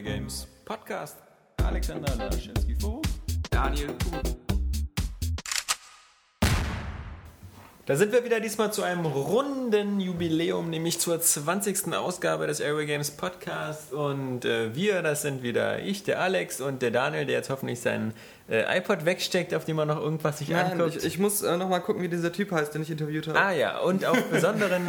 Airway Games Podcast. Alexander Laschewski vor. Daniel Kuhn. Da sind wir wieder diesmal zu einem runden Jubiläum, nämlich zur 20. Ausgabe des Airway Games Podcast. Und wir, das sind wieder ich, der Alex und der Daniel, der jetzt hoffentlich seinen iPod wegsteckt, auf dem man noch irgendwas sich anguckt. Ich muss noch mal gucken, wie dieser Typ heißt, den ich interviewt habe. Ah ja, und auf besonderen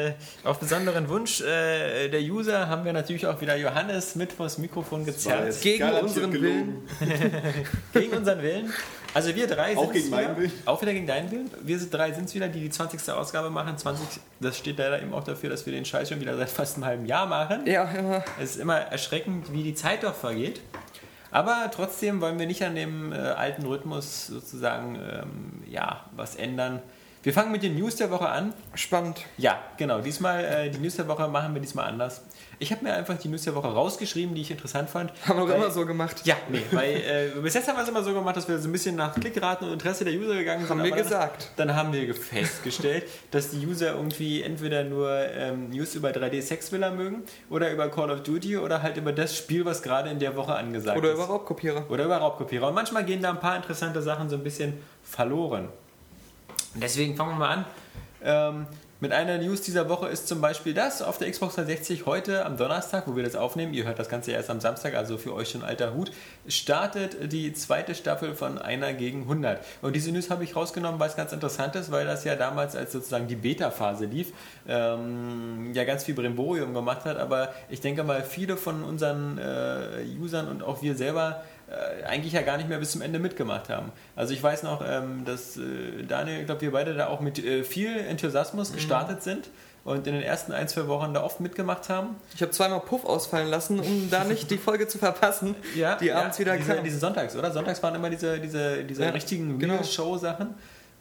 Wunsch der User haben wir natürlich auch wieder Johannes mit vors Mikrofon gezerrt. Gegen unseren Willen. Gegen unseren Willen. Also wir drei sind auch gegen meinen Willen. Auch wieder gegen deinen Willen. Wir drei sind es wieder, die 20. Ausgabe machen. 20, das steht leider eben auch dafür, dass wir den Scheiß schon wieder seit fast einem halben Jahr machen. Ja, ja. Es ist immer erschreckend, wie die Zeit doch vergeht. Aber trotzdem wollen wir nicht an dem alten Rhythmus sozusagen was ändern. Wir fangen mit den News der Woche an. Spannend. Ja, genau. Diesmal, die News der Woche machen wir diesmal anders. Ich habe mir einfach die News der Woche rausgeschrieben, die ich interessant fand. Haben wir doch immer so gemacht. Ja, nee, weil bis jetzt haben wir es immer so gemacht, dass wir so ein bisschen nach Klickraten und Interesse der User gegangen sind. Haben wir gesagt. Dann haben wir festgestellt, dass die User irgendwie entweder nur News über 3D-Sexvilla mögen oder über Call of Duty oder halt über das Spiel, was gerade in der Woche angesagt ist. Oder über Raubkopierer. Oder über Raubkopierer. Und manchmal gehen da ein paar interessante Sachen so ein bisschen verloren. Und deswegen fangen wir mal an. Mit einer News dieser Woche ist zum Beispiel das auf der Xbox 360 heute am Donnerstag, wo wir das aufnehmen, ihr hört das Ganze erst am Samstag, also für euch schon alter Hut, startet die zweite Staffel von Einer gegen 100. Und diese News habe ich rausgenommen, weil es ganz interessant ist, weil das ja damals, als sozusagen die Beta-Phase lief, ja ganz viel Brimborium gemacht hat, aber ich denke mal, viele von unseren Usern und auch wir selber eigentlich ja gar nicht mehr bis zum Ende mitgemacht haben. Also ich weiß noch, dass Daniel, ich glaube, wir beide da auch mit viel Enthusiasmus gestartet sind und in den ersten 1-2 Wochen da oft mitgemacht haben. Ich habe zweimal Puff ausfallen lassen, um da nicht die Folge zu verpassen, die abends wieder kam. Diese Sonntags, oder? Sonntags waren immer diese richtigen Show-Sachen.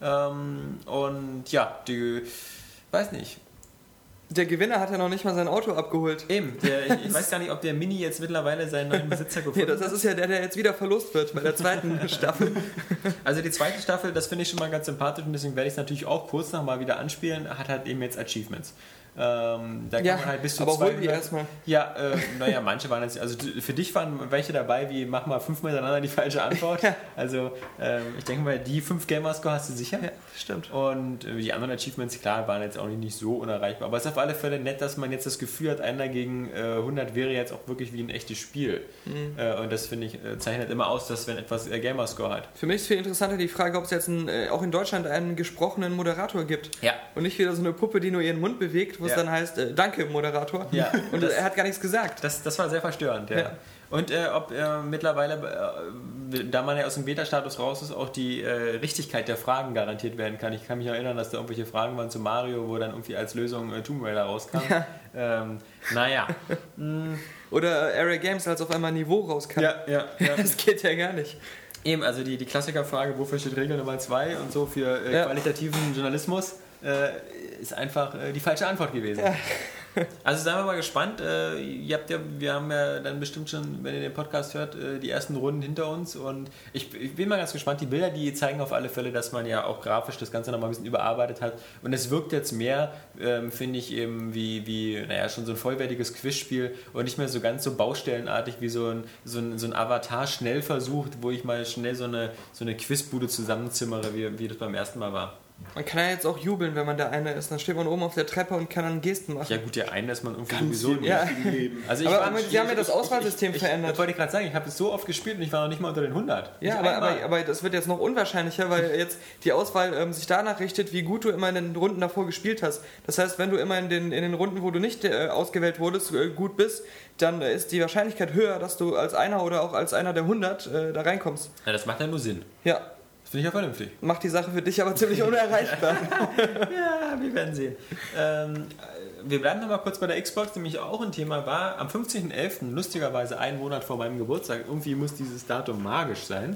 Und ja, weiß nicht. Der Gewinner hat ja noch nicht mal sein Auto abgeholt. Eben, ich weiß gar nicht, ob der Mini jetzt mittlerweile seinen neuen Besitzer gefunden hat. Das ist ja der jetzt wieder verlost wird bei der zweiten Staffel. Also die zweite Staffel, das finde ich schon mal ganz sympathisch und deswegen werde ich es natürlich auch kurz noch mal wieder anspielen, hat halt eben jetzt Achievements. Da kann man halt bis zu aber 200... hol die erstmal. Ja, manche waren jetzt... Also für dich waren welche dabei, wie mach mal 5 miteinander die falsche Antwort. Also ich denke mal, die 5 Gamerscore hast du sicher. Ja, stimmt. Und die anderen Achievements, klar, waren jetzt auch nicht so unerreichbar. Aber es ist auf alle Fälle nett, dass man jetzt das Gefühl hat, Einer gegen 100 wäre jetzt auch wirklich wie ein echtes Spiel. Und das, finde ich, zeichnet immer aus, dass wenn etwas Gamerscore hat. Für mich ist viel interessanter die Frage, ob es jetzt auch in Deutschland einen gesprochenen Moderator gibt. Ja. Und nicht wieder so eine Puppe, die nur ihren Mund bewegt, wo es dann heißt, danke Moderator. Ja, und er hat gar nichts gesagt. Das war sehr verstörend, ja. Und ob mittlerweile, da man ja aus dem Beta-Status raus ist, auch die Richtigkeit der Fragen garantiert werden kann. Ich kann mich erinnern, dass da irgendwelche Fragen waren zu Mario, wo dann irgendwie als Lösung Tomb Raider rauskam. Ja. Oder Area Games, als auf einmal Niveau rauskam. Ja. Das geht ja gar nicht. Eben, also die Klassikerfrage, wofür steht Regel Nummer 2 und so für qualitativen Journalismus, ist einfach die falsche Antwort gewesen. Ja. Also seien wir mal gespannt. Wir haben ja dann bestimmt schon, wenn ihr den Podcast hört, die ersten Runden hinter uns und ich bin mal ganz gespannt. Die Bilder, die zeigen auf alle Fälle, dass man ja auch grafisch das Ganze nochmal ein bisschen überarbeitet hat und es wirkt jetzt mehr, finde ich eben wie schon so ein vollwertiges Quizspiel und nicht mehr so ganz so baustellenartig wie so ein Avatar-Schnellversuch, wo ich mal schnell so eine Quizbude zusammenzimmere, wie das beim ersten Mal war. Man kann ja jetzt auch jubeln, wenn man der eine ist. Dann steht man oben auf der Treppe und kann dann Gesten machen. Ja gut, der eine ist man irgendwie ganz sowieso nicht. Also aber sie haben ja das Auswahlsystem verändert. Das wollte ich gerade sagen, ich habe es so oft gespielt und ich war noch nicht mal unter den 100. Ja, aber das wird jetzt noch unwahrscheinlicher, weil jetzt die Auswahl sich danach richtet, wie gut du immer in den Runden davor gespielt hast. Das heißt, wenn du immer in den Runden, wo du nicht ausgewählt wurdest, gut bist, dann ist die Wahrscheinlichkeit höher, dass du als einer oder auch als einer der 100 da reinkommst. Ja, das macht ja nur Sinn. Ja. Das finde ich ja vernünftig. Macht die Sache für dich aber ziemlich unerreichbar. Ja, wir werden sehen. Wir bleiben noch mal kurz bei der Xbox, nämlich auch ein Thema war, am 15.11., lustigerweise einen Monat vor meinem Geburtstag, irgendwie muss dieses Datum magisch sein,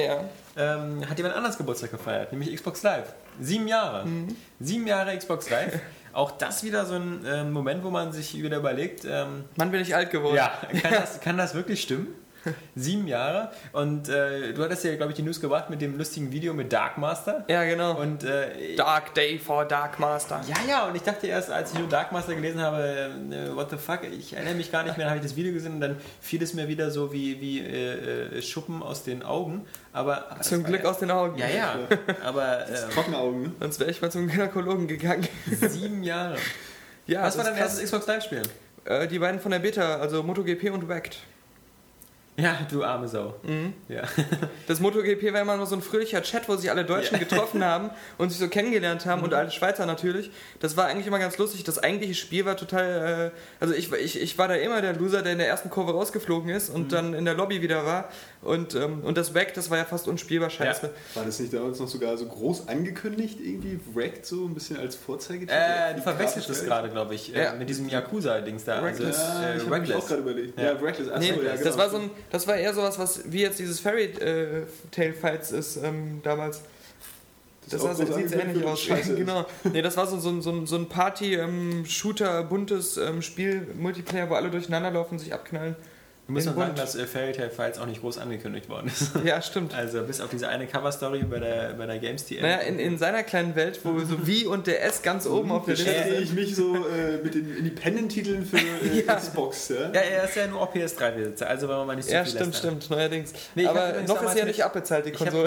hat jemand anders Geburtstag gefeiert, nämlich Xbox Live. 7 Jahre. 7 Jahre Xbox Live. Auch das wieder so ein Moment, wo man sich wieder überlegt... Mann, bin ich alt geworden. Ja, kann das wirklich stimmen? 7 Jahre. Und du hattest ja, glaube ich, die News gebracht mit dem lustigen Video mit Dark Master. Ja, genau. Und, Dark Day for Dark Master. Ja, und ich dachte erst, als ich nur Dark Master gelesen habe, what the fuck, ich erinnere mich gar nicht mehr, dann habe ich das Video gesehen und dann fiel es mir wieder so wie Schuppen aus den Augen. Aber zum Glück aus den Augen. Ja, aber... trockene Augen, ne? Sonst wäre ich mal zum Gynäkologen gegangen. 7 Jahre. Ja, was war dein erstes Xbox Live-Spiel? Die beiden von der Beta, also MotoGP und Wrecked. Ja, du arme Sau. Ja. Das MotoGP war immer nur so ein fröhlicher Chat, wo sich alle Deutschen getroffen haben und sich so kennengelernt haben und alle Schweizer natürlich. Das war eigentlich immer ganz lustig. Das eigentliche Spiel war total... also ich war da immer der Loser, der in der ersten Kurve rausgeflogen ist und dann in der Lobby wieder war. Und das Wrecked, das war ja fast unspielbar, scheiße. Ja. War das nicht damals noch sogar so groß angekündigt, irgendwie Wrecked so ein bisschen als Vorzeigetitel? Du verwechselst das gerade, glaube ich, mit diesem Yakuza-Dings da. Also, ich habe mich auch gerade überlegt. Ja, Wreckless. Nee, ja, genau. Das war eher sowas, was wie jetzt dieses Fairy Tail Fights ist damals. Das sieht so ähnlich aus. Genau. Nee, das war so ein Party-Shooter, buntes Spiel, Multiplayer, wo alle durcheinander laufen, sich abknallen. Du musst mal sagen, dass Fairy Tail Fights auch nicht groß angekündigt worden ist. Ja, stimmt. Also bis auf diese eine Cover-Story bei der Games TM. Naja, in seiner kleinen Welt, wo so wie und der S ganz oben auf der Liste sind. Ich mich so mit den Independent-Titeln für Xbox. Ja, er ist ja nur auch PS3-Besitzer, also wenn man mal nicht so viel lässt. Stimmt, neuerdings. Nee, aber noch ist ja nicht abbezahlt, die Konsole.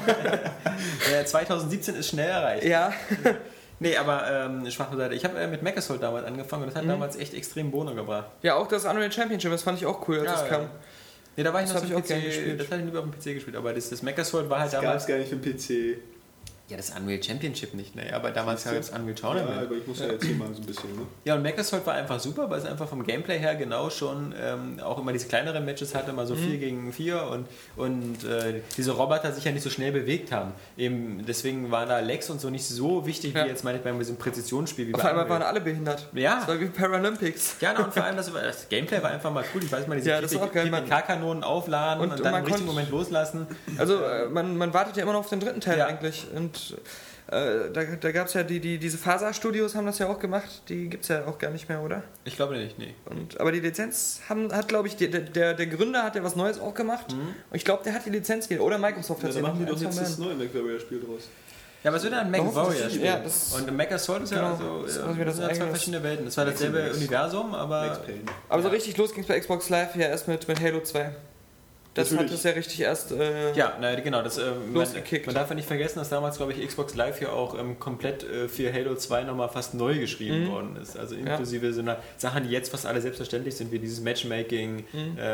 2017 ist schnell erreicht. Ja. Nee, aber schwache Seite. Ich habe mit Macassault damals angefangen und das hat damals echt extrem Bohne gebracht. Ja, auch das Unreal Championship, das fand ich auch cool, als es kam. Nee, da war ich das noch so PC gespielt. Das hatte ich lieber auf dem PC gespielt, aber das Macassault war halt das damals... Das gab es gar nicht für den PC. Ja, das Unreal Championship nicht, ne? Aber damals gab es Unreal Tournament. Ja, aber ich muss ja erzählen mal so ein bisschen, ne? Ja, und Macassault war einfach super, weil es einfach vom Gameplay her genau schon auch immer diese kleineren Matches hatte, mal so 4 gegen 4 und diese Roboter sich ja nicht so schnell bewegt haben. Eben deswegen waren da Lags und so nicht so wichtig, wie jetzt meine ich bei diesem Präzisionsspiel. Wie auf einmal waren alle behindert. Ja. Das war wie Paralympics. Ja, und vor allem das Gameplay war einfach mal cool. Ich weiß mal, diese PPK-Kanonen aufladen und dann im richtigen Moment loslassen. Also man wartet ja immer noch auf den dritten Teil eigentlich. Und da gab es ja diese Faser-Studios haben das ja auch gemacht, die gibt es ja auch gar nicht mehr, oder? Ich glaube nicht, nee. Aber die Lizenz hat glaube ich, der Gründer hat ja was Neues auch gemacht. Und ich glaube, der hat die Lizenz wieder. Oder Microsoft hat sie. Da machen die doch jetzt das neue MacWarrior-Spiel draus. Ja, aber es wird ein MacWarrior-Spiel. Ja, und Macassault ist ja so das sind zwei verschiedene Welten. Es war dasselbe Universum, aber so richtig los ging es bei Xbox Live ja erst mit Halo 2. Das hat es ja richtig erst genau. losgekickt. Man darf ja nicht vergessen, dass damals, glaube ich, Xbox Live ja auch komplett für Halo 2 nochmal fast neu geschrieben worden ist. Also inklusive so einer Sachen, die jetzt fast alle selbstverständlich sind, wie dieses Matchmaking,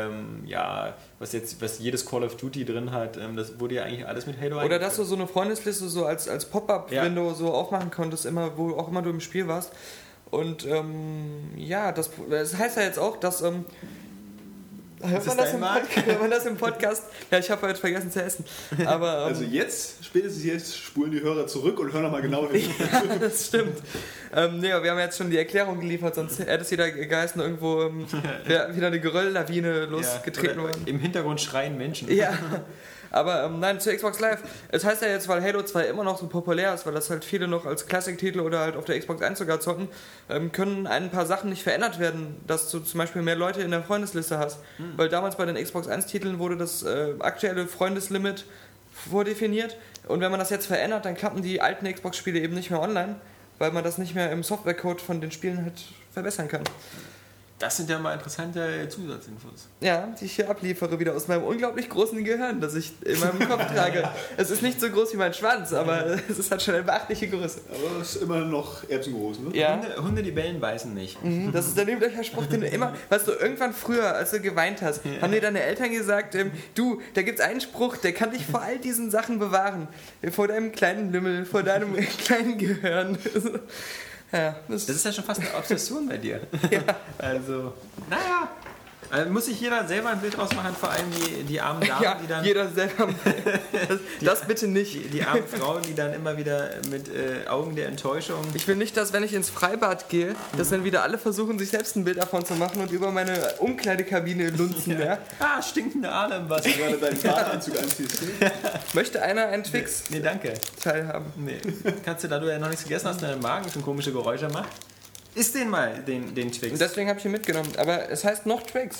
was jedes Call of Duty drin hat. Das wurde ja eigentlich alles mit Halo Oder dass du so eine Freundesliste so als Pop-Up-Window so aufmachen konntest, wo auch immer du im Spiel warst. Und das heißt ja jetzt auch, dass... Hört man das im Podcast? Ja, ich habe heute vergessen zu essen. Aber, also spätestens jetzt spulen die Hörer zurück und hören nochmal genau hin. Ja, das stimmt. Wir haben jetzt schon die Erklärung geliefert, sonst hätte es wieder geheißen, irgendwo wäre wieder eine Gerölllawine losgetreten worden. Im Hintergrund schreien Menschen. Ja. Aber nein, zu Xbox Live. Es heißt ja jetzt, weil Halo 2 immer noch so populär ist, weil das halt viele noch als Classic-Titel oder halt auf der Xbox 1 sogar zocken, können ein paar Sachen nicht verändert werden, dass du zum Beispiel mehr Leute in der Freundesliste hast. Weil damals bei den Xbox 1-Titeln wurde das aktuelle Freundeslimit vordefiniert und wenn man das jetzt verändert, dann klappen die alten Xbox-Spiele eben nicht mehr online, weil man das nicht mehr im Softwarecode von den Spielen halt verbessern kann. Das sind ja mal interessante Zusatzinfos. Ja, die ich hier abliefere, wieder aus meinem unglaublich großen Gehirn, das ich in meinem Kopf trage. Es ist nicht so groß wie mein Schwanz, aber es ist halt schon eine beachtliche Größe. Aber es ist immer noch erbsengroß, ne? Ja. Hunde, die bellen, beißen nicht. Das ist der übliche Spruch, den du immer... Weißt du, irgendwann früher, als du geweint hast, haben dir deine Eltern gesagt, du, da gibt's einen Spruch, der kann dich vor all diesen Sachen bewahren. Vor deinem kleinen Lümmel, vor deinem kleinen Gehirn. Ja, das ist ja schon fast eine Obsession bei dir. Ja. Also, muss sich jeder selber ein Bild rausmachen, vor allem die armen Damen, ja, die dann... jeder selber... das bitte nicht. Die armen Frauen, die dann immer wieder mit Augen der Enttäuschung... Ich will nicht, dass wenn ich ins Freibad gehe, dass dann wieder alle versuchen, sich selbst ein Bild davon zu machen und über meine Umkleidekabine lunzen. Ja. Stinkende Aale im Wasser. Du gerade deinen Badeanzug anziehst. Ne? Möchte einer einen Twix Nee, danke. teilhaben? Nee. Kannst du, da du ja noch nichts gegessen hast, deinen Magen schon komische Geräusche macht? Isst den mal, den Twix. Und deswegen habe ich ihn mitgenommen. Aber es heißt noch Twix.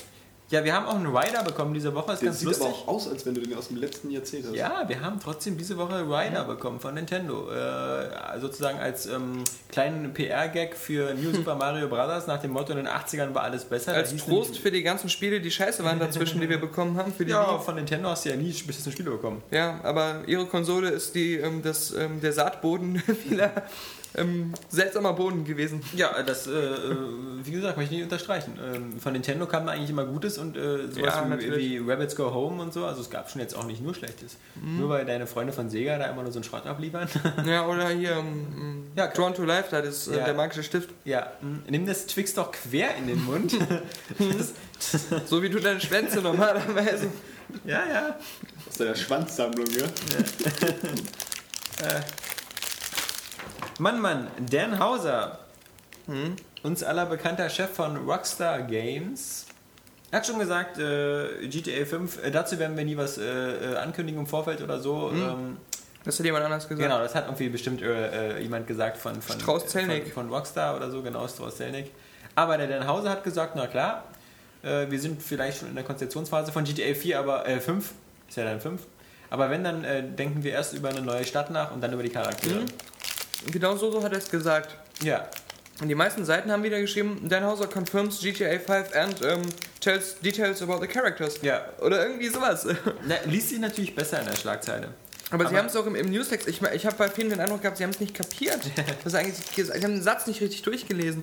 Ja, wir haben auch einen Rider bekommen diese Woche, ist Der ganz sieht lustig. aber auch aus, als wenn du den aus dem letzten Jahrzehnt hast. Ja, wir haben trotzdem diese Woche Rider bekommen von Nintendo. Sozusagen als kleinen PR-Gag für New Super Mario Bros. Nach dem Motto, in den 80ern war alles besser. Als Trost für die ganzen Spiele, die scheiße waren dazwischen, die wir bekommen haben. Für die Ja, von Nintendo hast du ja nie beschissene Spiele bekommen. Ja, aber ihre Konsole ist der Saatboden vieler seltsamer Boden gewesen. Ja, das, wie gesagt, möchte ich nicht unterstreichen. Von Nintendo kam da eigentlich immer Gutes und sowas Ja, wie Rabbids Go Home und so. Also es gab schon jetzt auch nicht nur Schlechtes. Nur weil deine Freunde von Sega da immer nur so einen Schrott abliefern. Ja, oder hier Ja, Drawn to Life, das ist Ja. der magische Stift. Ja, nimm das Twix doch quer in den Mund. So wie du deine Schwänze normalerweise. Ja. Aus deiner Schwanzsammlung, ja? Mann, Dan Houser, uns aller bekannter Chef von Rockstar Games, hat schon gesagt, GTA 5, dazu werden wir nie was ankündigen im Vorfeld oder so. Das hat jemand anders gesagt. Genau, das hat irgendwie bestimmt jemand gesagt von Strauß Zelnick. Von Rockstar oder so, genau, Strauß Zelnick. Aber der Dan Houser hat gesagt, na klar, wir sind vielleicht schon in der Konzeptionsphase von GTA 4, aber 5, ist ja dann 5. Aber wenn, dann denken wir erst über eine neue Stadt nach und dann über die Charaktere. Genau so hat er es gesagt. Ja, Und die meisten Seiten haben wieder geschrieben, Dan Houser confirms GTA 5 and tells details about the characters. ja. Oder irgendwie sowas. Na, liest sich natürlich besser in der Schlagzeile. Aber sie haben es auch im Newstext, ich habe bei vielen den Eindruck gehabt, sie haben es nicht kapiert. Sie haben den Satz nicht richtig durchgelesen.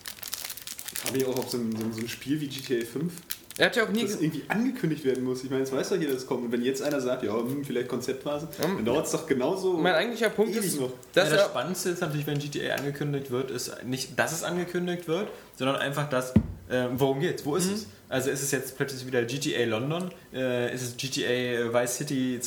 Habe ich auch auf so ein Spiel wie GTA 5, Er hat ja auch nie... das irgendwie angekündigt werden muss. Ich meine, jetzt weiß doch jeder, dass es kommt. Und wenn jetzt einer sagt, ja, vielleicht Konzeptphase, dann dauert es doch genauso Mein eigentlicher Punkt ewig ist, noch. dass Das er... Spannendste ist natürlich, wenn GTA angekündigt wird, ist nicht, dass es angekündigt wird, sondern einfach das, worum geht's, wo ist es? Also ist es jetzt plötzlich wieder GTA London, ist es GTA Vice City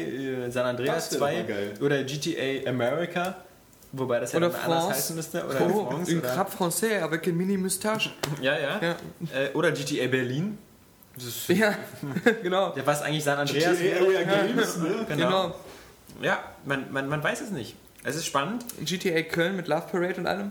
2, San Andreas Das wär doch 2 mal geil. oder GTA America, wobei das ja Oder dann anders France. heißen müsste, oder Oh, France, un oder, crabe français avec une mini-moustache. ja. Ja. Oder GTA Berlin, das ist, Ja, genau. ja, was eigentlich San Andreas GTA Area Games, ne? Genau. Ja, man weiß es nicht. Es ist spannend. GTA Köln mit Love Parade und allem.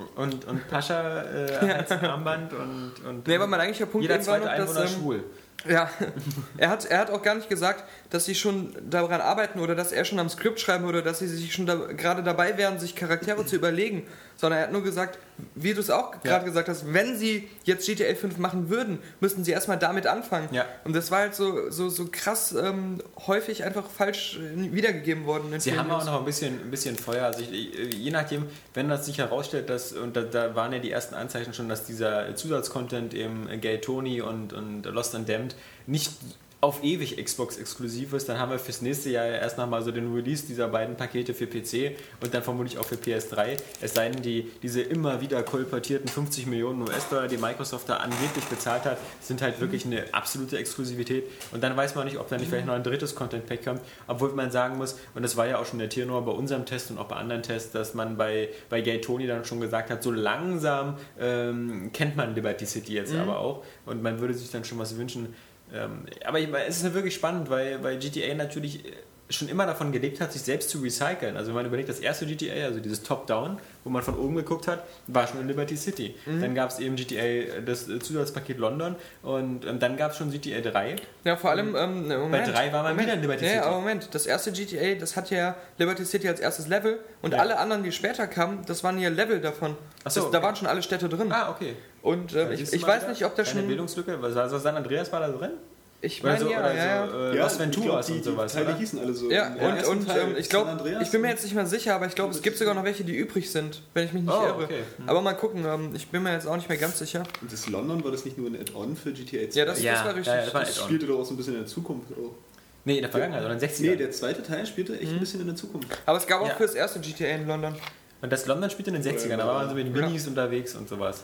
Und Pascha als Armband und Nee, aber mein eigentlicher Punkt jeder eben war zweite noch, Einwohner dass... schwul. Ja, er hat auch gar nicht gesagt, dass sie schon daran arbeiten oder dass er schon am Skript schreiben oder dass sie sich schon gerade dabei wären, sich Charaktere zu überlegen, sondern er hat nur gesagt, wie du es auch gerade gesagt hast, wenn sie jetzt GTA 5 machen würden, müssten sie erstmal damit anfangen. Ja. Und das war halt so krass häufig einfach falsch wiedergegeben worden. in Sie vielen haben auch News. noch ein bisschen Feuer. Also je nachdem, wenn das sich herausstellt, dass, und da waren ja die ersten Anzeichen schon, dass dieser Zusatzcontent im Gay Tony und Lost and Damned nicht auf ewig Xbox exklusiv ist, dann haben wir fürs nächste Jahr erst nochmal so den Release dieser beiden Pakete für PC und dann vermutlich auch für PS3. Es sei denn, diese immer wieder kolportierten 50 Millionen US-Dollar, die Microsoft da angeblich bezahlt hat, sind halt wirklich eine absolute Exklusivität. Und dann weiß man nicht, ob da nicht vielleicht noch ein drittes Content-Pack kommt, obwohl man sagen muss, und das war ja auch schon der Tenor bei unserem Test und auch bei anderen Tests, dass man bei Gay Tony dann schon gesagt hat, so langsam kennt man Liberty City jetzt aber auch und man würde sich dann schon was wünschen. Aber es ist ja wirklich spannend, weil GTA natürlich schon immer davon gelebt hat, sich selbst zu recyceln. Also wenn man überlegt, das erste GTA, also dieses Top-Down, wo man von oben geguckt hat, war schon in Liberty City. Dann gab es eben GTA, das Zusatzpaket London und dann gab es schon GTA 3. Ja, vor allem, Moment. Bei 3 war man wieder in Liberty City. Ja, aber Moment, das erste GTA, das hat ja Liberty City als erstes Level und alle anderen, die später kamen, das waren ja Level davon. Ach so, Da okay. waren schon alle Städte drin. Ah, okay. Und ich weiß nicht, ob da Eine schon... Bildungslücke, also San Andreas war da drin? Ich Oder meine, so, ja, oder ja. so Ja, Los Venturas ich und glaub, sowas, die Teile oder? hießen alle so. Ja, Im ersten und Teil ich glaube, San Andreas ich bin mir jetzt nicht mehr sicher, aber ich glaube, es gibt sogar noch welche, die übrig sind, wenn ich mich nicht irre. Okay. Aber mal gucken, ich bin mir jetzt auch nicht mehr ganz sicher. Und das London, war das nicht nur ein Add-on für GTA 2? Ja, das war richtig. das war das Add-on. spielte doch auch so ein bisschen in der Zukunft auch. Nee, in der Vergangenheit, oder in den 60ern. Nee, der zweite Teil spielte echt ein bisschen in der Zukunft. Aber es gab auch Ja. für das erste GTA in London. Und das London spielt in den 60ern, da war man so mit den Minis unterwegs und sowas.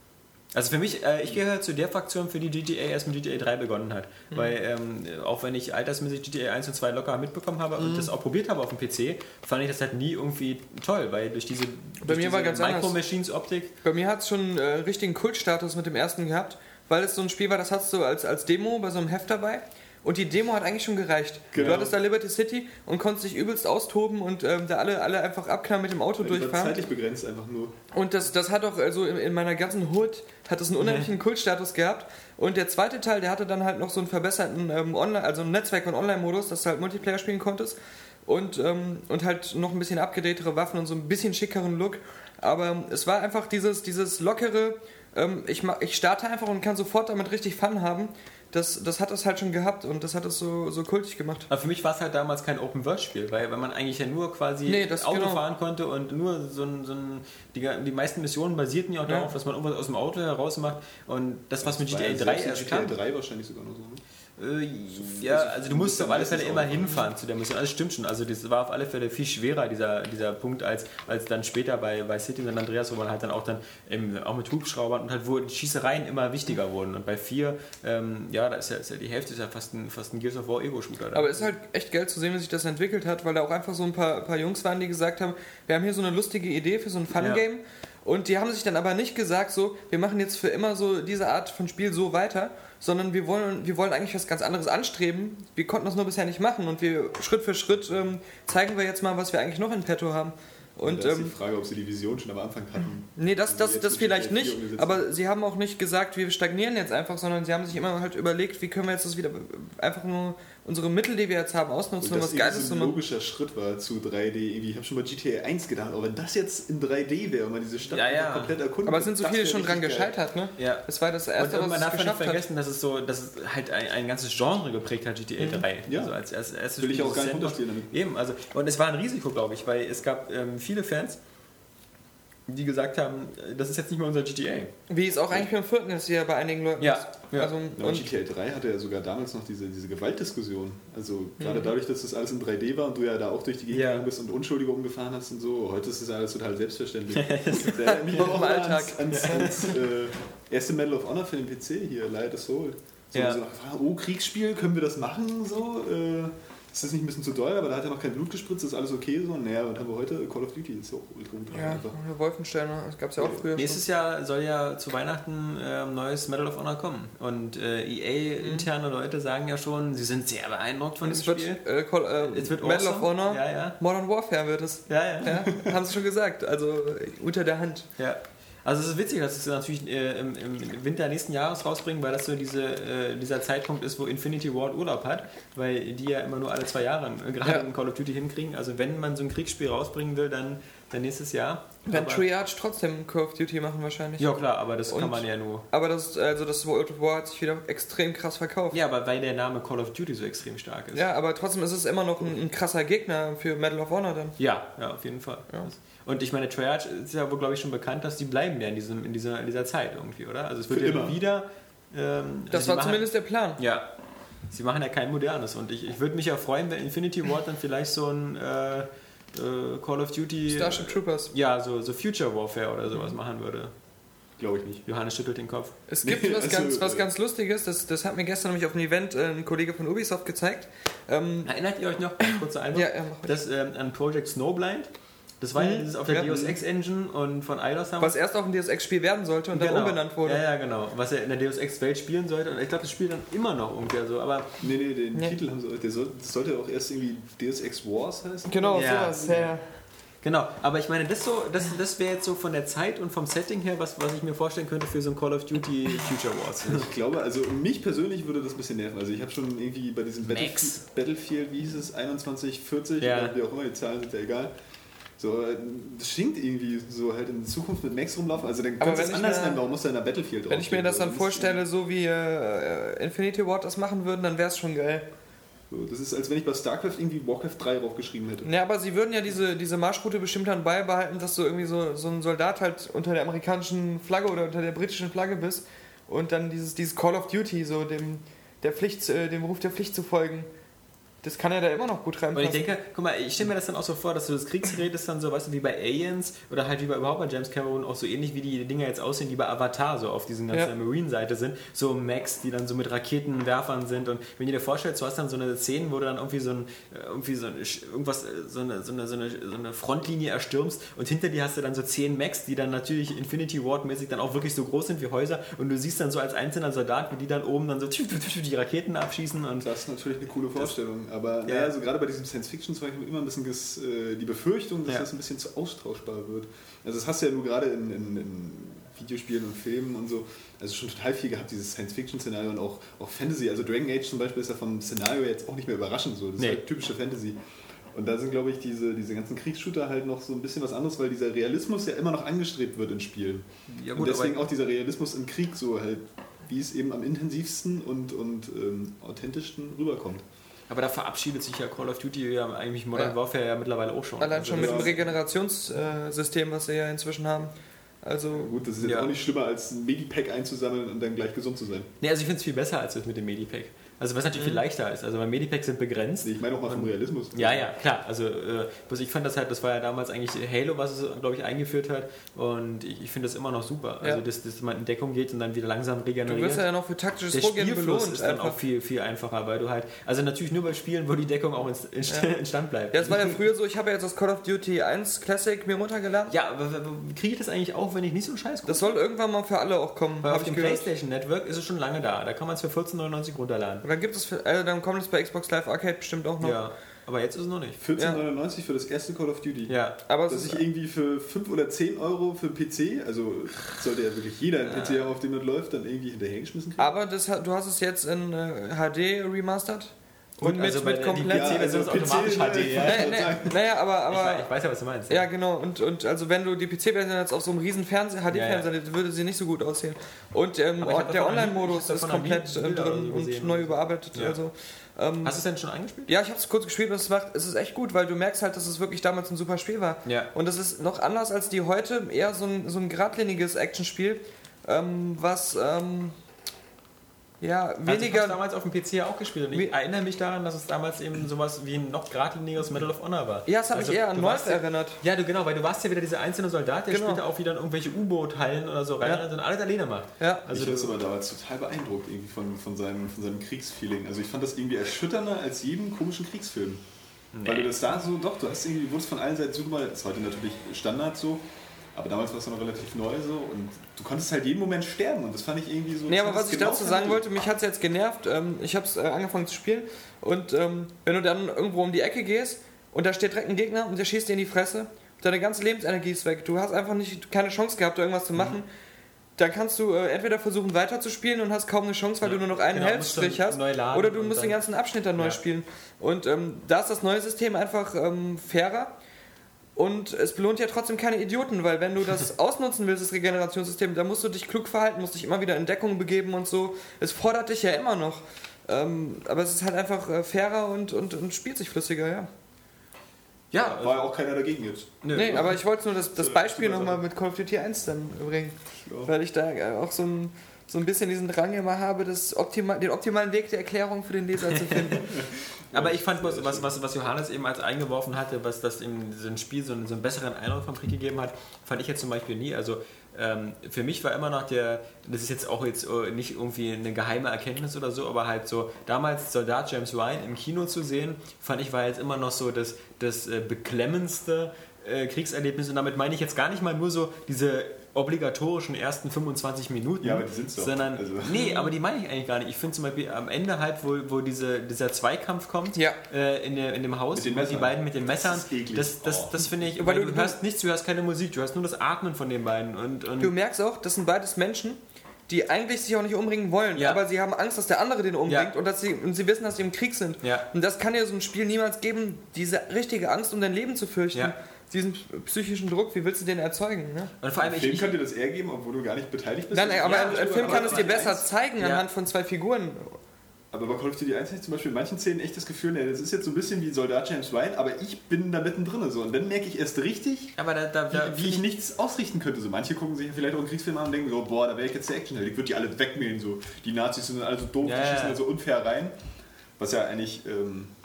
Also für mich, ich gehöre zu der Fraktion, für die GTA erst mit GTA 3 begonnen hat. Weil auch wenn ich altersmäßig GTA 1 und 2 locker mitbekommen habe und das auch probiert habe auf dem PC, fand ich das halt nie irgendwie toll, weil durch diese mir war ganz anders. Micro-Machines-Optik. Bei mir hat es schon richtigen Kultstatus mit dem ersten gehabt, weil es so ein Spiel war, das hast du als Demo bei so einem Heft dabei. und die Demo hat eigentlich schon gereicht. Genau. Du hattest da Liberty City und konntest dich übelst austoben und da alle einfach abknallen mit dem Auto Die war durchfahren. zeitlich begrenzt einfach nur. Und das hat auch, also in meiner ganzen Hood, hat das einen unheimlichen Kultstatus gehabt. Und der zweite Teil, der hatte dann halt noch so einen verbesserten Online, also einen Netzwerk- und Online-Modus, dass du halt Multiplayer spielen konntest. Und halt noch ein bisschen abgedrehtere Waffen und so ein bisschen schickeren Look. Aber es war einfach dieses lockere, ich starte einfach und kann sofort damit richtig Fun haben. Das hat es halt schon gehabt und das hat es so kultig gemacht. Aber für mich war es halt damals kein Open-World-Spiel, weil man eigentlich ja nur quasi Auto fahren konnte und nur die meisten Missionen basierten ja auch darauf, dass man irgendwas aus dem Auto heraus macht und das, was mit GTA 3 erst kam. GTA 3 wahrscheinlich sogar noch so, ne? Ja, also du musst auf alle Fälle immer hinfahren zu der Mission. Also das stimmt schon. Also das war auf alle Fälle viel schwerer, dieser Punkt, als dann später bei City San Andreas, wo man halt dann auch mit Hubschraubern und halt wo die Schießereien immer wichtiger wurden. Und bei 4, da ist ja die Hälfte ist ja fast ein Gears of War Ego-Shooter. Aber es ist halt echt geil zu sehen, wie sich das entwickelt hat, weil da auch einfach so ein paar Jungs waren, die gesagt haben, wir haben hier so eine lustige Idee für so ein Fun-Game. Ja. Und die haben sich dann aber nicht gesagt, so, wir machen jetzt für immer so diese Art von Spiel so weiter, sondern wir wollen eigentlich was ganz anderes anstreben. Wir konnten das nur bisher nicht machen und wir Schritt für Schritt zeigen wir jetzt mal, was wir eigentlich noch in petto haben. Und da ist die Frage, ob sie die Vision schon am Anfang hatten. Nee, das vielleicht nicht, aber sie haben auch nicht gesagt, wir stagnieren jetzt einfach, sondern sie haben sich immer halt überlegt, wie können wir jetzt das wieder einfach nur unsere Mittel, die wir jetzt haben, ausnutzen und was Geiles zu machen. Das ein logischer Schritt war zu 3D. Ich habe schon mal GTA 1 gedacht, aber wenn das jetzt in 3D wäre und man diese Stadt komplett erkunden. Aber es sind so viele schon dran gescheitert, ne? Ja. Das war das Erste, und was es geschafft nicht vergessen, dass es halt ein ganzes Genre geprägt hat, GTA 3. Ja. Also als erstes will ich auch gar nicht unterstehen damit. Eben, also, und es war ein Risiko, glaube ich, weil es gab viele Fans, die gesagt haben, das ist jetzt nicht mehr unser GTA. Wie es auch eigentlich beim 4. ist hier bei einigen Leuten. Ja. Also, und GTA 3 hatte ja sogar damals noch diese Gewaltdiskussion. Also gerade dadurch, dass das alles in 3D war und du ja da auch durch die Gegend gegangen bist und Unschuldige umgefahren hast und so. Heute ist das alles total selbstverständlich. Mich auch mal Alltag. ans erste Medal of Honor für den PC hier, Light of Soul. Kriegsspiel, können wir das machen? So, ist das nicht ein bisschen zu teuer, aber da hat ja noch kein Blut gespritzt, ist alles okay so. Naja, und haben wir heute Call of Duty, ist auch ultra einfach. Ja, Wolfenstein, das gab es ja auch früher. Nächstes Jahr soll ja zu Weihnachten neues Medal of Honor kommen. Und EA-interne Leute sagen ja schon, sie sind sehr beeindruckt von dem Spiel. Es wird Medal of Honor, Modern Warfare wird es. Ja. Haben sie schon gesagt, also unter der Hand. Ja. Also es ist witzig, dass sie es natürlich im Winter nächsten Jahres rausbringen, weil das so dieser Zeitpunkt ist, wo Infinity Ward Urlaub hat, weil die ja immer nur alle 2 Jahre gerade in Call of Duty hinkriegen. Also wenn man so ein Kriegsspiel rausbringen will, dann nächstes Jahr. Dann Triage trotzdem Call of Duty machen wahrscheinlich. Ja klar, aber das kann man ja nur. Aber das World of War hat sich wieder extrem krass verkauft. Ja, aber weil der Name Call of Duty so extrem stark ist. Ja, aber trotzdem ist es immer noch ein krasser Gegner für Medal of Honor dann. Ja, auf jeden Fall. Ja. Und ich meine, Triage ist ja wohl, glaube ich, schon bekannt, dass die bleiben ja in dieser Zeit irgendwie, oder? Also es wird ja wieder... das war zumindest der Plan. Ja. Sie machen ja kein modernes und ich würde mich ja freuen, wenn Infinity Ward dann vielleicht so ein Call of Duty... Starship Troopers. Ja, so Future Warfare oder sowas machen würde. Glaube ich nicht. Johannes schüttelt den Kopf. Es gibt was ganz Lustiges, das hat mir gestern nämlich auf einem Event ein Kollege von Ubisoft gezeigt. Erinnert ihr euch noch, kurzer Einwand, an Project Snowblind? Das war ja dieses auf der Deus Ex Engine und von Eidos haben. Was erst auch ein Deus Ex Spiel werden sollte und dann umbenannt wurde. Ja, genau. Was er in der Deus Ex Welt spielen sollte. Und ich glaube, das spielt dann immer noch ungefähr so. Aber nee, den Titel haben sie. Das sollte auch erst irgendwie Deus Ex Wars heißen. Genau, sowas. Ja. Genau, aber ich meine, das wäre jetzt so von der Zeit und vom Setting her, was ich mir vorstellen könnte für so ein Call of Duty Future Wars. Ich glaube, also mich persönlich würde das ein bisschen nerven. Also ich habe schon irgendwie bei diesem Battlefield, wie hieß es, 2140, oder wie auch immer, die Zahlen sind ja egal. So, das stinkt irgendwie so halt in Zukunft mit Max rumlaufen. Also dann könnte es anders sein, warum muss da in der Battlefield drauf? Wenn ich mir das dann vorstelle, so wie Infinity Ward das machen würden, dann wäre es schon geil. So, das ist, als wenn ich bei StarCraft irgendwie Warcraft 3 draufgeschrieben hätte. Ja, aber sie würden ja diese Marschroute bestimmt dann beibehalten, dass du irgendwie so ein Soldat halt unter der amerikanischen Flagge oder unter der britischen Flagge bist und dann dieses Call of Duty, so dem Ruf der Pflicht zu folgen. Das kann ja da immer noch gut reinpassen. Und ich denke, guck mal, ich stelle mir das dann auch so vor, dass du das Kriegsgerät ist dann so, weißt du, wie bei Aliens oder halt wie bei überhaupt bei James Cameron auch so ähnlich wie die Dinger jetzt aussehen, die bei Avatar so auf diesen ganzen Marine-Seite sind. So Mechs, die dann so mit Raketenwerfern sind. Und wenn du dir vorstellst, du hast dann so eine Szene, wo du dann irgendwie so eine Frontlinie erstürmst und hinter dir hast du dann so 10 Mechs, die dann natürlich Infinity Ward-mäßig dann auch wirklich so groß sind wie Häuser und du siehst dann so als einzelner Soldat, wie die dann oben dann so die Raketen abschießen. Und das ist natürlich eine coole Vorstellung. Aber naja, also gerade bei diesem Science-Fiction-Zeug immer ein bisschen die Befürchtung, dass das ein bisschen zu austauschbar wird. Also das hast du ja nur gerade in Videospielen und Filmen und so, also schon total viel gehabt, dieses Science-Fiction-Szenario und auch Fantasy. Also Dragon Age zum Beispiel ist ja vom Szenario jetzt auch nicht mehr überraschend so. Das ist halt typische Fantasy. Und da sind, glaube ich, diese ganzen Kriegsshooter halt noch so ein bisschen was anderes, weil dieser Realismus ja immer noch angestrebt wird in Spielen. Ja, gut, und deswegen auch dieser Realismus im Krieg so halt, wie es eben am intensivsten und authentischsten rüberkommt. Aber da verabschiedet sich ja Call of Duty ja eigentlich Modern Warfare ja mittlerweile auch schon. Allein schon mit dem Regenerationssystem, was sie ja inzwischen haben. Also gut, das ist jetzt auch nicht schlimmer, als ein Medipack einzusammeln und dann gleich gesund zu sein. Nee, also ich finde es viel besser als das mit dem Medipack. Also was natürlich viel leichter ist. Also meine Medipacks sind begrenzt. Nee, ich meine auch mal vom Realismus. Ja, klar. Also ich fand das halt, das war ja damals eigentlich Halo, was es, glaube ich, eingeführt hat. Und ich finde das immer noch super. Also dass man in Deckung geht und dann wieder langsam regeneriert. Du wirst ja noch für taktisches Vorgehen belohnt. Ist dann auch viel, viel einfacher, weil du halt, also natürlich nur bei Spielen, wo die Deckung auch in Stand bleibt. Ja, das war ja früher so, ich habe ja jetzt das Call of Duty 1 Classic mir runtergeladen. Ja, aber kriege ich das eigentlich auch, wenn ich nicht so einen Scheiß gucke? Das soll irgendwann mal für alle auch kommen. Weil auf dem PlayStation Network ist es schon lange da. Da kann man es für 14,99 runterladen. Und dann gibt es dann kommt es bei Xbox Live Arcade bestimmt auch noch. Ja, aber jetzt ist es noch nicht. 14,99 für das erste Call of Duty. Ja. Aber dass ich irgendwie für 5 oder 10 Euro für einen PC, also sollte ja wirklich jeder einen PC haben, auf dem das läuft, dann irgendwie hinterhergeschmissen kriegen. Aber du hast es jetzt in HD remastered? Und also mit komplett also ist automatisch HD. Naja, aber ich weiß ja, was du meinst. Ja, genau. Und also wenn du die PC-Version jetzt auf so einem riesen HD-Fernseher, würde sie nicht so gut aussehen. Und der Online-Modus ist komplett drin und neu überarbeitet. Ja. Also, hast du es denn schon eingespielt? Ja, ich habe es kurz gespielt und es ist echt gut, weil du merkst halt, dass es wirklich damals ein super Spiel war. Ja. Und das ist noch anders als die heute, eher so ein geradliniges Actionspiel, was... ja, weniger. Also ich habe damals auf dem PC auch gespielt und ich erinnere mich daran, dass es damals eben sowas wie ein noch geradlinigeres Medal of Honor war. Ja, es hat mich eher an Wolf erinnert. Ja, genau, weil du warst ja wieder dieser einzelne Soldat, der später auch wieder in irgendwelche U-Boot-Hallen oder so rein und alles alleine macht. Ja. Also ich war aber damals total beeindruckt irgendwie von seinem Kriegsfeeling. Also ich fand das irgendwie erschütternder als jeden komischen Kriegsfilm. Nee. Weil du das da so, du wurdest von allen Seiten super, das ist heute natürlich Standard so, aber damals war es noch relativ neu so und du konntest halt jeden Moment sterben und das fand ich irgendwie so... Nee, aber was ich dazu sagen wollte, mich hat es jetzt genervt, ich habe es angefangen zu spielen und wenn du dann irgendwo um die Ecke gehst und da steht direkt ein Gegner und der schießt dir in die Fresse, deine ganze Lebensenergie ist weg, du hast einfach keine Chance gehabt, da irgendwas zu machen, dann kannst du entweder versuchen weiterzuspielen und hast kaum eine Chance, weil du nur noch einen Health-Strich hast, oder du musst den ganzen Abschnitt dann neu spielen. Und da ist das neue System einfach fairer. Und es belohnt ja trotzdem keine Idioten, weil wenn du das ausnutzen willst, das Regenerationssystem, dann musst du dich klug verhalten, musst dich immer wieder in Deckung begeben und so. Es fordert dich ja immer noch. Aber es ist halt einfach fairer und spielt sich flüssiger, ja. Ja, war ja auch keiner dagegen jetzt. Nee, aber ich wollte nur das Beispiel nochmal mit Call of Duty 1 dann bringen. Ja. Weil ich da auch so ein bisschen diesen Drang immer habe, den optimalen Weg der Erklärung für den Leser zu finden. Aber ich fand, was Johannes eben als eingeworfen hatte, was das in so ein Spiel so einen besseren Eindruck vom Krieg gegeben hat, fand ich jetzt zum Beispiel nie. Also für mich war immer noch das ist jetzt auch nicht irgendwie eine geheime Erkenntnis oder so, aber halt so damals Soldat James Ryan im Kino zu sehen, fand ich war jetzt immer noch so das beklemmendste Kriegserlebnis und damit meine ich jetzt gar nicht mal nur so diese obligatorischen ersten 25 Minuten. Ja, aber die sind's doch. Sondern, nee, aber die meine ich eigentlich gar nicht. Ich finde zum Beispiel am Ende halt, wo dieser Zweikampf kommt, in dem Haus, die beiden mit den Messern, das finde ich, weil du hörst nichts, du hörst keine Musik, du hörst nur das Atmen von den beiden. Und du merkst auch, das sind beides Menschen, die eigentlich sich auch nicht umbringen wollen, aber sie haben Angst, dass der andere den umbringt und sie wissen, dass sie im Krieg sind. Ja. Und das kann dir so ein Spiel niemals geben, diese richtige Angst, um dein Leben zu fürchten. Ja. Diesen psychischen Druck, wie willst du den erzeugen? Ne? Und vor allem Film kann dir das eher geben, obwohl du gar nicht beteiligt bist. Nein, aber ein Film kann es dir besser zeigen anhand von zwei Figuren. Aber bei Call of Duty 1 habe ich zum Beispiel in manchen Szenen echt das Gefühl, das ist jetzt so ein bisschen wie Soldat James Ryan, aber ich bin da mittendrin. So. Und dann merke ich erst richtig, wie ich nichts ausrichten könnte. So, manche gucken sich vielleicht auch einen Kriegsfilm an und denken so, boah, da wäre ich jetzt der Actionheld, ich würde die alle wegmähen. So. Die Nazis sind alle so doof, die schießen da so unfair rein. Was ja eigentlich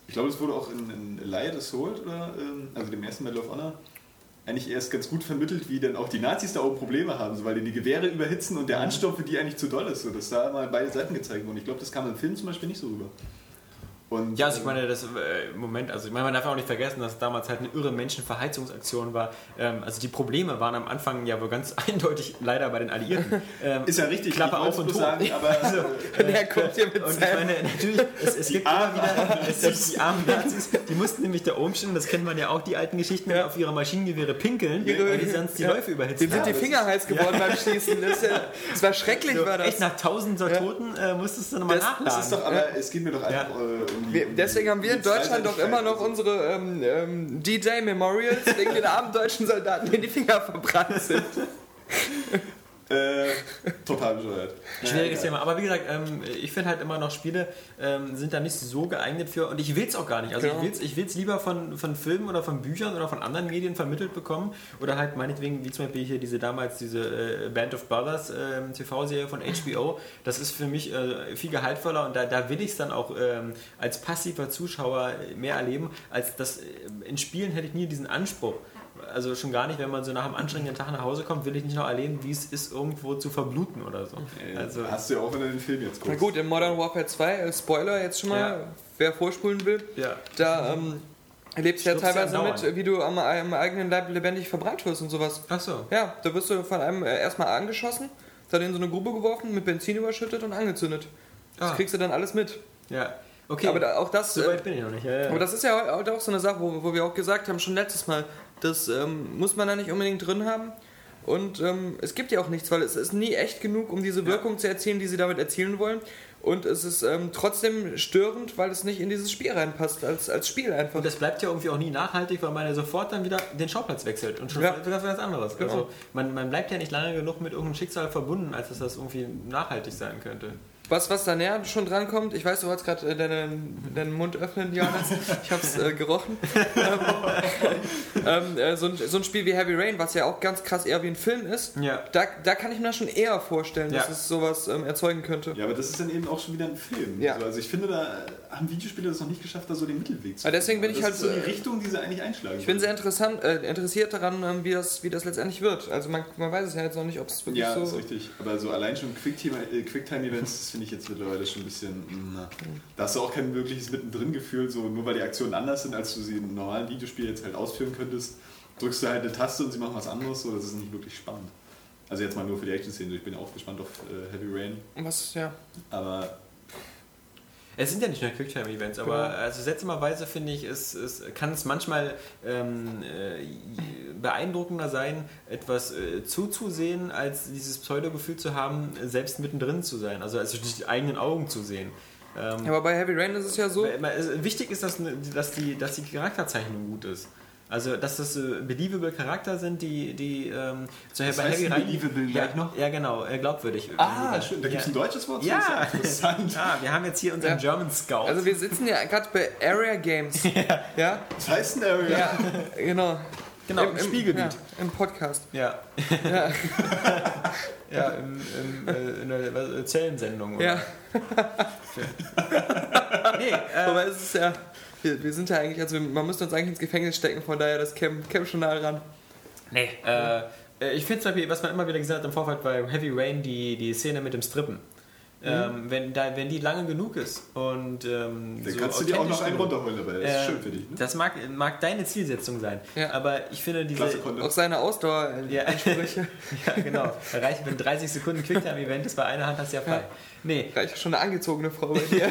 Ich glaube, das wurde auch in Allied Assault, oder, also dem ersten Medal of Honor, eigentlich erst ganz gut vermittelt, wie dann auch die Nazis da oben Probleme haben, so, weil die Gewehre überhitzen und der Ansturm für die eigentlich zu doll ist. So, dass da mal beide Seiten gezeigt wurden. Ich glaube, das kam im Film zum Beispiel nicht so rüber. Und, ja, also ich meine, das Moment, also ich meine, man darf auch nicht vergessen, dass es damals halt eine irre Menschenverheizungsaktion war. Also die Probleme waren am Anfang ja wohl ganz eindeutig leider bei den Alliierten. Ist ja richtig, Klappe auf und tot. sagen, aber also, der kommt hier mit und ich meine, natürlich, es gibt immer wieder die armen Nazis, die mussten nämlich da oben stehen, das kennt man ja auch, die alten Geschichten, auf ihre Maschinengewehre pinkeln, weil die sonst die Läufe überhitzen. Dem sind die Finger heiß geworden beim Schießen. Das war schrecklich, so, war das. Echt, nach 1000 Toten musstest du nochmal nachladen. Das ist doch, aber es geht mir doch einfach deswegen haben wir in Deutschland doch immer noch unsere D-Day-Memorials wegen den armen deutschen Soldaten, denen die Finger verbrannt sind. Total bescheuert. Schwieriges Thema. Aber wie gesagt, ich finde halt immer noch, Spiele sind da nicht so geeignet für, und ich will es auch gar nicht. Also genau. ich will es lieber von Filmen oder von Büchern oder von anderen Medien vermittelt bekommen. Oder halt meinetwegen, wie zum Beispiel hier diese Band of Brothers TV-Serie von HBO. Das ist für mich viel gehaltvoller, und da will ich es dann auch als passiver Zuschauer mehr erleben, als das in Spielen hätte ich nie diesen Anspruch. Also schon gar nicht, wenn man so nach einem anstrengenden Tag nach Hause kommt, will ich nicht noch erleben, wie es ist, irgendwo zu verbluten oder so. Also, hast du ja auch, wenn du den Film jetzt guckst. Na gut, in Modern Warfare 2, Spoiler jetzt schon mal, wer vorspulen will, da erlebst du ja teilweise mit, wie du am eigenen Leib lebendig verbrannt wirst und sowas. Ach so. Ja, da wirst du von einem erstmal angeschossen, dann in so eine Grube geworfen, mit Benzin überschüttet und angezündet. Das kriegst du dann alles mit. Ja. Okay, aber auch das, so weit bin ich noch nicht. Ja. Aber das ist ja auch so eine Sache, wo wir auch gesagt haben, schon letztes Mal, das muss man da nicht unbedingt drin haben. Und es gibt ja auch nichts, weil es ist nie echt genug, um diese Wirkung zu erzielen, die sie damit erzielen wollen. Und es ist trotzdem störend, weil es nicht in dieses Spiel reinpasst, als Spiel einfach. Und das bleibt ja irgendwie auch nie nachhaltig, weil man ja sofort dann wieder den Schauplatz wechselt und schon wieder was anderes. Genau. Also man bleibt ja nicht lange genug mit irgendeinem Schicksal verbunden, als dass das irgendwie nachhaltig sein könnte. Was da näher schon dran kommt, ich weiß, du wolltest gerade deinen Mund öffnen, Johannes, ich hab's gerochen. So ein Spiel wie Heavy Rain, was ja auch ganz krass eher wie ein Film ist, da kann ich mir schon eher vorstellen, dass es sowas erzeugen könnte. Ja, aber das ist dann eben auch schon wieder ein Film. Ja. Also ich finde, da haben Videospiele das noch nicht geschafft, da so den Mittelweg zu finden. Deswegen bin ich halt das ist so die Richtung, die sie eigentlich einschlagen. Ich bin sehr interessiert daran, wie das letztendlich wird. Also man weiß es ja jetzt noch nicht, ob es wirklich so... Ja, das ist richtig. Aber so allein schon Quicktime-Events, das finde ich jetzt mittlerweile schon ein bisschen... Da hast du auch kein wirkliches Mittendrin-Gefühl, so nur weil die Aktionen anders sind, als du sie im normalen Videospiel jetzt halt ausführen könntest, drückst du halt eine Taste und sie machen was anderes, so, das ist nicht wirklich spannend. Also jetzt mal nur für die Action-Szene, ich bin auch gespannt auf Heavy Rain. Aber... Es sind ja nicht nur Quicktime-Events, aber also seltsamerweise finde ich, kann es manchmal beeindruckender sein, etwas zuzusehen, als dieses Pseudo-Gefühl zu haben, selbst mittendrin zu sein, also durch die eigenen Augen zu sehen. Aber bei Heavy Rain ist es ja so... Wichtig ist, dass die Charakterzeichnung gut ist. Also, dass das believable Charakter sind, die bei Heavy Rain believable gleich noch? Ja, genau, glaubwürdig. Schön. Da gibt es ein deutsches Wort? Ja, interessant. Wir haben jetzt hier unseren German Scout. Also wir sitzen ja gerade bei Area Games. Ja. Was heißt denn Area? Ja, genau. Genau, im Spielgebiet. Ja, im Podcast. Ja. Ja, in der Zellensendung. Oder? Ja. Aber es ist ja... Wir sind ja eigentlich, also man müsste uns eigentlich ins Gefängnis stecken, von daher das Camp schon nah ran. Nee, ich finde zum Beispiel, was man immer wieder gesagt hat im Vorfeld bei Heavy Rain, die Szene mit dem Strippen. Wenn die lange genug ist und dann so kannst du dir auch noch einen runterholen dabei, das ist schön für dich. Ne? Das mag deine Zielsetzung sein, aber ich finde diese... Auch seine Ausdauer-Ansprüche. Ja, genau. Da reicht mit 30 Sekunden Quicktime-Event, das bei einer Hand hast du ja frei. Nee. Reicht schon eine angezogene Frau bei dir.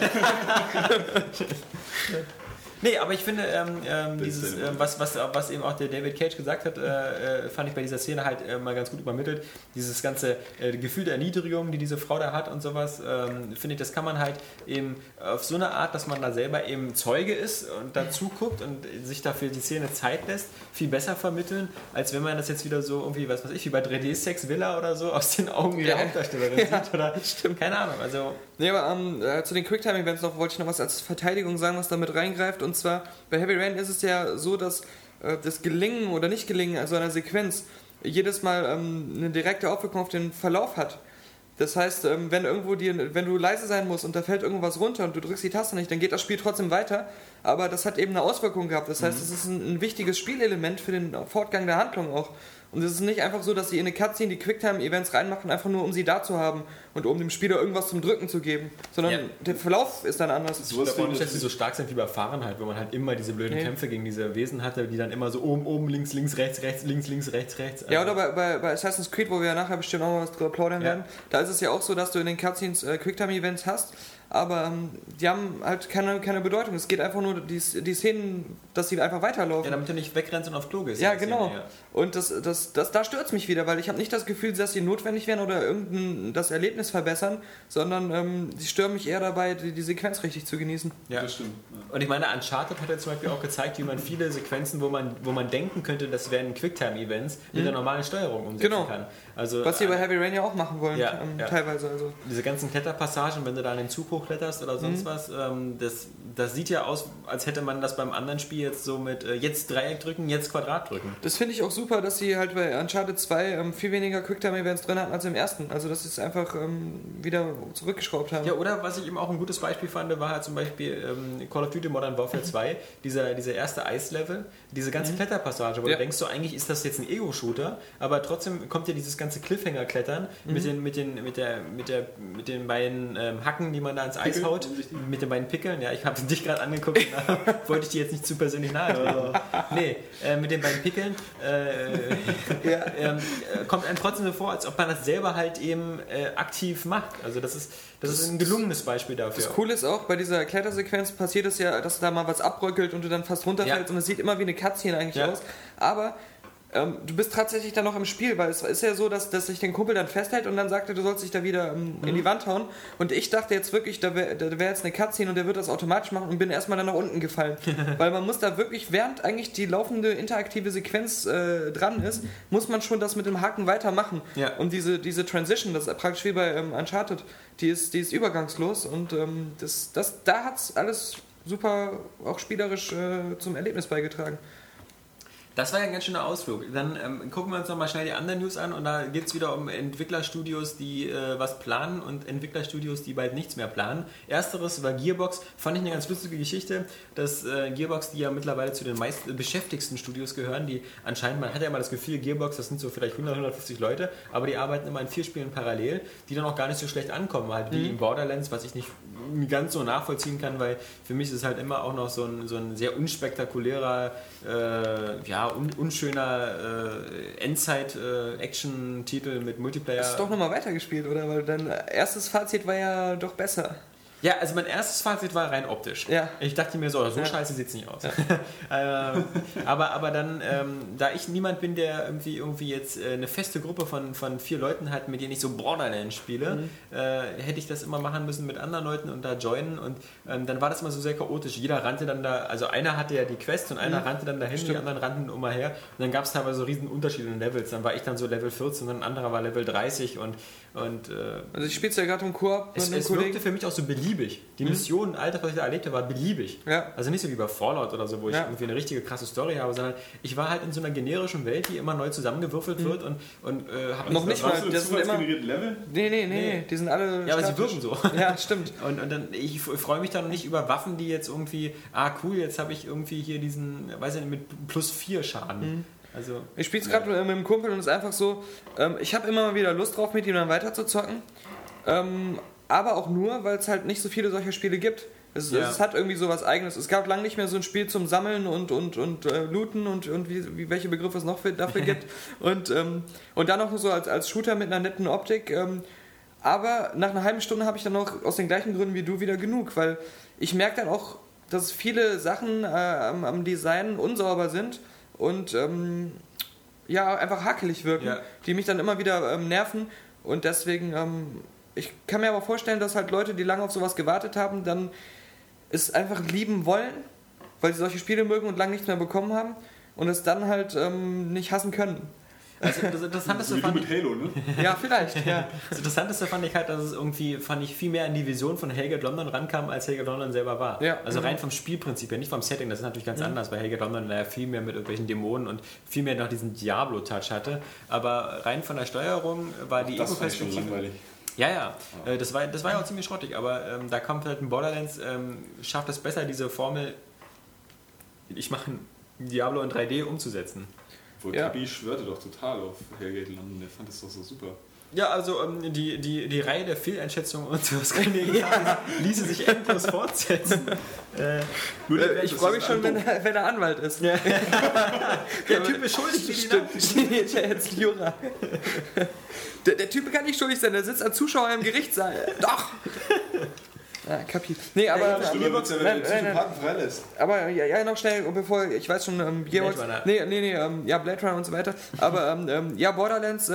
Nee, aber ich finde, dieses, was eben auch der David Cage gesagt hat, fand ich bei dieser Szene halt mal ganz gut übermittelt. Dieses ganze Gefühl der Erniedrigung, die diese Frau da hat und sowas, finde ich, das kann man halt eben auf so eine Art, dass man da selber eben Zeuge ist und dazu guckt und sich dafür die Szene Zeit lässt, viel besser vermitteln, als wenn man das jetzt wieder so irgendwie, was weiß ich, wie bei 3D-Sex Villa oder so aus den Augen der Hauptdarstellerin sieht. Oder stimmt. Keine Ahnung, also... Nee, aber zu den Quicktime-Events wollte ich noch was als Verteidigung sagen, was damit reingreift. Und zwar, bei Heavy Rain ist es ja so, dass das Gelingen oder Nicht-Gelingen also einer Sequenz jedes Mal eine direkte Auswirkung auf den Verlauf hat. Das heißt, wenn du leise sein musst und da fällt irgendwas runter und du drückst die Taste nicht, dann geht das Spiel trotzdem weiter. Aber das hat eben eine Auswirkung gehabt. Das heißt, es ist ein wichtiges Spielelement für den Fortgang der Handlung auch. Und es ist nicht einfach so, dass sie in eine Cutscene die Quicktime-Events reinmachen, einfach nur um sie da zu haben und um dem Spieler irgendwas zum Drücken zu geben. Sondern der Verlauf ist dann anders. Ich glaube auch nicht, dass sie so stark sind wie bei Fahrenheit, wo man halt immer diese blöden Kämpfe gegen diese Wesen hatte, die dann immer so oben, links, rechts, links, rechts. Also ja, oder bei Assassin's Creed, wo wir ja nachher bestimmt auch noch was drüber plaudern werden, da ist es ja auch so, dass du in den Cutscenes Quicktime-Events hast, aber die haben halt keine Bedeutung. Es geht einfach nur die Szenen, dass sie einfach weiterlaufen. Ja, damit du nicht wegrennst und auf Klo gehst. Ja, genau. Szene, ja. Und da stört es mich wieder, weil ich habe nicht das Gefühl, dass sie notwendig wären oder das Erlebnis verbessern, sondern sie stören mich eher dabei, die Sequenz richtig zu genießen. Ja, das stimmt. Ja. Und ich meine, Uncharted hat ja zum Beispiel auch gezeigt, wie man viele Sequenzen, wo man denken könnte, das wären Quicktime-Events, mit der normalen Steuerung umsetzen kann. Also, was sie bei Heavy Rain ja auch machen wollen, teilweise. Also. Diese ganzen Kletterpassagen, wenn du da an den Zug hochkletterst oder sonst was, das sieht ja aus, als hätte man das beim anderen Spiel jetzt so mit jetzt Dreieck drücken, jetzt Quadrat drücken. Das finde ich auch super, dass sie halt bei Uncharted 2 viel weniger Quicktime-Events drin hatten als im ersten. Also dass sie es einfach wieder zurückgeschraubt haben. Ja, oder was ich eben auch ein gutes Beispiel fand, war halt zum Beispiel Call of Duty Modern Warfare 2, dieser erste Eislevel, diese ganze Kletterpassage, wo du denkst, so eigentlich ist das jetzt ein Ego-Shooter, aber trotzdem kommt ja dieses ganze Cliffhanger-Klettern mit den beiden Hacken, die man da ins Eis haut, mit den beiden Pickeln. Ja, ich habe dich gerade angeguckt, wollte ich dir jetzt nicht zu persönlich nahe treten. Nee, mit den beiden Pickeln kommt einem trotzdem so vor, als ob man das selber halt eben aktiv macht. Also das ist ein gelungenes Beispiel dafür. Das Coole ist auch, bei dieser Klettersequenz passiert es ja, dass da mal was abbröckelt und du dann fast runterfällst und es sieht immer wie eine Cutscene eigentlich aus. Aber du bist tatsächlich dann noch im Spiel, weil es ist ja so, dass sich den Kumpel dann festhält und dann sagte, du sollst dich da wieder in die Wand hauen. Und ich dachte jetzt wirklich, da wär jetzt eine Cutscene und der wird das automatisch machen und bin erstmal dann nach unten gefallen. Weil man muss da wirklich, während eigentlich die laufende interaktive Sequenz dran ist, muss man schon das mit dem Haken weitermachen. Ja. Und diese Transition, das ist praktisch wie bei Uncharted, die ist übergangslos und da hat es alles super auch spielerisch zum Erlebnis beigetragen. Das war ja ein ganz schöner Ausflug. Dann gucken wir uns nochmal schnell die anderen News an und da geht es wieder um Entwicklerstudios, die was planen und Entwicklerstudios, die bald nichts mehr planen. Ersteres war Gearbox. Fand ich eine ganz lustige Geschichte, dass Gearbox, die ja mittlerweile zu den meist beschäftigsten Studios gehören, die anscheinend, man hat ja immer das Gefühl, Gearbox, das sind so vielleicht 150 Leute, aber die arbeiten immer in 4 Spielen parallel, die dann auch gar nicht so schlecht ankommen, halt wie in Borderlands, was ich nicht ganz so nachvollziehen kann, weil für mich ist es halt immer auch noch so ein sehr unspektakulärer, unschöner Endzeit-Action-Titel mit Multiplayer. Hast du doch nochmal weitergespielt, oder? Weil dein erstes Fazit war ja doch besser. Ja, also mein erstes Fazit war rein optisch. Ja. Ich dachte mir so scheiße sieht es nicht aus. Ja. aber dann, da ich niemand bin, der irgendwie jetzt eine feste Gruppe von 4 Leuten hat, mit denen ich so Borderlands spiele, hätte ich das immer machen müssen mit anderen Leuten und da joinen und dann war das immer so sehr chaotisch. Jeder rannte dann da, also einer hatte ja die Quest und einer rannte dann dahin, die anderen rannten immer her und dann gab es teilweise so riesen Unterschiede in Levels. Dann war ich dann so Level 14 und ein anderer war Level 30 und also ich spiele es ja gerade im Koop mit einem Kollegen. Es wirkte für mich auch so beliebig. Die Missionen, all das, was ich da erlebte, war beliebig. Ja. Also nicht so wie bei Fallout oder so, wo ich irgendwie eine richtige krasse Story habe, sondern ich war halt in so einer generischen Welt, die immer neu zusammengewürfelt wird und habe noch nicht mal das sind immer Level? Nee, die sind alle ja, aber sie wirken so. Ja, stimmt. Und dann, ich freue mich dann nicht über Waffen, die jetzt irgendwie, cool, jetzt habe ich irgendwie hier diesen, weiß ich nicht, mit +4 Schaden. Also, ich spiele es gerade mit einem Kumpel und es ist einfach so, ich habe immer mal wieder Lust drauf, mit ihm dann weiter zu zocken. Aber auch nur, weil es halt nicht so viele solcher Spiele gibt. Es hat irgendwie so was Eigenes. Es gab lange nicht mehr so ein Spiel zum Sammeln und Looten und wie welche Begriffe es noch dafür gibt. Und dann noch so als Shooter mit einer netten Optik. Aber nach einer halben Stunde habe ich dann noch aus den gleichen Gründen wie du wieder genug, weil ich merke dann auch, dass viele Sachen am Design unsauber sind und einfach hakelig wirken, die mich dann immer wieder nerven und deswegen ich kann mir aber vorstellen, dass halt Leute, die lange auf sowas gewartet haben, dann es einfach lieben wollen, weil sie solche Spiele mögen und lange nichts mehr bekommen haben und es dann halt nicht hassen können. Also das Interessanteste fand ich, Halo, ne? Ja, vielleicht, ja. Das Interessanteste fand ich halt, dass es irgendwie, viel mehr an die Vision von Helge London rankam, als Helge London selber war. Ja. Also rein vom Spielprinzip her, nicht vom Setting, das ist natürlich ganz anders, weil Helge London ja viel mehr mit irgendwelchen Dämonen und viel mehr noch diesen Diablo-Touch hatte. Aber rein von der Steuerung war die Ego-Perspektive langweilig. Ja. Das war ja auch ziemlich schrottig, aber da kommt halt ein Borderlands, schafft es besser, diese Formel, ich mache ein Diablo in 3D umzusetzen. Kabi schwörte doch total auf Hellgate London, der fand das doch so super. Ja, also die Reihe der Fehleinschätzungen und so, was ließe sich endlos fortsetzen. Ich freue mich schon, wenn er Anwalt ist. Ja. Der Typ ist schuldig. Steht ja jetzt Jura. Der Typ kann nicht schuldig sein, der sitzt als Zuschauer im Gerichtssaal. Doch! Ja, kapiert. Nee, aber... Aber ja, noch schnell, bevor, ich weiß schon, Gearbox... Blade Runner und so weiter. Aber Borderlands...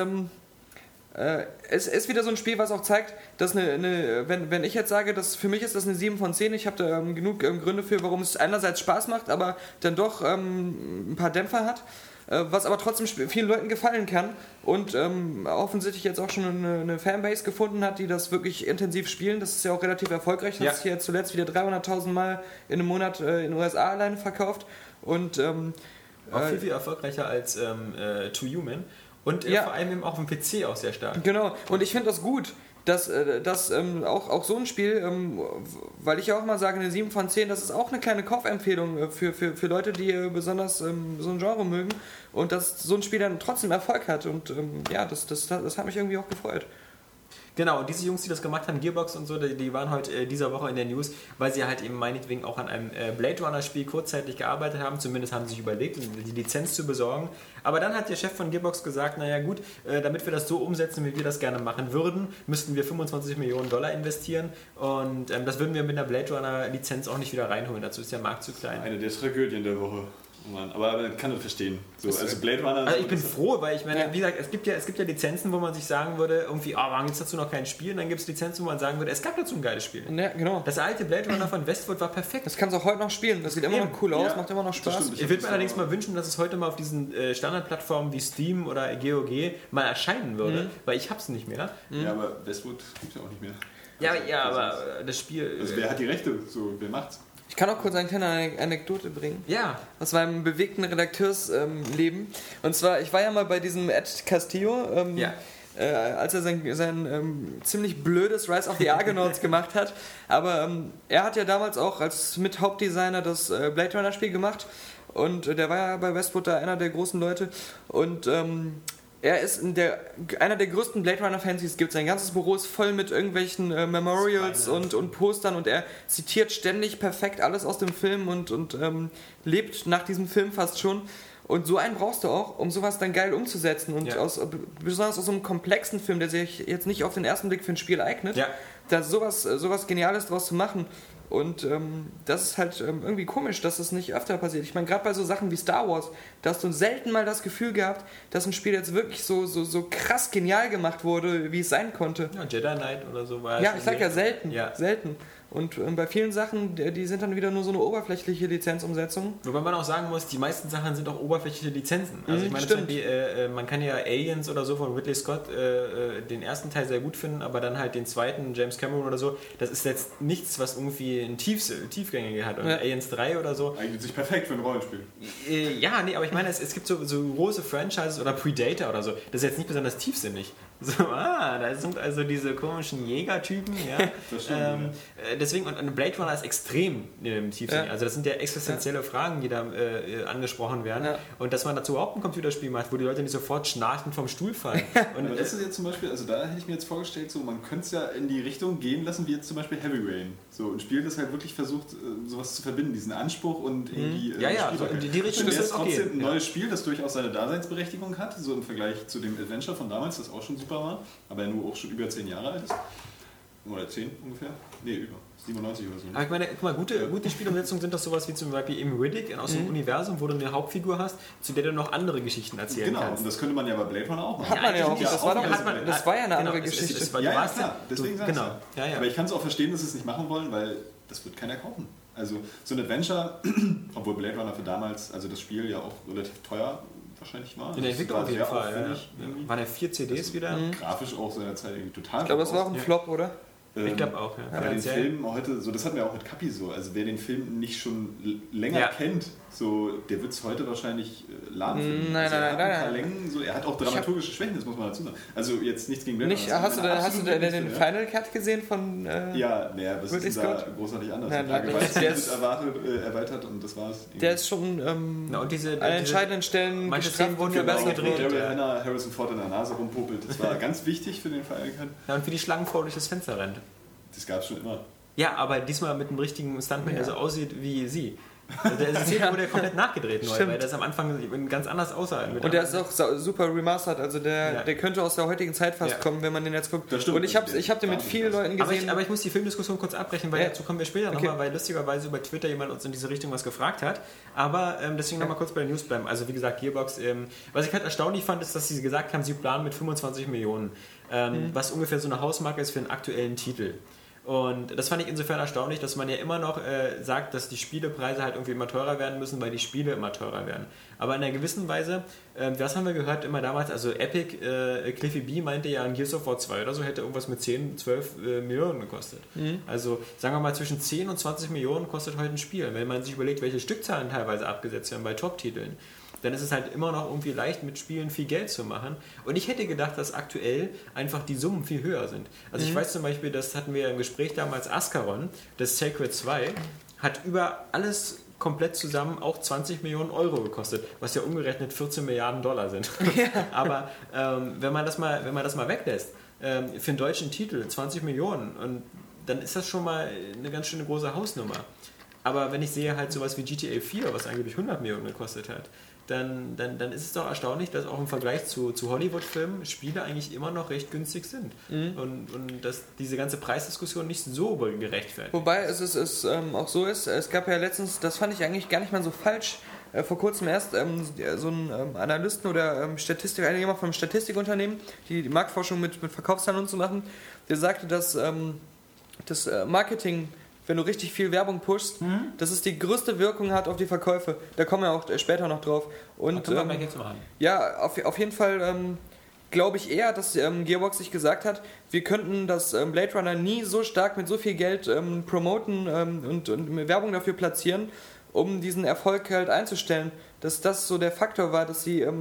es ist wieder so ein Spiel, was auch zeigt, dass wenn ich jetzt sage, dass für mich ist das eine 7 von 10, ich habe da genug Gründe für, warum es einerseits Spaß macht, aber dann doch ein paar Dämpfer hat, was aber trotzdem vielen Leuten gefallen kann und offensichtlich jetzt auch schon eine Fanbase gefunden hat, die das wirklich intensiv spielen. Das ist ja auch relativ erfolgreich, das ist hier zuletzt wieder 300.000 Mal in einem Monat in den USA alleine verkauft und auch viel erfolgreicher als To Human. Und vor allem eben auch im PC auch sehr stark. Genau, und ich finde das gut, dass auch so ein Spiel, weil ich ja auch mal sage, eine 7 von 10, das ist auch eine kleine Kaufempfehlung für Leute, die besonders so ein Genre mögen und dass so ein Spiel dann trotzdem Erfolg hat und das hat mich irgendwie auch gefreut. Genau, und diese Jungs, die das gemacht haben, Gearbox und so, die waren heute dieser Woche in der News, weil sie halt eben meinetwegen auch an einem Blade Runner Spiel kurzzeitig gearbeitet haben, zumindest haben sie sich überlegt, die Lizenz zu besorgen. Aber dann hat der Chef von Gearbox gesagt, naja gut, damit wir das so umsetzen, wie wir das gerne machen würden, müssten wir $25 Millionen investieren und das würden wir mit einer Blade Runner Lizenz auch nicht wieder reinholen, dazu ist der Markt zu klein. Eine der Tragödien der Woche. Aber man kann das verstehen. So, also Blade Runner. Also ich bin froh, weil ich meine, wie gesagt, es gibt ja Lizenzen, wo man sich sagen würde, irgendwie, warum gibt es dazu noch kein Spiel? Und dann gibt es Lizenzen, wo man sagen würde, es gab dazu ein geiles Spiel. Ja, genau. Das alte Blade Runner von Westwood war perfekt. Das kannst du auch heute noch spielen. Das sieht immer noch cool aus, macht immer noch Spaß. Ich würde mir allerdings mal wünschen, dass es heute mal auf diesen Standardplattformen wie Steam oder GOG mal erscheinen würde, weil ich hab's nicht mehr. Ja, aber Westwood gibt es ja auch nicht mehr. Ja, aber das Spiel... Also wer hat die Rechte? So, wer macht's? Ich kann auch kurz eine kleine Anekdote bringen. Ja. Aus meinem bewegten Redakteursleben. Und zwar, ich war ja mal bei diesem Ed Castillo, als er sein ziemlich blödes Rise of the Argonauts gemacht hat. Aber er hat ja damals auch als mit Hauptdesigner das Blade Runner Spiel gemacht. Und der war ja bei Westwood da einer der großen Leute. Und er ist einer der größten Blade Runner-Fans, die es gibt. Sein ganzes Büro ist voll mit irgendwelchen Memorials und Postern und er zitiert ständig perfekt alles aus dem Film und lebt nach diesem Film fast schon. Und so einen brauchst du auch, um sowas dann geil umzusetzen. Und besonders aus so einem komplexen Film, der sich jetzt nicht auf den ersten Blick für ein Spiel eignet, da sowas Geniales draus zu machen. Und das ist halt irgendwie komisch, dass das nicht öfter passiert. Ich meine, gerade bei so Sachen wie Star Wars, da hast du selten mal das Gefühl gehabt, dass ein Spiel jetzt wirklich so krass genial gemacht wurde, wie es sein konnte. Ja, Jedi Knight oder so war ja, ich sag ja selten. Selten. Und bei vielen Sachen, die sind dann wieder nur so eine oberflächliche Lizenzumsetzung. Wobei man auch sagen muss, die meisten Sachen sind auch oberflächliche Lizenzen. Also ich meine, man kann ja Aliens oder so von Ridley Scott den ersten Teil sehr gut finden, aber dann halt den zweiten, James Cameron oder so, das ist jetzt nichts, was irgendwie ein Tiefgängige hat. Und Aliens 3 oder so. Eignet sich perfekt für ein Rollenspiel. Aber ich meine, es gibt so große Franchises oder Predator oder so, das ist jetzt nicht besonders tiefsinnig. So, da sind also diese komischen Jägertypen, Das stimmt, deswegen, und Blade Runner ist extrem tiefsinnig. Also das sind ja existenzielle Fragen, die da angesprochen werden. Ja. Und dass man dazu überhaupt ein Computerspiel macht, wo die Leute nicht sofort schnarchend vom Stuhl fallen. Und aber das ist jetzt zum Beispiel, also da hätte ich mir jetzt vorgestellt, so man könnte es ja in die Richtung gehen lassen, wie jetzt zum Beispiel Heavy Rain. So ein Spiel, das halt wirklich versucht, sowas zu verbinden, diesen Anspruch und irgendwie so in die Richtung ist es trotzdem ein neues Spiel, das durchaus seine Daseinsberechtigung hat, so im Vergleich zu dem Adventure von damals, das auch schon super war, aber nur auch schon über 10 Jahre alt ist. Oder 10 ungefähr? Nee, über 97 oder so. Aber ich meine, guck mal, gute Spielumsetzungen sind doch sowas wie zum Beispiel im Riddick aus dem Universum, wo du eine Hauptfigur hast, zu der du noch andere Geschichten erzählen kannst. Genau, und das könnte man ja bei Blade Runner auch machen. Hat man ja auch. Das war ja eine andere Geschichte. Deswegen sagst du. Aber ich kann es auch verstehen, dass sie es nicht machen wollen, weil das wird keiner kaufen. Also so ein Adventure, obwohl Blade Runner für damals, also das Spiel ja auch relativ teuer wahrscheinlich war. In der Entwicklung auf jeden Fall. Waren ja 4 CDs wieder. Grafisch auch seinerzeit irgendwie total. Ich glaube, es war auch ein Flop, oder? Ich glaube auch, Bei den Filmen heute, so, das hatten wir auch mit Kapi so, also wer den Film nicht schon länger kennt, So, der wird es heute wahrscheinlich lahm finden. Nein. Längen, so, er hat auch dramaturgische Schwächen, das muss man dazu sagen. Also jetzt nichts gegen Blade Runner. Hast du den Final Cut gesehen von was ist denn da großartig anders? Der ist erweitert und das war's. Der ist schon an entscheidenden Stellen manche Szenen wurden besser gedreht. Daryl Hannah Harrison Ford in der Nase rumpopelt, das war ganz wichtig für den Final Cut. Ja, und wie die Schlangenfrau durch das Fenster rennt. Das gab's schon immer. Ja, aber diesmal mit einem richtigen Stuntman, der so aussieht wie sie. Der Szene wurde ja komplett nachgedreht neu, weil das am Anfang ganz anders aussah. Und der ist auch super remastert, also der könnte aus der heutigen Zeit fast kommen, wenn man den jetzt guckt. Und ich hab den mit vielen Leuten gesehen. Aber ich muss die Filmdiskussion kurz abbrechen, weil dazu kommen wir später nochmal, weil lustigerweise über Twitter jemand uns in diese Richtung was gefragt hat. Aber deswegen nochmal kurz bei den News bleiben. Also wie gesagt, Gearbox, was ich halt erstaunlich fand, ist, dass sie gesagt haben, sie planen mit 25 Millionen, was ungefähr so eine Hausmarke ist für einen aktuellen Titel. Und das fand ich insofern erstaunlich, dass man ja immer noch sagt, dass die Spielepreise halt irgendwie immer teurer werden müssen, weil die Spiele immer teurer werden. Aber in einer gewissen Weise, was haben wir gehört immer damals, also Epic, Cliffy B meinte ja, ein Gears of War 2 oder so hätte irgendwas mit 10, 12 Millionen gekostet. Also sagen wir mal, zwischen 10 und 20 Millionen kostet heute ein Spiel. Wenn man sich überlegt, welche Stückzahlen teilweise abgesetzt werden bei Top-Titeln, dann ist es halt immer noch irgendwie leicht, mit Spielen viel Geld zu machen. Und ich hätte gedacht, dass aktuell einfach die Summen viel höher sind. Also ich weiß zum Beispiel, das hatten wir im Gespräch damals, Ascaron, das Sacred 2, hat über alles komplett zusammen auch 20 Millionen Euro gekostet, was ja umgerechnet 14 Milliarden Dollar sind. Aber wenn man das mal weglässt, für einen deutschen Titel 20 Millionen, und dann ist das schon mal eine ganz schöne große Hausnummer. Aber wenn ich sehe halt sowas wie GTA 4, was angeblich 100 Millionen gekostet hat, dann ist es doch erstaunlich, dass auch im Vergleich zu Hollywood-Filmen Spiele eigentlich immer noch recht günstig sind. Und dass diese ganze Preisdiskussion nicht so gerechtfertigt. Wobei es auch so ist, es gab ja letztens, das fand ich eigentlich gar nicht mal so falsch, vor kurzem erst so ein Analysten oder Statistiker, jemand vom Statistikunternehmen, die Marktforschung mit Verkaufszahlen und so machen, der sagte, dass das Marketing, wenn du richtig viel Werbung pushst, dass es die größte Wirkung hat auf die Verkäufe. Da kommen wir auch später noch drauf. Und können wir mehr Geld zu machen. Ja, auf jeden Fall glaube ich eher, dass Gearbox sich gesagt hat, wir könnten das Blade Runner nie so stark mit so viel Geld promoten und Werbung dafür platzieren, um diesen Erfolg halt einzustellen. Dass das so der Faktor war, dass sie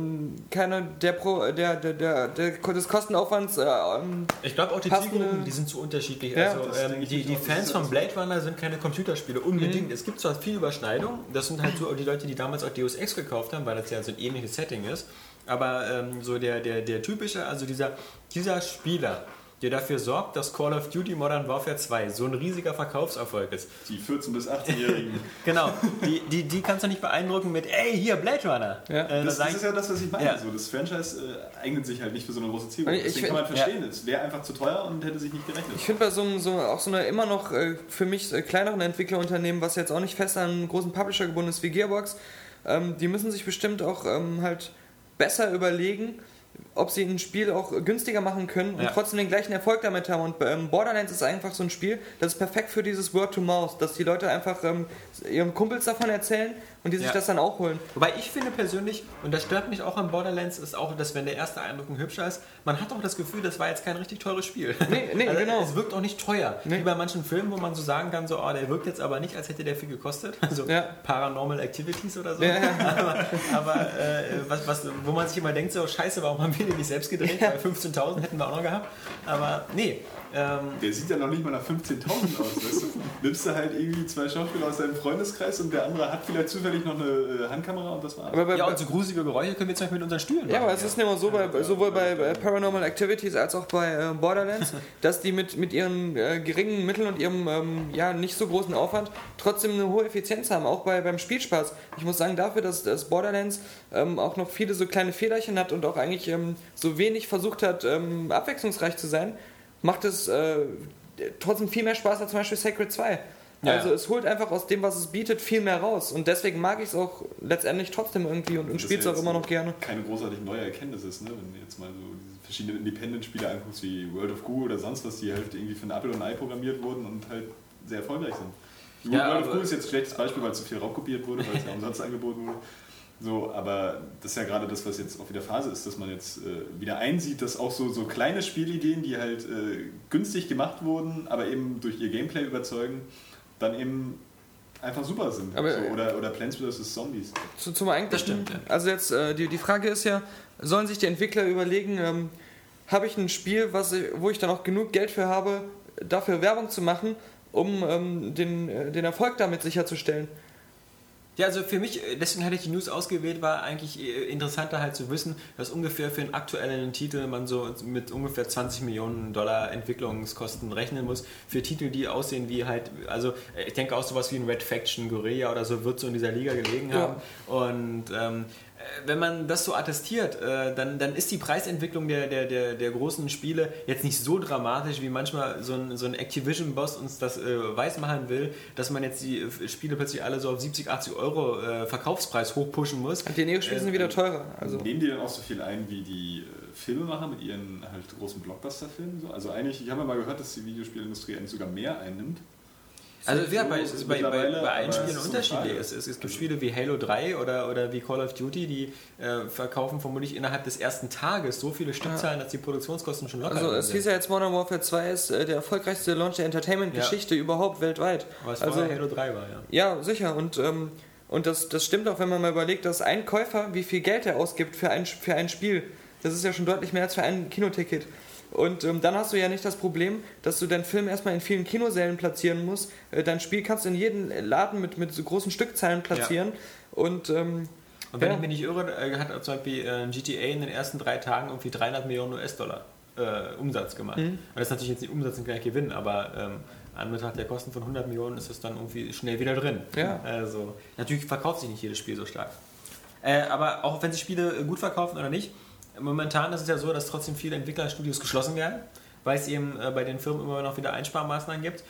des Kostenaufwands ich glaube auch die Zielgruppen, die sind zu unterschiedlich. Ja, also die Fans von Blade Runner sind keine Computerspiele, unbedingt. Es gibt zwar viel Überschneidung, das sind halt so die Leute, die damals auch Deus Ex gekauft haben, weil das ja so ein ähnliches Setting ist, aber so der typische, also dieser Spieler, der dafür sorgt, dass Call of Duty Modern Warfare 2 so ein riesiger Verkaufserfolg ist. Die 14- bis 18-Jährigen. Genau, die kannst du nicht beeindrucken mit, ey, hier, Blade Runner. Ja. Das ist ja das, was ich meine. Ja. So, das Franchise eignet sich halt nicht für so eine große Zielgruppe. Deswegen kann man verstehen, es wäre einfach zu teuer und hätte sich nicht gerechnet. Ich finde bei so einer immer noch für mich kleineren Entwicklerunternehmen, was jetzt auch nicht fest an einen großen Publisher gebunden ist wie Gearbox, die müssen sich bestimmt auch halt besser überlegen, ob sie ein Spiel auch günstiger machen können und trotzdem den gleichen Erfolg damit haben. Und Borderlands ist einfach so ein Spiel, das ist perfekt für dieses Word to Mouth, dass die Leute einfach ihren Kumpels davon erzählen und die sich das dann auch holen. Wobei ich finde persönlich, und das stört mich auch an Borderlands, ist auch, dass wenn der erste Eindruck ein hübscher ist, man hat auch das Gefühl, das war jetzt kein richtig teures Spiel. Nee, also genau. Es wirkt auch nicht teuer. Wie bei manchen Filmen, wo man so sagen kann, so, der wirkt jetzt aber nicht, als hätte der viel gekostet. Also Paranormal Activities oder so. Aber wo man sich immer denkt, so scheiße, warum haben wir den nicht selbst gedreht? Bei 15.000 hätten wir auch noch gehabt. Aber nee. Der sieht ja noch nicht mal nach 15.000 aus, weißt du? Nimmst du halt irgendwie 2 Schauspieler aus deinem Freundeskreis und der andere hat vielleicht zufällig noch eine Handkamera und das war's. Und so gruselige Geräusche können wir jetzt mit unseren Stühlen machen. Ja, aber es ist nicht immer so, sowohl bei Paranormal Activities als auch bei Borderlands, dass die mit ihren geringen Mitteln und ihrem nicht so großen Aufwand trotzdem eine hohe Effizienz haben, auch beim Spielspaß. Ich muss sagen, dafür, dass Borderlands auch noch viele so kleine Fehlerchen hat und auch eigentlich so wenig versucht hat, abwechslungsreich zu sein, macht es trotzdem viel mehr Spaß als zum Beispiel Sacred 2. Ja. Also es holt einfach aus dem, was es bietet, viel mehr raus. Und deswegen mag ich es auch letztendlich trotzdem irgendwie und spiele es auch immer noch gerne. Keine großartig neue Erkenntnis ist, ne? Wenn du jetzt mal so diese verschiedenen Independent-Spiele anguckst, wie World of Goo oder sonst was, die halt irgendwie für ein Apple und ein Ei programmiert wurden und halt sehr erfolgreich sind. World of Goo ist jetzt ein schlechtes Beispiel, weil zu viel raubkopiert wurde, weil es ja umsonst angeboten wurde. So, aber das ist ja gerade das, was jetzt auch wieder Phase ist, dass man jetzt wieder einsieht, dass auch so kleine Spielideen, die halt günstig gemacht wurden, aber eben durch ihr Gameplay überzeugen, dann eben einfach super sind. Aber, so, oder Plants vs. Zombies. Zum Eigentlichen, das stimmt, ja. Also jetzt, die Frage ist ja, sollen sich die Entwickler überlegen, habe ich ein Spiel, wo ich dann auch genug Geld für habe, dafür Werbung zu machen, um den Erfolg damit sicherzustellen? Ja, also für mich, deswegen hatte ich die News ausgewählt, war eigentlich interessanter halt zu wissen, dass ungefähr für einen aktuellen Titel man so mit ungefähr $20 Millionen Entwicklungskosten rechnen muss. Für Titel, die aussehen wie halt, also ich denke auch sowas wie ein Red Faction, Guerilla oder so wird so in dieser Liga gelegen haben. Und wenn man das so attestiert, dann ist die Preisentwicklung der großen Spiele jetzt nicht so dramatisch, wie manchmal so ein Activision-Boss uns das weismachen will, dass man jetzt die Spiele plötzlich alle so auf 70, 80 Euro Verkaufspreis hochpushen muss. Und die Neo-Spiele sind wieder teurer. Also nehmen die dann auch so viel ein wie die Filmemacher mit ihren halt großen Blockbuster-Filmen? So? Also eigentlich, ich habe ja mal gehört, dass die Videospielindustrie eigentlich sogar mehr einnimmt. Also ja, bei allen Spielen unterschiedlich. Es gibt Spiele wie Halo 3 oder wie Call of Duty, die verkaufen vermutlich innerhalb des ersten Tages so viele Stückzahlen, dass die Produktionskosten schon locker sind. Also es hieß ja jetzt Modern Warfare 2 ist der erfolgreichste Launch der Entertainment-Geschichte überhaupt weltweit. Was vorher Halo 3 war, ja. Ja, sicher. Und das stimmt auch, wenn man mal überlegt, dass ein Käufer, wie viel Geld er ausgibt für ein Spiel. Das ist ja schon deutlich mehr als für ein Kinoticket. Und dann hast du ja nicht das Problem, dass du deinen Film erstmal in vielen Kinosälen platzieren musst. Dein Spiel kannst du in jedem Laden mit so großen Stückzahlen platzieren. Ja. Und wenn ich mich nicht irre, hat zum Beispiel GTA in den ersten 3 Tagen irgendwie $300 Millionen Umsatz gemacht. Und das ist natürlich jetzt nicht Umsatz und gleich Gewinn, aber an Betracht der Kosten von 100 Millionen ist es dann irgendwie schnell wieder drin. Ja. Also natürlich verkauft sich nicht jedes Spiel so stark. Aber auch wenn sich Spiele gut verkaufen oder nicht, momentan ist es ja so, dass trotzdem viele Entwicklerstudios geschlossen werden, weil es eben bei den Firmen immer noch wieder Einsparmaßnahmen gibt.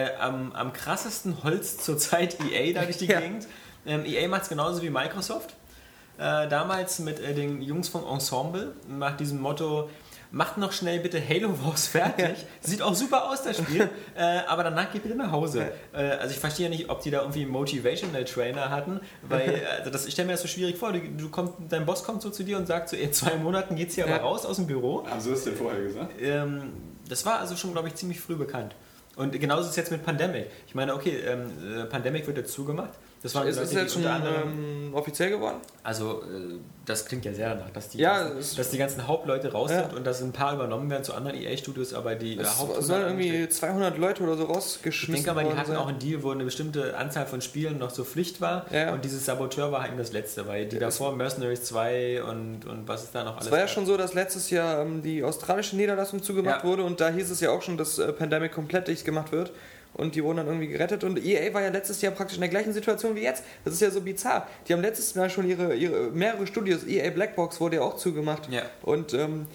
Am krassesten holzt zurzeit EA da durch die Gegend. EA macht es genauso wie Microsoft. Damals mit den Jungs vom Ensemble, nach diesem Motto, macht noch schnell bitte Halo Wars fertig. Sieht auch super aus, das Spiel. Aber danach geht bitte nach Hause. Also ich verstehe nicht, ob die da irgendwie einen Motivational Trainer hatten, weil ich stelle mir das so schwierig vor. Dein Boss kommt so zu dir und sagt so, in 2 Monaten geht's hier aber raus aus dem Büro. Haben Sie das denn vorher gesagt? Das war also schon, glaube ich, ziemlich früh bekannt. Und genauso ist es jetzt mit Pandemic. Ich meine, okay, Pandemic wird jetzt zugemacht. Das war ist es jetzt schon offiziell geworden? Also das klingt ja sehr danach, dass die ganzen Hauptleute raus sind und dass ein paar übernommen werden zu anderen EA-Studios, aber die Hauptleute sollen irgendwie 200 Leute oder so rausgeschmissen. Ich denke aber, die hatten auch einen Deal, wo eine bestimmte Anzahl von Spielen noch so Pflicht war und dieses Saboteur war halt das letzte, weil die davor Mercenaries 2 und was ist da noch alles. Es war ja schon so, dass letztes Jahr die australische Niederlassung zugemacht wurde und da hieß es ja auch schon, dass Pandemic komplett dicht gemacht wird. Und die wurden dann irgendwie gerettet. Und EA war ja letztes Jahr praktisch in der gleichen Situation wie jetzt. Das ist ja so bizarr. Die haben letztes Mal schon ihre mehrere Studios, EA Blackbox wurde ja auch zugemacht. Ja. Und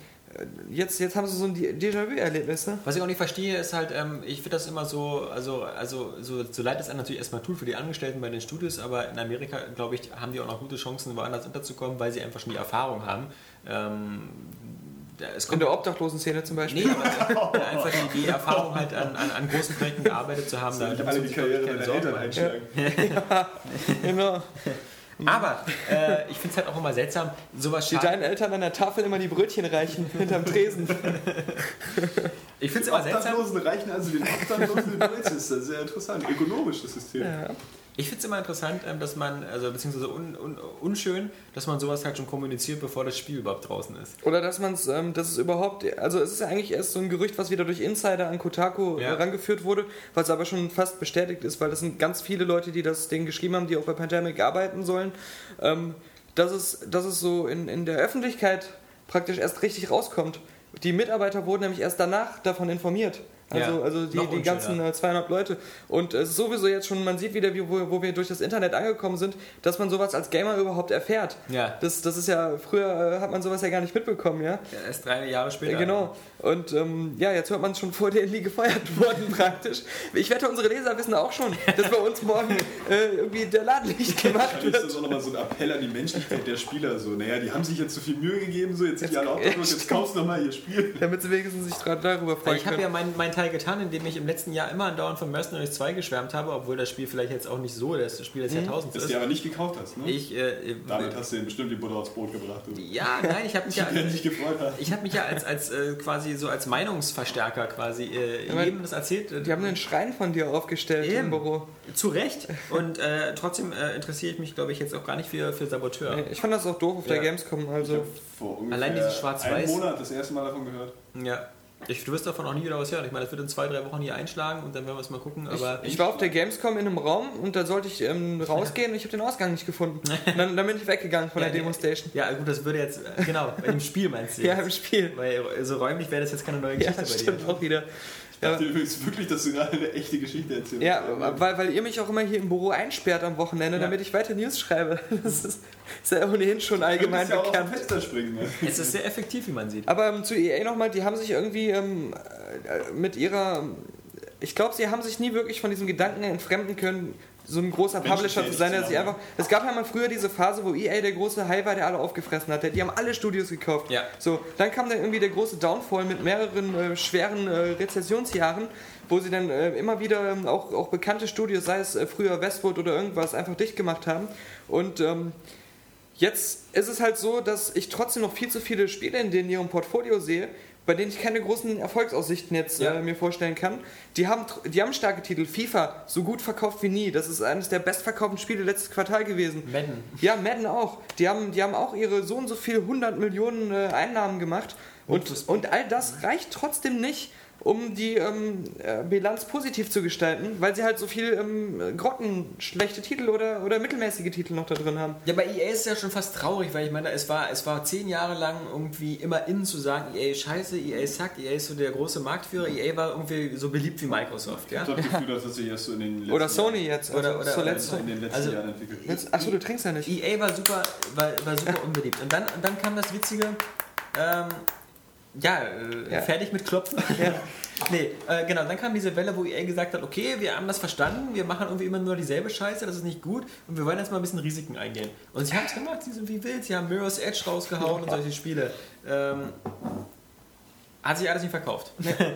jetzt haben sie so ein Déjà-vu-Erlebnis. Ne? Was ich auch nicht verstehe, ist halt, ich finde das immer so leid es einem natürlich erstmal tut für die Angestellten bei den Studios, aber in Amerika, glaube ich, haben die auch noch gute Chancen, woanders unterzukommen, weil sie einfach schon die Erfahrung haben. In der Obdachlosen-Szene zum Beispiel? Nee, aber einfach die Erfahrung halt an großen Projekten gearbeitet zu haben. Da alle die Karriere meiner Eltern einschlagen. Ja, genau. Aber ich finde es halt auch immer seltsam, sowas die deinen Eltern an der Tafel immer die Brötchen reichen, hinterm Tresen. Ich finde es immer seltsam. Die Obdachlosen reichen also den Obdachlosen die Brötchen. Das ist sehr interessant. Ökonomisch, das System. Ja. Ich finde es immer interessant, dass man, beziehungsweise unschön, dass man sowas halt schon kommuniziert, bevor das Spiel überhaupt draußen ist. Oder dass es überhaupt, also es ist ja eigentlich erst so ein Gerücht, was wieder durch Insider an Kotaku herangeführt wurde, was aber schon fast bestätigt ist, weil das sind ganz viele Leute, die das Ding geschrieben haben, die auch bei Pandemic arbeiten sollen, dass es so in der Öffentlichkeit praktisch erst richtig rauskommt. Die Mitarbeiter wurden nämlich erst danach davon informiert. Also die ganzen 200 Leute. Und es ist sowieso jetzt schon, man sieht wieder, wo wir durch das Internet angekommen sind, dass man sowas als Gamer überhaupt erfährt. Ja. Das ist ja, früher hat man sowas ja gar nicht mitbekommen, ja? Erst 3 Jahre später. Genau. Und jetzt hört man es schon vor der nie gefeuert worden praktisch. Ich wette, unsere Leser wissen auch schon, dass bei uns morgen irgendwie der Laden nicht gemacht wird. Ist das auch nochmal so ein Appell an die Menschlichkeit der Spieler. So, die haben sich jetzt so viel Mühe gegeben, so jetzt sind die alle aufgehört, jetzt kaufst du nochmal ihr Spiel. Damit sie wenigstens sich gerade darüber freuen können. Ich habe ja mein Teil getan, indem ich im letzten Jahr immer andauernd von Mercenaries 2 geschwärmt habe, obwohl das Spiel vielleicht jetzt auch nicht so das Spiel des Jahrtausends ist. Das du aber nicht gekauft hast, ne? Damit hast du bestimmt die Butter aufs Brot gebracht. Oder? Ja, nein, ich habe mich ich habe mich ja als quasi so als Meinungsverstärker quasi jedem das erzählt. Die haben einen Schrein von dir aufgestellt im Büro. Zu Recht. Und trotzdem interessiere ich mich, glaube ich, jetzt auch gar nicht für Saboteur. Ich fand das auch doof auf der Gamescom. Also vor ungefähr allein dieses Schwarz-Weiß. einen Monat das erste Mal davon gehört. Ja. Du wirst davon auch nie wieder was hören. Ich meine, das wird in 2-3 Wochen hier einschlagen und dann werden wir es mal gucken. Aber ich war auf der Gamescom in einem Raum und da sollte ich rausgehen und ich habe den Ausgang nicht gefunden. Dann bin ich weggegangen von der Demo-Station. Ja, gut, das würde jetzt, genau, im Spiel meinst du jetzt? Ja, im Spiel. Weil so räumlich wäre das jetzt keine neue Geschichte bei dir. Ja, stimmt auch wieder. Ich dachte übrigens wirklich, dass du gerade eine echte Geschichte erzählst. Ja, weil ihr mich auch immer hier im Büro einsperrt am Wochenende, damit ich weiter News schreibe. Das ist ja ohnehin schon allgemein bekannt. Ja auch auf Fenster springen, ne? Es ist sehr effektiv, wie man sieht. Aber zu EA nochmal, die haben sich irgendwie mit ihrer... Ich glaube, sie haben sich nie wirklich von diesem Gedanken entfremden können, so ein großer Publisher zu sein, der sich einfach... Es gab ja mal früher diese Phase, wo EA der große Hai war, der alle aufgefressen hat. Die haben alle Studios gekauft. Ja. So, dann kam dann irgendwie der große Downfall mit mehreren schweren Rezessionsjahren, wo sie dann immer wieder auch bekannte Studios, sei es früher Westwood oder irgendwas, einfach dicht gemacht haben. Und jetzt ist es halt so, dass ich trotzdem noch viel zu viele Spiele in ihrem Portfolio sehe, bei denen ich keine großen Erfolgsaussichten jetzt mir vorstellen kann. Die haben starke Titel. FIFA, so gut verkauft wie nie. Das ist eines der bestverkauften Spiele letztes Quartal gewesen. Madden. Ja, Madden auch. Die haben auch ihre so und so viel 100 Millionen Einnahmen gemacht. Und all das reicht trotzdem nicht, um die Bilanz positiv zu gestalten, weil sie halt so viel grottenschlechte Titel oder mittelmäßige Titel noch da drin haben. Ja, bei EA ist es ja schon fast traurig, weil ich meine, es war 10 Jahre lang irgendwie immer in zu sagen, EA ist scheiße, EA sackt, EA ist so der große Marktführer, EA war irgendwie so beliebt wie Microsoft. Ja? Ich habe das Gefühl, dass das sich erst so in den letzten Oder Sony jetzt. Oder in den letzten Jahren entwickelt. Achso, du trinkst ja nicht. EA war super unbeliebt. Und dann kam das Witzige, fertig mit Klopfen. Nee, genau, dann kam diese Welle, wo EA gesagt hat, okay, wir haben das verstanden, wir machen irgendwie immer nur dieselbe Scheiße, das ist nicht gut und wir wollen jetzt mal ein bisschen Risiken eingehen. Und sie haben es gemacht, sie sind wie wild, sie haben Mirror's Edge rausgehauen und solche Spiele. Hat sich alles nicht verkauft.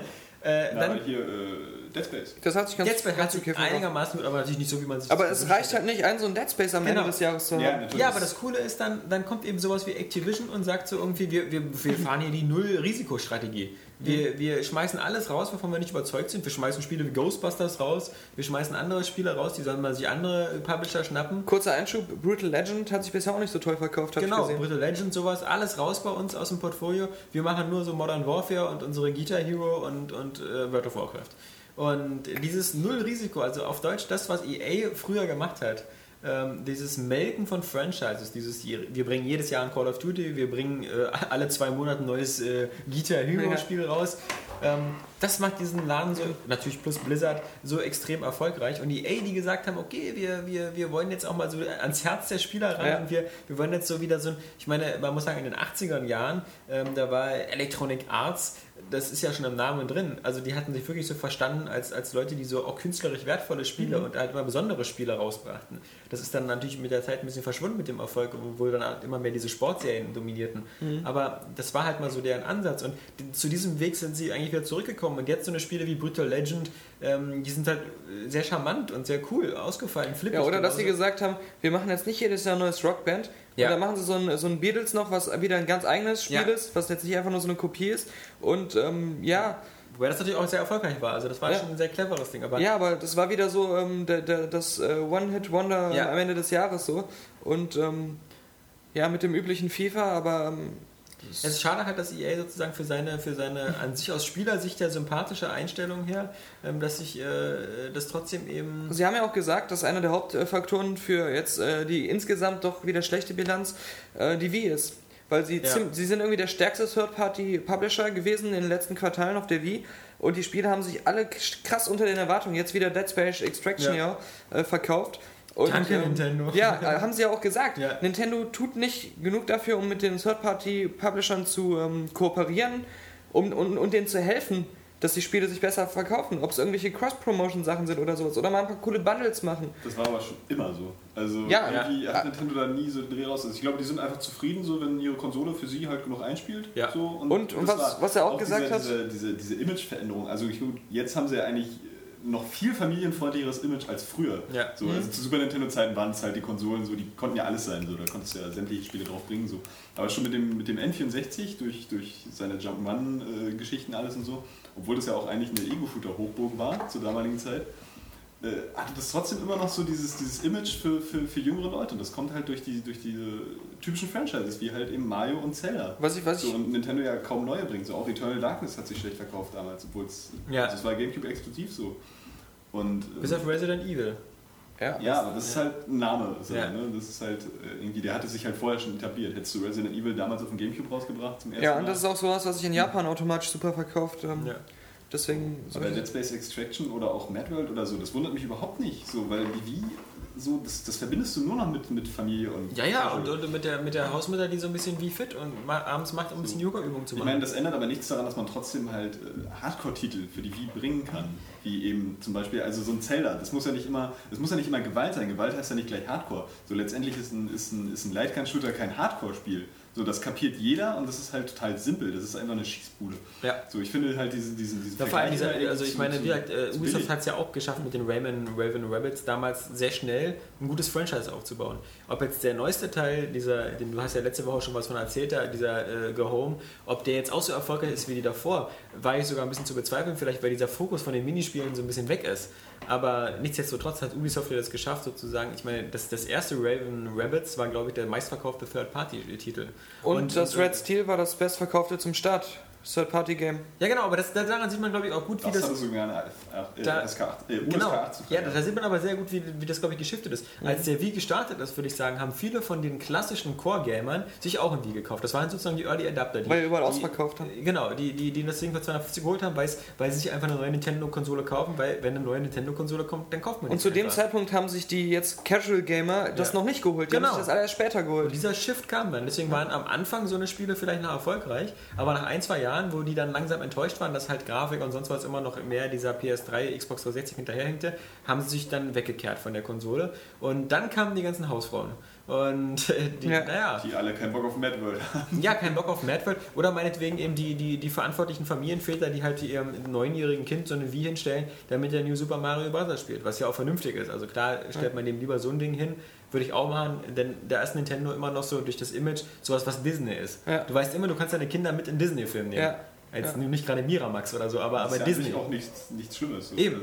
Dann hier Dead Space. Das hat sich ganz Dead Space hat sich einigermaßen gut, aber natürlich nicht so, wie man sich aber es reicht halt nicht, so ein Dead Space am Ende des Jahres zu haben. Ja, aber das Coole ist, dann kommt eben sowas wie Activision und sagt so irgendwie, wir fahren hier die Null-Risikostrategie. Wir schmeißen alles raus, wovon wir nicht überzeugt sind. Wir schmeißen Spiele wie Ghostbusters raus, wir schmeißen andere Spiele raus, die sollen mal sich andere Publisher schnappen. Kurzer Einschub, Brutal Legend hat sich bisher auch nicht so toll verkauft, habe ich gesehen. Brutal Legend, sowas, alles raus bei uns aus dem Portfolio. Wir machen nur so Modern Warfare und unsere Guitar Hero und World of Warcraft. Und dieses Null-Risiko, also auf Deutsch das, was EA früher gemacht hat, dieses Melken von Franchises, wir bringen jedes Jahr ein Call of Duty, wir bringen alle 2 Monate ein neues Guitar Hero Spiel raus. Das macht diesen Laden so, natürlich plus Blizzard, so extrem erfolgreich. Und die EA, die gesagt haben, okay, wir wollen jetzt auch mal so ans Herz der Spieler ran und wir wollen jetzt so wieder so ein, ich meine, man muss sagen, in den 80er Jahren, da war Electronic Arts, das ist ja schon im Namen drin, also die hatten sich wirklich so verstanden als Leute, die so auch künstlerisch wertvolle Spiele und halt immer besondere Spiele rausbrachten. Das ist dann natürlich mit der Zeit ein bisschen verschwunden mit dem Erfolg, obwohl dann halt immer mehr diese Sportserien dominierten. Aber das war halt mal so deren Ansatz und zu diesem Weg sind sie eigentlich wieder zurückgekommen und jetzt so eine Spiele wie Brutal Legend, die sind halt sehr charmant und sehr cool ausgefallen, flippig. Ja, oder dass sie gesagt haben, wir machen jetzt nicht jedes Jahr ein neues Rockband, und dann machen sie so ein Beatles noch, was wieder ein ganz eigenes Spiel ist, was jetzt nicht einfach nur so eine Kopie ist und wobei das natürlich auch sehr erfolgreich war, also das war schon ein sehr cleveres Ding. Aber das war wieder so das One-Hit-Wonder am Ende des Jahres so und mit dem üblichen FIFA, aber es ist schade halt, dass EA sozusagen für seine an sich aus Spielersicht der sympathische Einstellung her, dass sich das trotzdem eben... Sie haben ja auch gesagt, dass einer der Hauptfaktoren für jetzt die insgesamt doch wieder schlechte Bilanz die Wii ist. Weil sie sind irgendwie der stärkste Third-Party-Publisher gewesen in den letzten Quartalen auf der Wii und die Spiele haben sich alle krass unter den Erwartungen, jetzt wieder Dead Space Extraction verkauft. Und, Danke, Nintendo. Ja, haben sie ja auch gesagt. Ja. Nintendo tut nicht genug dafür, um mit den Third-Party-Publishern zu kooperieren und denen zu helfen, dass die Spiele sich besser verkaufen. Ob es irgendwelche Cross-Promotion-Sachen sind oder sowas. Oder mal ein paar coole Bundles machen. Das war aber schon immer so. Also ja, irgendwie hat Nintendo da nie so den Dreh raus. Also ich glaube, die sind einfach zufrieden, so wenn ihre Konsole für sie halt genug einspielt. Ja. So. Und was er auch gesagt hat? Diese Image-Veränderung. Also jetzt haben sie ja eigentlich noch viel familienfreundlicheres Image als früher. Ja. So, also zu Super Nintendo-Zeiten waren es halt die Konsolen, so, die konnten ja alles sein, so, da konntest du ja sämtliche Spiele drauf bringen. So. Aber schon mit dem N64, durch seine Jump'n'Run-Geschichten alles und so, obwohl das ja auch eigentlich eine Ego-Shooter-Hochburg war zur damaligen Zeit, hatte das trotzdem immer noch so dieses Image für jüngere Leute. Und das kommt halt durch diese typischen Franchises, wie halt eben Mario und Zelda. Und Nintendo ja kaum neue bringt. So auch Eternal Darkness hat sich schlecht verkauft damals, obwohl es war GameCube exklusiv so. Und, bis auf Resident Evil. Ja, aber das ist halt ein Name. So, ne? Das ist halt irgendwie, der hatte sich halt vorher schon etabliert. Hättest du Resident Evil damals auf dem GameCube rausgebracht zum ersten Mal? Ja, und das ist auch sowas, was sich in Japan automatisch super verkauft. Deswegen. Aber Dead Space Extraction oder auch Mad World oder so, das wundert mich überhaupt nicht. So, weil die so, das verbindest du nur noch mit Familie und. Und mit der Hausmutter, die so ein bisschen wie fit und abends macht, um ein bisschen Yoga-Übungen zu machen. Ich meine, das ändert aber nichts daran, dass man trotzdem halt Hardcore-Titel für die Wii bringen kann. Wie eben zum Beispiel, also so ein Zelda, das muss ja nicht immer Gewalt sein. Gewalt heißt ja nicht gleich Hardcore. So letztendlich ist ein Light-Gun-Shooter kein Hardcore-Spiel. So, das kapiert jeder und das ist halt total simpel. Das ist einfach eine Schießbude. Ja. So, ich finde halt diesen vor allem also ich meine, wie gesagt, Ubisoft hat es ja auch geschafft, mit den Raven Rabbits damals sehr schnell ein gutes Franchise aufzubauen. Ob jetzt der neueste Teil, du hast ja letzte Woche schon was von erzählt, dieser Go Home, ob der jetzt auch so erfolgreich ist wie die davor, war ich sogar ein bisschen zu bezweifeln, vielleicht weil dieser Fokus von den Minispielen so ein bisschen weg ist. Aber nichtsdestotrotz hat Ubisoft ja das geschafft, sozusagen. Ich meine, das erste Raven Rabbits war, glaube ich, der meistverkaufte Third-Party-Titel. Und das Red Steel war das bestverkaufte zum Start. Third-Party-Game. Ja, genau, aber daran sieht man, glaube ich, auch gut, wie das. Das sogar eine USK 8 genau. Ja, da sieht man aber sehr gut, wie das, glaube ich, geschiftet ist. Als der Wii gestartet ist, würde ich sagen, haben viele von den klassischen Core-Gamern sich auch ein Wii gekauft. Das waren sozusagen die Early Adapter. Weil überall ausverkauft haben. Genau, die das Ding für 250 geholt haben, weil sie sich einfach eine neue Nintendo-Konsole kaufen, weil wenn eine neue Nintendo-Konsole kommt, dann kauft man die. Und zu dem Zeitpunkt haben sich die jetzt Casual-Gamer das noch nicht geholt. Die haben sich das alles erst später geholt. Und dieser Shift kam dann. Deswegen waren am Anfang so eine Spiele vielleicht noch erfolgreich, aber nach 1-2 Jahren, wo die dann langsam enttäuscht waren, dass halt Grafik und sonst was immer noch mehr dieser PS3, Xbox 360 hinterherhinkte, haben sie sich dann weggekehrt von der Konsole. Und dann kamen die ganzen Hausfrauen. Und die alle keinen Bock auf Mad World haben. Ja, keinen Bock auf Mad World. Oder meinetwegen eben die verantwortlichen Familienväter, die halt ihrem 9-jährigen Kind so eine Wii hinstellen, damit der New Super Mario Bros. Spielt, was ja auch vernünftig ist. Also klar stellt man dem lieber so ein Ding hin, würde ich auch machen, denn da ist Nintendo immer noch so durch das Image sowas, was Disney ist. Ja. Du weißt immer, du kannst deine Kinder mit in Disney-Filmen nehmen. Ja. Jetzt nicht gerade Miramax oder so, aber Disney. Das ist auch nichts Schlimmes. So. Eben.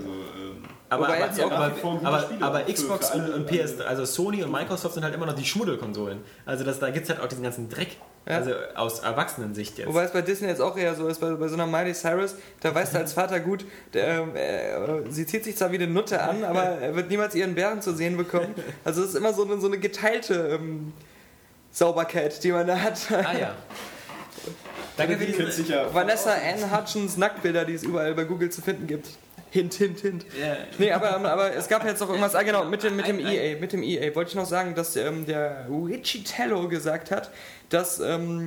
Also, aber Xbox und PS, also Sony und Microsoft sind halt immer noch die Schmuddelkonsolen. Also da gibt es halt auch diesen ganzen Dreck. Ja. Also aus Erwachsenensicht jetzt. Wobei es bei Disney jetzt auch eher so ist, bei so einer Miley Cyrus, da weißt du als Vater gut, sie zieht sich zwar wie eine Nutte an, aber er wird niemals ihren Bären zu sehen bekommen. Also es ist immer so eine geteilte Sauberkeit, die man da hat. Ah ja. Danke für die Vanessa Ann Hutchins Nacktbilder, die es überall bei Google zu finden gibt. Hint. Yeah. Nee, aber es gab jetzt noch irgendwas, genau, mit dem EA wollte ich noch sagen, dass der Richitello gesagt hat, dass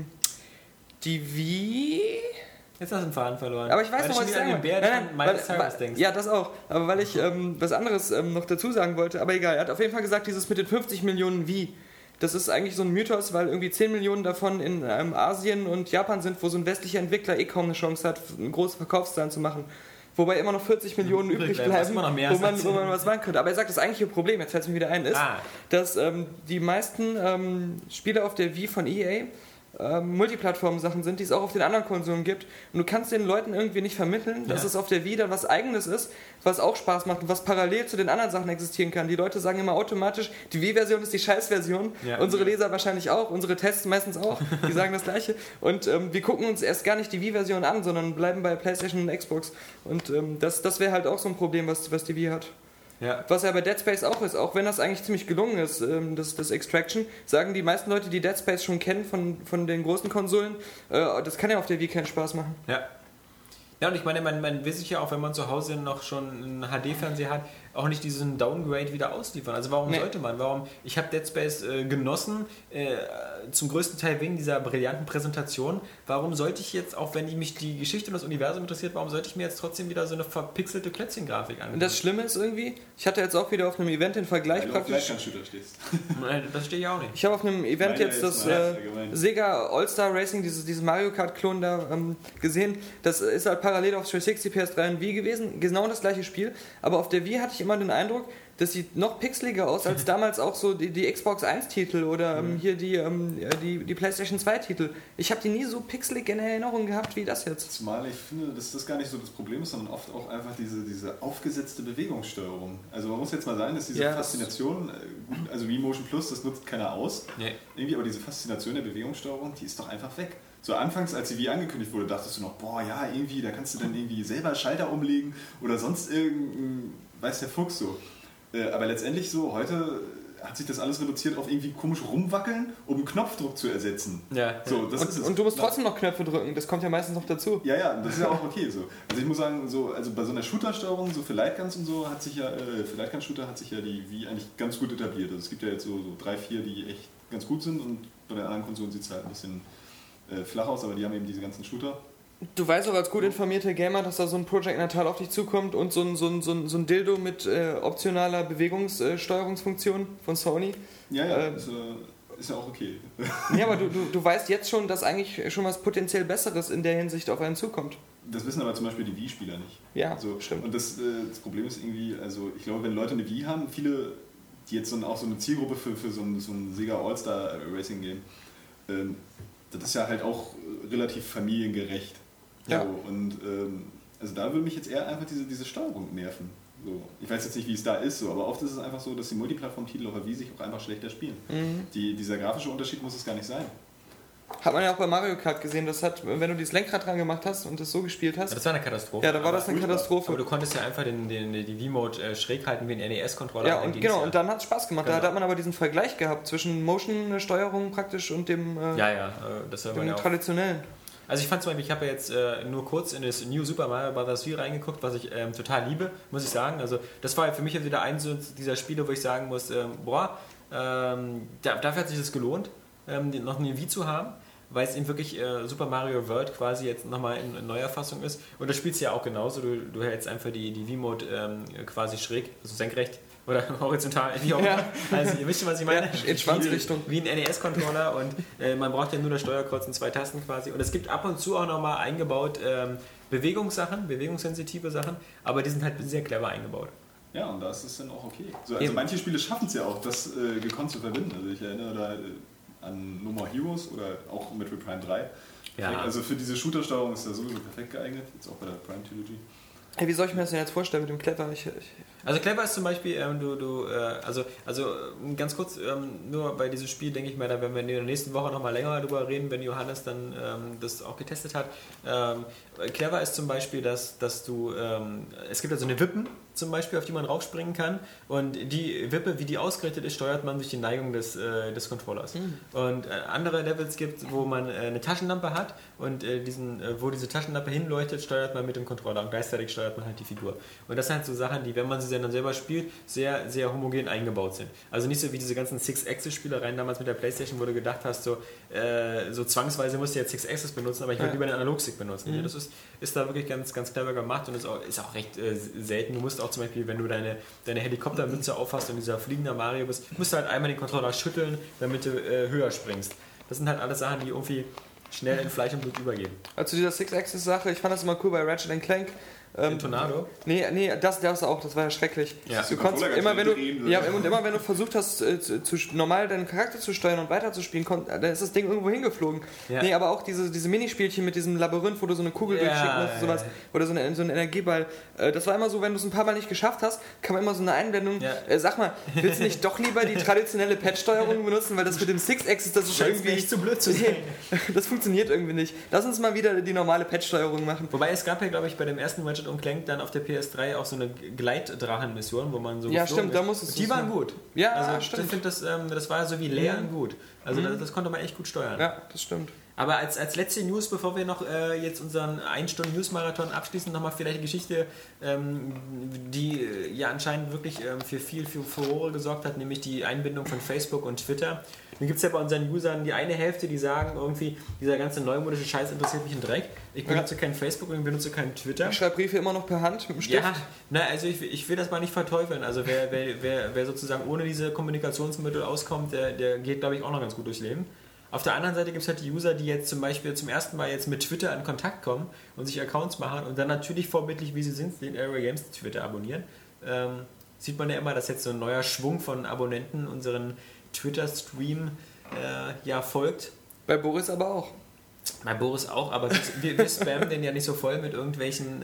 die Wii... Jetzt hast du den Faden verloren. Aber ich weiß noch, was ich sagen wollte. Ja, das auch. Aber weil ich was anderes noch dazu sagen wollte, aber egal. Er hat auf jeden Fall gesagt, dieses mit den 50 Millionen Wii, das ist eigentlich so ein Mythos, weil irgendwie 10 Millionen davon in Asien und Japan sind, wo so ein westlicher Entwickler kaum eine Chance hat, große Verkaufszahlen zu machen. Wobei immer noch 40 Millionen übrig bleiben, wo man was machen könnte. Aber er sagt, das eigentliche Problem, jetzt fällt es mir wieder ein, ist, dass die meisten Spiele auf der Wii von EA Multiplattform-Sachen sind, die es auch auf den anderen Konsolen gibt. Und du kannst den Leuten irgendwie nicht vermitteln, dass es auf der Wii dann was Eigenes ist, was auch Spaß macht und was parallel zu den anderen Sachen existieren kann. Die Leute sagen immer automatisch, die Wii-Version ist die Scheiß-Version. Ja. Unsere Leser wahrscheinlich auch, unsere Tests meistens auch. Die sagen das Gleiche. Und wir gucken uns erst gar nicht die Wii-Version an, sondern bleiben bei PlayStation und Xbox. Und das wäre halt auch so ein Problem, was die Wii hat. Ja. Was ja bei Dead Space auch ist, auch wenn das eigentlich ziemlich gelungen ist, das Extraction, sagen die meisten Leute, die Dead Space schon kennen von den großen Konsolen, das kann ja auf der Wii keinen Spaß machen. Ja. Ja, und ich meine, man will sich ja auch, wenn man zu Hause noch schon einen HD-Fernseher hat, auch nicht diesen Downgrade wieder ausliefern. Also warum sollte man? Ich habe Dead Space genossen, zum größten Teil wegen dieser brillanten Präsentation. Warum sollte ich jetzt, auch wenn mich die Geschichte und das Universum interessiert, warum sollte ich mir jetzt trotzdem wieder so eine verpixelte Klötzchen-Grafik anschauen? Und das Schlimme ist irgendwie, ich hatte jetzt auch wieder auf einem Event den Vergleich praktisch... Weil du auf Shooter stehst. Nein, das stehe ich auch nicht. Ich habe auf einem Event jetzt das Sega All-Star Racing, dieses Mario Kart-Klon da gesehen. Das ist halt parallel auf 360, PS3 und Wii gewesen. Genau das gleiche Spiel. Aber auf der Wii hatte ich immer den Eindruck, das sieht noch pixeliger aus als damals auch so die Xbox 1-Titel oder hier die PlayStation 2-Titel. Ich habe die nie so pixelig in Erinnerung gehabt wie das jetzt. Zumal ich finde, dass das gar nicht so das Problem ist, sondern oft auch einfach diese aufgesetzte Bewegungssteuerung. Also man muss jetzt mal sagen, dass diese Faszination, also Wii Motion Plus, das nutzt keiner aus. Nee. Irgendwie, aber diese Faszination der Bewegungssteuerung, die ist doch einfach weg. So anfangs, als die Wii angekündigt wurde, dachtest du noch, boah ja, irgendwie, da kannst du dann irgendwie selber Schalter umlegen oder sonst irgendein, weiß der Fuchs so. Aber letztendlich so, heute hat sich das alles reduziert auf irgendwie komisch rumwackeln, um einen Knopfdruck zu ersetzen. Ja. So, und du musst trotzdem noch Knöpfe drücken, das kommt ja meistens noch dazu. Ja, das ist ja auch okay so. Also ich muss sagen, also bei so einer Shooter-Steuerung, so für Lightguns und so, für Lightgun-Shooter hat sich ja die Wii eigentlich ganz gut etabliert. Also es gibt ja jetzt so 3, 4, die echt ganz gut sind und bei den anderen Konsolen sieht es halt ein bisschen flach aus, aber die haben eben diese ganzen Shooter. Du weißt auch als gut informierter Gamer, dass da so ein Project Natal auf dich zukommt und so ein Dildo mit optionaler Bewegungssteuerungsfunktion von Sony. Ja, ist ja auch okay. Ja, aber du weißt jetzt schon, dass eigentlich schon was potenziell Besseres in der Hinsicht auf einen zukommt. Das wissen aber zum Beispiel die Wii-Spieler nicht. Ja, stimmt. Und das Problem ist irgendwie, also ich glaube, wenn Leute eine Wii haben, viele, die jetzt auch so eine Zielgruppe für so ein Sega All-Star Racing Game, das ist ja halt auch relativ familiengerecht. Ja. So, und also da würde mich jetzt eher einfach diese Steuerung nerven. So. Ich weiß jetzt nicht, wie es da ist, so, aber oft ist es einfach so, dass die Multiplattform-Titel auf der Wii sich auch einfach schlechter spielen. Mhm. Dieser grafische Unterschied muss es gar nicht sein. Hat man ja auch bei Mario Kart gesehen, wenn du dieses Lenkrad dran gemacht hast und das so gespielt hast. Ja, das war eine Katastrophe. Ja, da war das eine Katastrophe. Aber du konntest ja einfach die Wii-Mode schräg halten wie ein NES-Controller. Ja, und genau, und dann hat es Spaß gemacht. Genau. Da hat man aber diesen Vergleich gehabt zwischen Motion-Steuerung praktisch und dem, das war dem traditionellen. Also ich fand zum Beispiel, ich habe ja jetzt nur kurz in das New Super Mario Bros. Wii reingeguckt, was ich total liebe, muss ich sagen. Also das war für mich jetzt wieder eins dieser Spiele, wo ich sagen muss, dafür hat sich das gelohnt, noch eine Wii zu haben, weil es eben wirklich Super Mario World quasi jetzt nochmal in neuer Fassung ist. Und das spielst du ja auch genauso, du hältst einfach die Wii-Mode quasi schräg, also senkrecht. Oder horizontal, wie auch immer. Ja. Also ihr wisst schon, was ich meine. Ja, in Schwanzrichtung. Wie ein NES-Controller und man braucht ja nur das Steuerkreuz und 2 Tasten quasi. Und es gibt ab und zu auch nochmal eingebaut Bewegungssachen, bewegungssensitive Sachen, aber die sind halt sehr clever eingebaut. Ja, und da ist es dann auch okay. So, also manche Spiele schaffen es ja auch, das gekonnt zu verbinden. Also ich erinnere da an No More Heroes oder auch Metroid Prime 3. Ja. Also für diese Shooter-Steuerung ist das sowieso perfekt geeignet, jetzt auch bei der Prime Trilogy. Hey, wie soll ich mir das denn jetzt vorstellen mit dem Clever? Also Clever ist zum Beispiel, also ganz kurz, nur bei diesem Spiel denke ich mal, da werden wir in der nächsten Woche nochmal länger drüber reden, wenn Johannes dann das auch getestet hat. Clever ist zum Beispiel, dass du, es gibt ja so eine Wippen zum Beispiel, auf die man raufspringen kann und die Wippe, wie die ausgerichtet ist, steuert man durch die Neigung des Controllers. Mhm. Und andere Levels gibt, wo man eine Taschenlampe hat und wo diese Taschenlampe hinleuchtet, steuert man mit dem Controller und gleichzeitig steuert man halt die Figur. Und das sind halt so Sachen, die, wenn man sie dann selber spielt, sehr, sehr homogen eingebaut sind. Also nicht so wie diese ganzen Six-Axis-Spielereien damals mit der Playstation, wo du gedacht hast, so zwangsweise musst du jetzt Six-Axis benutzen, aber ich würde lieber den Analogstick benutzen. Mhm. Das ist da wirklich ganz, ganz clever gemacht und ist auch recht selten. Du musst auch zum Beispiel, wenn du deine Helikoptermütze aufhast und dieser fliegende Mario bist, musst du halt einmal den Controller schütteln, damit du höher springst. Das sind halt alles Sachen, die irgendwie schnell in Fleisch und Blut übergehen. Also dieser Six-Axis-Sache, ich fand das immer cool bei Ratchet & Clank. Tornado? Nee, das auch, das war ja schrecklich. Ja. Du konntest immer, wenn du versucht hast, normal deinen Charakter zu steuern und weiterzuspielen, dann ist das Ding irgendwo hingeflogen. Ja. Nee, aber auch diese Minispielchen mit diesem Labyrinth, wo du so eine Kugel durchschicken musst, sowas, oder so einen Energieball. Das war immer so, wenn du es ein paar Mal nicht geschafft hast, kam immer so eine Einblendung. Ja. Sag mal, willst du nicht doch lieber die traditionelle Pad-Steuerung benutzen, weil das mit dem Six-Axis, das ist irgendwie nicht zu blöd zu sein. Das funktioniert irgendwie nicht. Lass uns mal wieder die normale Pad-Steuerung machen. Wobei es gab ja, glaube ich, bei dem ersten Ratchet & Clank dann auf der PS3 auch so eine Gleitdrachen-Mission, wo man so ja, stimmt, da muss es. Die waren gut. Ja, also stimmt. Ich finde, das war so wie Leeren gut. Also das konnte man echt gut steuern. Ja, das stimmt. Aber als letzte News, bevor wir noch jetzt unseren 1-Stunden-News-Marathon abschließen, nochmal vielleicht eine Geschichte, die ja anscheinend wirklich für viel Furore gesorgt hat, nämlich die Einbindung von Facebook und Twitter. Dann gibt es ja bei unseren Usern die eine Hälfte, die sagen irgendwie, dieser ganze neumodische Scheiß interessiert mich einen Dreck. Ich benutze kein Facebook und ich benutze kein Twitter. Ich schreibe Briefe immer noch per Hand mit dem Stift. Ja, also ich will das mal nicht verteufeln. Also wer sozusagen ohne diese Kommunikationsmittel auskommt, der geht, glaube ich, auch noch ganz gut durchs Leben. Auf der anderen Seite gibt es halt die User, die jetzt zum Beispiel zum ersten Mal jetzt mit Twitter in Kontakt kommen und sich Accounts machen und dann natürlich vorbildlich, wie sie sind, den Area Games Twitter abonnieren. Sieht man ja immer, dass jetzt so ein neuer Schwung von Abonnenten unseren Twitter-Stream folgt. Bei Boris aber auch. Bei Boris auch, aber wir spammen den ja nicht so voll mit irgendwelchen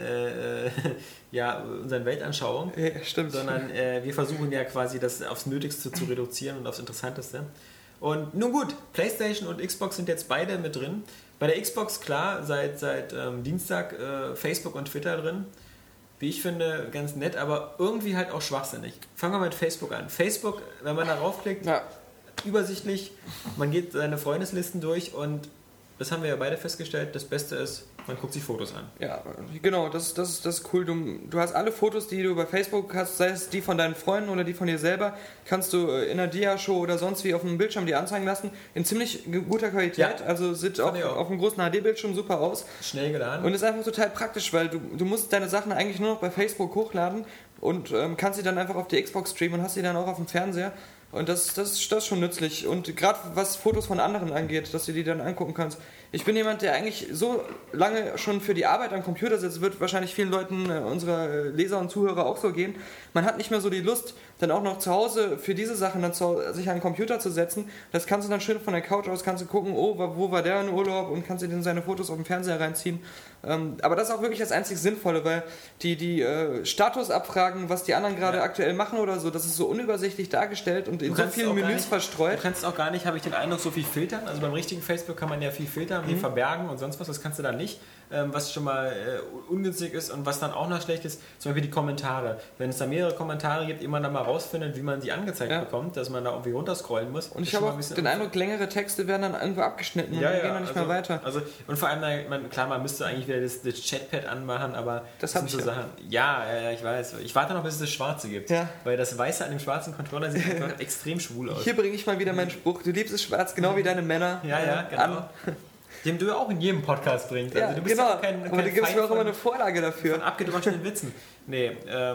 unseren Weltanschauungen. Ja, stimmt. Sondern wir versuchen ja quasi das aufs Nötigste zu reduzieren und aufs Interessanteste. Und nun gut, PlayStation und Xbox sind jetzt beide mit drin. Bei der Xbox, klar, seit Dienstag Facebook und Twitter drin. Wie ich finde, ganz nett, aber irgendwie halt auch schwachsinnig. Fangen wir mit Facebook an. Facebook, wenn man darauf klickt, übersichtlich, man geht seine Freundeslisten durch und das haben wir ja beide festgestellt, das Beste ist, man guckt sich Fotos an. Ja, genau, das ist cool. Du hast alle Fotos, die du bei Facebook hast, sei es die von deinen Freunden oder die von dir selber, kannst du in einer Dia-Show oder sonst wie auf dem Bildschirm dir anzeigen lassen, in ziemlich guter Qualität, ja, also sieht auch auf einem großen HD-Bildschirm super aus. Schnell geladen. Und ist einfach total praktisch, weil du musst deine Sachen eigentlich nur noch bei Facebook hochladen und kannst sie dann einfach auf die Xbox streamen und hast sie dann auch auf dem Fernseher. Und das ist schon nützlich. Und gerade was Fotos von anderen angeht, dass du die dann angucken kannst. Ich bin jemand, der eigentlich so lange schon für die Arbeit am Computer sitzt, wird wahrscheinlich vielen Leuten unserer Leser und Zuhörer auch so gehen. Man hat nicht mehr so die Lust, dann auch noch zu Hause für diese Sachen dann sich an den Computer zu setzen. Das kannst du dann schön von der Couch aus, kannst du gucken, wo war der in Urlaub und kannst dir dann seine Fotos auf dem Fernseher reinziehen. Aber das ist auch wirklich das einzig Sinnvolle, weil die Statusabfragen, was die anderen gerade aktuell machen oder so, das ist so unübersichtlich dargestellt und in so vielen Menüs verstreut. Du kannst auch gar nicht, habe ich den Eindruck, so viel filtern. Also beim richtigen Facebook kann man ja viel filtern, viel verbergen und sonst was. Das kannst du da nicht. Was schon mal ungünstig ist und was dann auch noch schlecht ist, zum Beispiel die Kommentare. Wenn es da mehrere Kommentare gibt, man dann mal rausfindet, wie man sie angezeigt bekommt, dass man da irgendwie runterscrollen muss. Und ich habe auch den Eindruck, längere Texte werden dann irgendwo abgeschnitten und gehen dann nicht mehr weiter. Also, und vor allem, man müsste eigentlich wieder das Chatpad anmachen, aber das sind so Sachen. Ja, ich weiß. Ich warte noch, bis es das Schwarze gibt. Ja. Weil das Weiße an dem schwarzen Controller sieht einfach extrem schwul aus. Hier bringe ich mal wieder meinen Spruch, du liebst es schwarz, genau wie deine Männer. Ja, genau. Den du ja auch in jedem Podcast bringst. Also ja, du bist genau. Ja kein aber du gibst mir auch immer eine Vorlage dafür. Von abgedroschenen Witzen. Nee,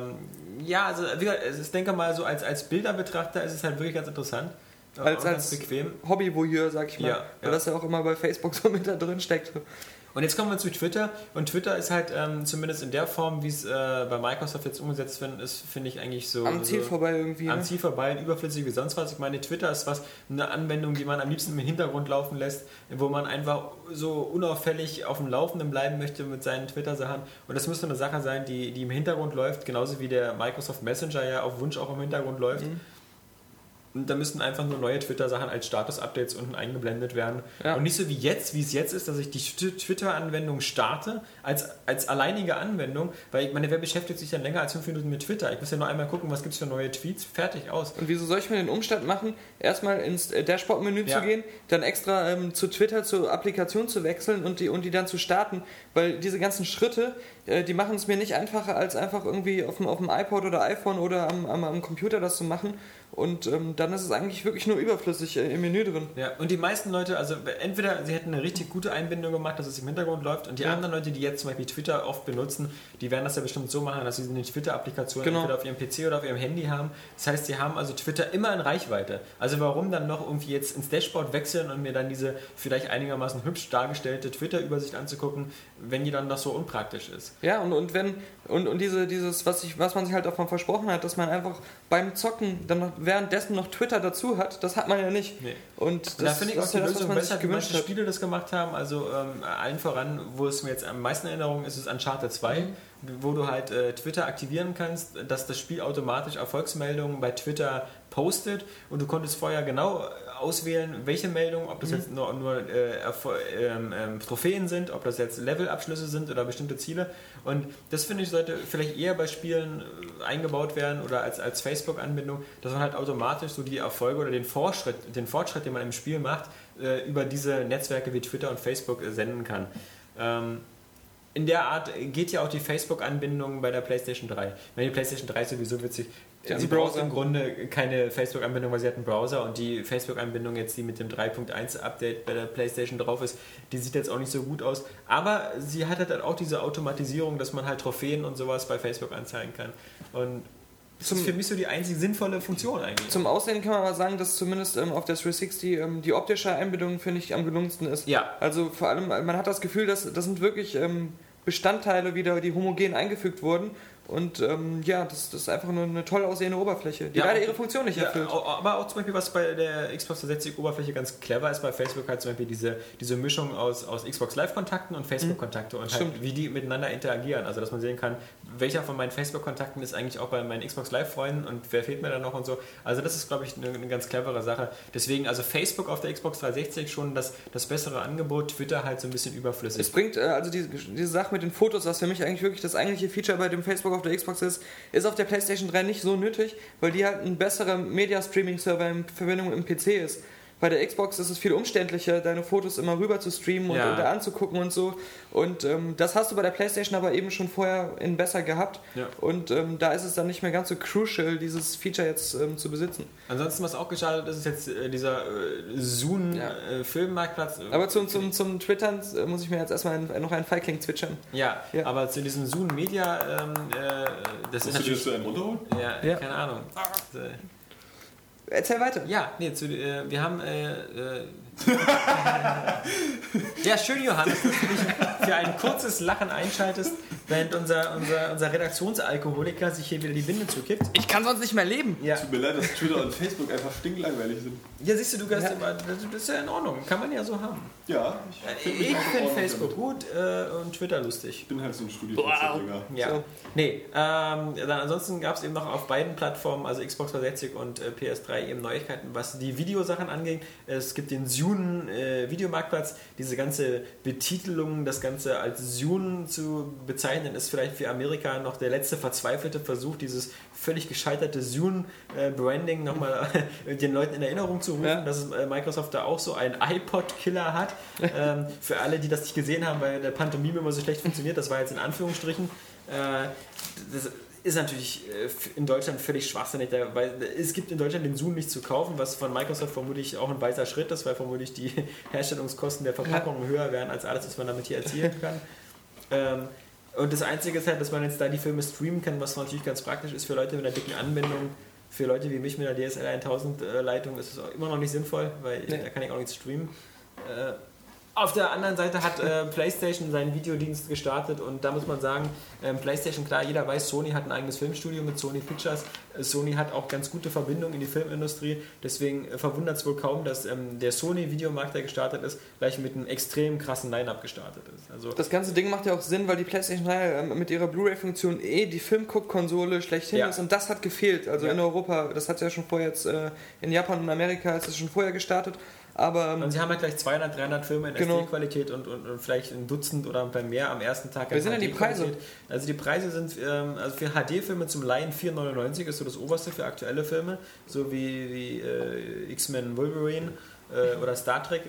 also wie gesagt, ich denke mal, so als Bilderbetrachter ist es halt wirklich ganz interessant. Als bequem. Hobbyvoyeur, sag ich mal. Ja. Weil das ja auch immer bei Facebook so mit da drin steckt. Und jetzt kommen wir zu Twitter. Und Twitter ist halt zumindest in der Form, wie es bei Microsoft jetzt umgesetzt wird, ist, finde ich eigentlich so... Am Ziel vorbei irgendwie. Am Ziel vorbei, überflüssig wie sonst was. Ich meine, Twitter ist eine Anwendung, die man am liebsten im Hintergrund laufen lässt, wo man einfach so unauffällig auf dem Laufenden bleiben möchte mit seinen Twitter-Sachen. Und das müsste eine Sache sein, die im Hintergrund läuft, genauso wie der Microsoft Messenger ja auf Wunsch auch im Hintergrund läuft. Und da müssten einfach nur neue Twitter-Sachen als Status-Updates unten eingeblendet werden. Ja. Und nicht so wie es jetzt ist, dass ich die Twitter-Anwendung starte, als alleinige Anwendung, weil ich meine, wer beschäftigt sich dann länger als 5 Minuten mit Twitter? Ich muss ja nur einmal gucken, was gibt es für neue Tweets, fertig, aus. Und wieso soll ich mir den Umstand machen, erstmal ins Dashboard-Menü zu gehen, dann extra zu Twitter, zur Applikation zu wechseln und die dann zu starten? Weil diese ganzen Schritte, die machen es mir nicht einfacher, als einfach irgendwie auf dem iPod oder iPhone oder am Computer das zu machen. Und dann ist es eigentlich wirklich nur überflüssig im Menü drin. Ja, und die meisten Leute, also entweder sie hätten eine richtig gute Einbindung gemacht, dass es im Hintergrund läuft, und die anderen Leute, die jetzt zum Beispiel Twitter oft benutzen, die werden das ja bestimmt so machen, dass sie eine Twitter-Applikation entweder auf ihrem PC oder auf ihrem Handy haben. Das heißt, sie haben also Twitter immer in Reichweite. Also warum dann noch irgendwie jetzt ins Dashboard wechseln und mir dann diese vielleicht einigermaßen hübsch dargestellte Twitter-Übersicht anzugucken, wenn die dann noch so unpraktisch ist. Ja, und dieses, was man sich halt davon versprochen hat, dass man einfach beim Zocken dann noch währenddessen noch Twitter dazu hat, das hat man ja nicht. Nee. Und da finde ich auch die Lösung besser, wie manche Spiele das gemacht haben. Also allen voran, wo es mir jetzt am meisten in Erinnerung ist, ist Uncharted 2, wo du halt Twitter aktivieren kannst, dass das Spiel automatisch Erfolgsmeldungen bei Twitter postet, und du konntest vorher genau auswählen, welche Meldungen, ob das jetzt nur Trophäen sind, ob das jetzt Levelabschlüsse sind oder bestimmte Ziele. Und das finde ich sollte vielleicht eher bei Spielen eingebaut werden oder als Facebook-Anbindung, dass man halt automatisch so die Erfolge oder den Fortschritt, den man im Spiel macht, über diese Netzwerke wie Twitter und Facebook senden kann. In der Art geht ja auch die Facebook-Anbindung bei der PlayStation 3. Wenn die PlayStation 3 sowieso witzig, sie braucht im Grunde keine Facebook-Anbindung, weil sie hat einen Browser und die Facebook-Anbindung jetzt, die mit dem 3.1-Update bei der PlayStation drauf ist, die sieht jetzt auch nicht so gut aus. Aber sie hat halt auch diese Automatisierung, dass man halt Trophäen und sowas bei Facebook anzeigen kann. Und das ist für mich so die einzig sinnvolle Funktion eigentlich. Zum Aussehen kann man aber sagen, dass zumindest auf der 360 die optische Einbindung, finde ich, am gelungensten ist. Ja. Also vor allem, man hat das Gefühl, dass das sind wirklich Bestandteile wieder, die homogen eingefügt wurden. Und das ist einfach nur eine toll aussehende Oberfläche, die leider ihre Funktion nicht erfüllt. Aber auch zum Beispiel, was bei der Xbox 360 Oberfläche ganz clever ist, bei Facebook halt zum Beispiel diese Mischung aus Xbox Live-Kontakten und Facebook-Kontakte und halt, wie die miteinander interagieren. Also, dass man sehen kann, welcher von meinen Facebook-Kontakten ist eigentlich auch bei meinen Xbox Live-Freunden und wer fehlt mir da noch und so. Also, das ist, glaube ich, eine ganz clevere Sache. Deswegen, also Facebook auf der Xbox 360 schon das bessere Angebot, Twitter halt so ein bisschen überflüssig. Es bringt, also diese Sache mit den Fotos, was für mich eigentlich wirklich das eigentliche Feature bei dem Facebook auf der Xbox ist auf der PlayStation 3 nicht so nötig, weil die halt ein besserer Media-Streaming-Server in Verbindung im PC ist. Bei der Xbox ist es viel umständlicher, deine Fotos immer rüber zu streamen und da anzugucken und so. Und das hast du bei der PlayStation aber eben schon vorher in besser gehabt. Ja. Und da ist es dann nicht mehr ganz so crucial, dieses Feature jetzt zu besitzen. Ansonsten, was auch geschadet ist, ist jetzt dieser Zune-Filmmarktplatz. Aber zum Twittern muss ich mir jetzt erstmal noch einen Feigling zwitschern. Ja, aber zu diesem Zune Media, das ist natürlich... Musst du dir einen runterholen? Ja, keine Ahnung. Erzähl weiter. Ja, wir haben... ja, schön, Johannes, dass du dich für ein kurzes Lachen einschaltest, während unser Redaktionsalkoholiker sich hier wieder die Binde zukippt. Ich kann sonst nicht mehr leben. Ja. Tut mir leid, dass Twitter und Facebook einfach stinklangweilig sind. Ja, siehst du, das ist ja in Ordnung. Kann man ja so haben. Ja. Ich finde Facebook gut und Twitter lustig. Ich bin halt so ein Studio-Dinger. Ja. So. Nee, dann ansonsten gab es eben noch auf beiden Plattformen, also Xbox 360 und PS3, eben Neuigkeiten, was die Videosachen angeht. Es gibt den Zune Videomarktplatz. Diese ganze Betitelung, das Ganze als Zune zu bezeichnen, ist vielleicht für Amerika noch der letzte verzweifelte Versuch, dieses völlig gescheiterte Zune-Branding nochmal den Leuten in Erinnerung zu rufen, dass Microsoft da auch so einen iPod-Killer hat. Für alle, die das nicht gesehen haben, weil der Pantomime immer so schlecht funktioniert, das war jetzt in Anführungsstrichen. Das ist natürlich in Deutschland völlig schwachsinnig, weil es gibt in Deutschland den Zune nicht zu kaufen, was von Microsoft vermutlich auch ein weißer Schritt ist, weil vermutlich die Herstellungskosten der Verpackung höher wären als alles, was man damit hier erzielen kann. Und das Einzige ist halt, dass man jetzt da die Filme streamen kann, was natürlich ganz praktisch ist für Leute mit einer dicken Anbindung. Für Leute wie mich mit einer DSL 1000 Leitung ist es auch immer noch nicht sinnvoll, weil da kann ich auch nichts streamen. Auf der anderen Seite hat PlayStation seinen Videodienst gestartet und da muss man sagen, PlayStation, klar, jeder weiß, Sony hat ein eigenes Filmstudio mit Sony Pictures. Sony hat auch ganz gute Verbindungen in die Filmindustrie, deswegen verwundert es wohl kaum, dass der Sony-Videomarkt, der gestartet ist, gleich mit einem extrem krassen Line-Up gestartet ist. Also das ganze Ding macht ja auch Sinn, weil die PlayStation 3 mit ihrer Blu-ray-Funktion die Filmguck-Konsole schlechthin ist und das hat gefehlt. Also in Europa, das hat ja schon vorher jetzt in Japan und Amerika ist es schon vorher gestartet. Aber, und sie haben ja gleich 200, 300 Filme in SD-Qualität und vielleicht ein Dutzend oder bei mehr am ersten Tag. Wie sind denn die Preise? Also die Preise sind also für HD-Filme zum Laien 4,99 ist so das oberste für aktuelle Filme, so wie X-Men Wolverine oder Star Trek.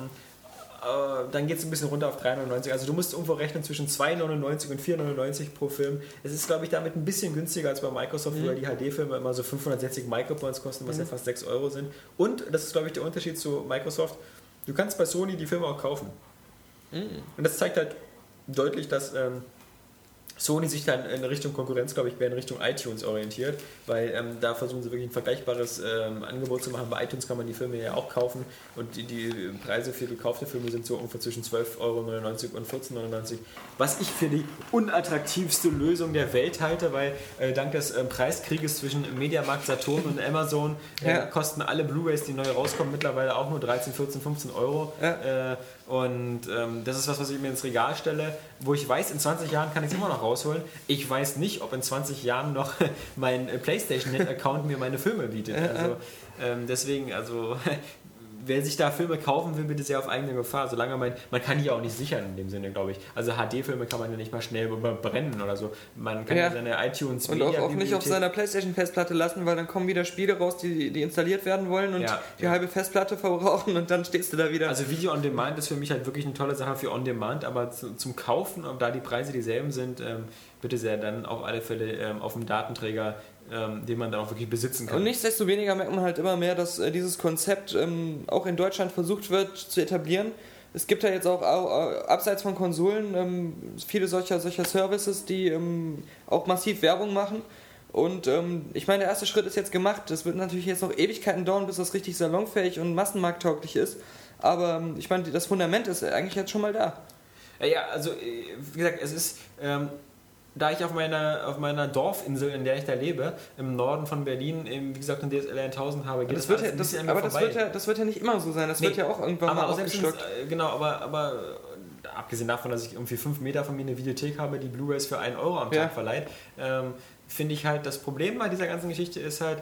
Dann geht es ein bisschen runter auf 3,99. Also du musst irgendwo rechnen zwischen 2,99 und 4,99 pro Film. Es ist, glaube ich, damit ein bisschen günstiger als bei Microsoft, wo die HD-Filme immer so 560 Micropoints kosten, was ja fast 6 Euro sind. Und, das ist, glaube ich, der Unterschied zu Microsoft, du kannst bei Sony die Filme auch kaufen. Und das zeigt halt deutlich, dass Sony sich dann in Richtung Konkurrenz, glaube ich, mehr in Richtung iTunes orientiert, weil da versuchen sie wirklich ein vergleichbares Angebot zu machen. Bei iTunes kann man die Filme ja auch kaufen und die Preise für gekaufte Filme sind so ungefähr zwischen 12,99 Euro und 14,99 €, was ich für die unattraktivste Lösung der Welt halte, weil dank des Preiskrieges zwischen Mediamarkt, Saturn und Amazon kosten alle Blu-rays, die neu rauskommen, mittlerweile auch nur 13, 14, 15 Euro. Und das ist was ich mir ins Regal stelle, wo ich weiß, in 20 Jahren kann ich es immer noch rausholen. Ich weiß nicht, ob in 20 Jahren noch mein PlayStation-Net-Account mir meine Filme bietet. Also, deswegen, also wer sich da Filme kaufen will, bitte sehr auf eigene Gefahr. Solange man kann die auch nicht sichern in dem Sinne, glaube ich. Also HD-Filme kann man ja nicht mal schnell brennen oder so. Man kann ja seine iTunes und auch nicht auf seiner PlayStation-Festplatte lassen, weil dann kommen wieder Spiele raus, die installiert werden wollen und die halbe Festplatte verbrauchen und dann stehst du da wieder. Also Video on Demand ist für mich halt wirklich eine tolle Sache für On Demand, aber zum Kaufen, ob da die Preise dieselben sind, bitte sehr dann auf alle Fälle auf dem Datenträger, den man dann auch wirklich besitzen kann. Und nichtsdestoweniger merkt man halt immer mehr, dass dieses Konzept auch in Deutschland versucht wird zu etablieren. Es gibt ja jetzt auch abseits von Konsolen viele solcher Services, die auch massiv Werbung machen. Und ich meine, der erste Schritt ist jetzt gemacht. Das wird natürlich jetzt noch Ewigkeiten dauern, bis das richtig salonfähig und massenmarkttauglich ist. Aber ich meine, das Fundament ist eigentlich jetzt schon mal da. Ja, also wie gesagt, es ist... da ich auf meiner Dorfinsel, in der ich da lebe, im Norden von Berlin, wie gesagt, ein DSL 1000 habe, geht das wird ja nicht immer so sein. Das wird ja auch irgendwann mal aufgestockt. Genau, aber abgesehen davon, dass ich irgendwie 5 Meter von mir eine Videothek habe, die Blu-rays für 1 Euro am Tag verleiht, finde ich halt, das Problem bei dieser ganzen Geschichte ist halt,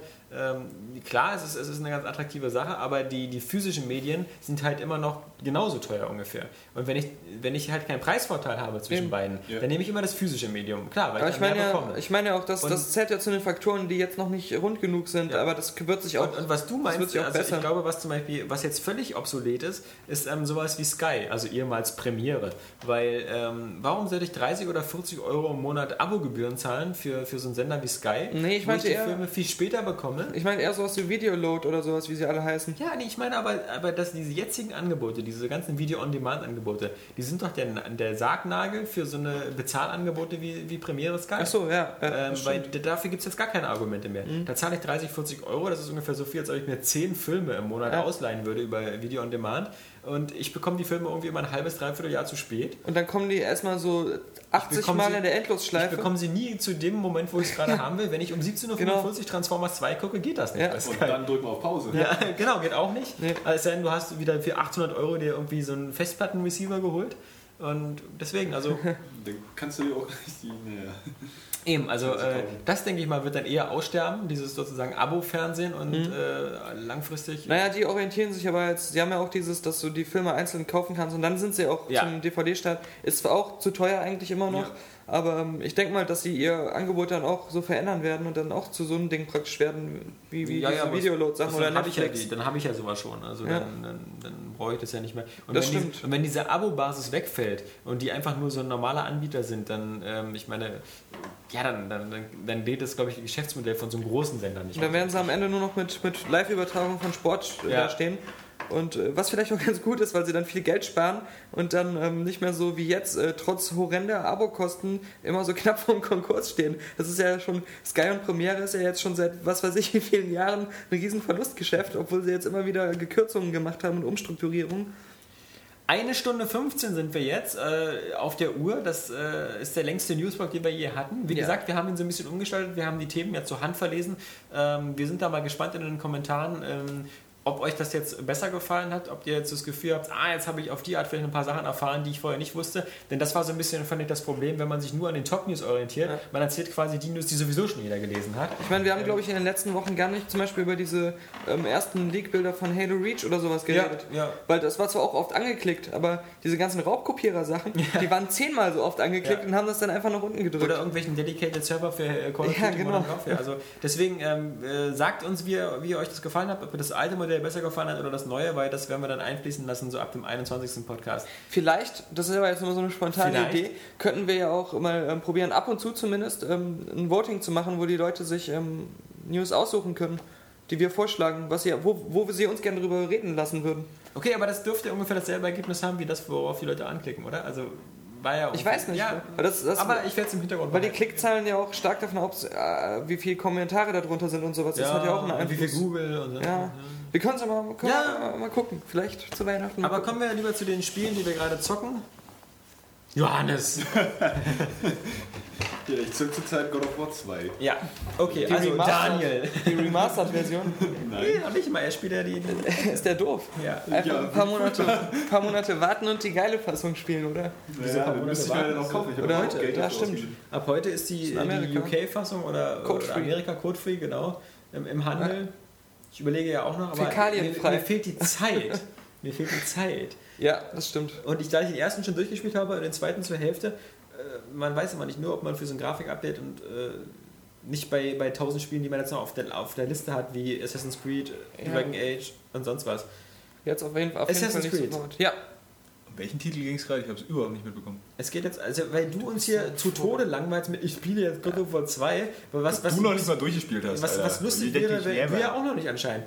klar, es ist eine ganz attraktive Sache, aber die physischen Medien sind halt immer noch genauso teuer ungefähr. Und wenn ich halt keinen Preisvorteil habe zwischen beiden, dann nehme ich immer das physische Medium. Klar, weil aber ich dann mehr bekomme. Ich meine ja auch, das zählt ja zu den Faktoren, die jetzt noch nicht rund genug sind, aber das wird sich auch und was du meinst, also ich glaube, was jetzt völlig obsolet ist sowas wie Sky, also ehemals Premiere. Weil, warum sollte ich 30 oder 40 Euro im Monat Abogebühren zahlen für so einen Sender wie Sky, nee, ich wo ich die Filme viel später bekomme? Ich meine eher sowas wie Videoload oder sowas, wie sie alle heißen. Ja, nee, ich meine aber dass diese jetzigen Angebote, diese ganzen Video-on-Demand-Angebote, die sind doch der Sargnagel für so eine Bezahlangebote wie Premiere Sky. Ach so, ja. Weil dafür gibt es jetzt gar keine Argumente mehr. Da zahle ich 30, 40 Euro, das ist ungefähr so viel, als ob ich mir 10 Filme im Monat ausleihen würde über Video-on-Demand. Und ich bekomme die Filme irgendwie immer ein halbes, dreiviertel Jahr zu spät. Und dann kommen die erstmal so 80 Mal in der Endlosschleife. Ich bekomme sie nie zu dem Moment, wo ich es gerade haben will. Wenn ich um 17.45 Uhr Transformers 2 gucke, geht das nicht. Ja. Und dann drücken wir auf Pause. Ja, genau, geht auch nicht. Nee. Also du hast wieder für 800 Euro dir irgendwie so einen Festplattenreceiver geholt. Und deswegen, also... Dann kannst du dir auch richtig... Naja. Eben, also das denke ich mal wird dann eher aussterben, dieses sozusagen Abo-Fernsehen und langfristig... Naja, die orientieren sich aber jetzt, sie haben ja auch dieses, dass du die Filme einzeln kaufen kannst und dann sind sie auch zum DVD-Start. Ist zwar auch zu teuer eigentlich immer noch, aber ich denke mal, dass sie ihr Angebot dann auch so verändern werden und dann auch zu so einem Ding praktisch werden, wie diese Videoload-Sachen oder Netflix. Dann habe ich ja sowas schon, also dann brauche ich das ja nicht mehr. Und das stimmt. Und wenn diese Abo-Basis wegfällt und die einfach nur so ein normaler Anbieter sind, dann, ich meine, dann geht das, glaube ich, Geschäftsmodell von so einem großen Sender nicht. Dann werden sie am Ende nur noch mit Live-Übertragung von Sport da stehen. Und was vielleicht auch ganz gut ist, weil sie dann viel Geld sparen und dann nicht mehr so wie jetzt trotz horrender Abokosten immer so knapp vorm Konkurs stehen. Das ist ja schon, Sky und Premiere ist ja jetzt schon seit was weiß ich wie vielen Jahren ein riesen Verlustgeschäft, obwohl sie jetzt immer wieder Gekürzungen gemacht haben und Umstrukturierungen. 1 Stunde 15 sind wir jetzt auf der Uhr. Das ist der längste Newsblock, den wir je hatten. Wie gesagt, wir haben ihn so ein bisschen umgestaltet. Wir haben die Themen ja zur Hand verlesen. Wir sind da mal gespannt in den Kommentaren, ob euch das jetzt besser gefallen hat, ob ihr jetzt das Gefühl habt, jetzt habe ich auf die Art vielleicht ein paar Sachen erfahren, die ich vorher nicht wusste. Denn das war so ein bisschen, fand ich, das Problem, wenn man sich nur an den Top-News orientiert. Ja. Man erzählt quasi die News, die sowieso schon jeder gelesen hat. Ich meine, wir haben, glaube ich, in den letzten Wochen gar nicht zum Beispiel über diese ersten Leak-Bilder von Halo Reach oder sowas geredet. Ja. Weil das war zwar auch oft angeklickt, aber diese ganzen Raubkopierer-Sachen, die waren 10-mal so oft angeklickt und haben das dann einfach nach unten gedrückt. Oder irgendwelchen Dedicated Server für Call of Duty Modern Warfare. Also deswegen sagt uns, wie euch das gefallen hat, ob ihr das alte Modell besser gefallen hat oder das Neue, weil das werden wir dann einfließen lassen, so ab dem 21. Podcast. Vielleicht, das ist aber jetzt nur so eine spontane Idee, könnten wir ja auch mal probieren, ab und zu zumindest ein Voting zu machen, wo die Leute sich News aussuchen können, die wir vorschlagen, wo wir sie uns gerne drüber reden lassen würden. Okay, aber das dürfte ungefähr dasselbe Ergebnis haben, wie das, worauf die Leute anklicken, oder? Also war ja ich weiß nicht. Ja, aber ich werde es im Hintergrund weil die Klickzahlen ja auch stark davon ab, wie viele Kommentare da drunter sind und sowas. Das hat ja auch einen Einfluss. Wie viel Google und so. Ja. Wir können es mal gucken. Vielleicht zu Weihnachten. Aber kommen wir lieber zu den Spielen, die wir gerade zocken. Johannes! Ja, ich zocke zurzeit God of War 2. Ja, okay, also Daniel. Die Remastered-Version? Nein. Nee, noch nicht mal, er spielt ja die... Ist der doof? Ja. Einfach ein paar Monate warten und die geile Fassung spielen, oder? Ja, dann müsste ich mir dann auch kaufen. Oder heute, ja stimmt. Ab heute ist die UK-Fassung oder Amerika Code Free, genau, im Handel. Ich überlege ja auch noch, aber mir fehlt die Zeit. Mir fehlt die Zeit. Ja, das stimmt. Und da ich den ersten schon durchgespielt habe und den zweiten zur Hälfte, man weiß immer nicht nur, ob man für so ein Grafik-Update und nicht bei 1000 Spielen, die man jetzt noch auf der Liste hat, wie Assassin's Creed, Dragon Age und sonst was. Jetzt auf jeden Fall Assassin's Creed. Sofort. Ja. Um welchen Titel ging es gerade? Ich habe es überhaupt nicht mitbekommen. Es geht jetzt, also weil du uns hier zu Tode langweilst mit, ich spiele jetzt God of War 2, was du noch nicht mal durchgespielt hast. Was lustig wäre, du ja auch noch nicht anscheinend.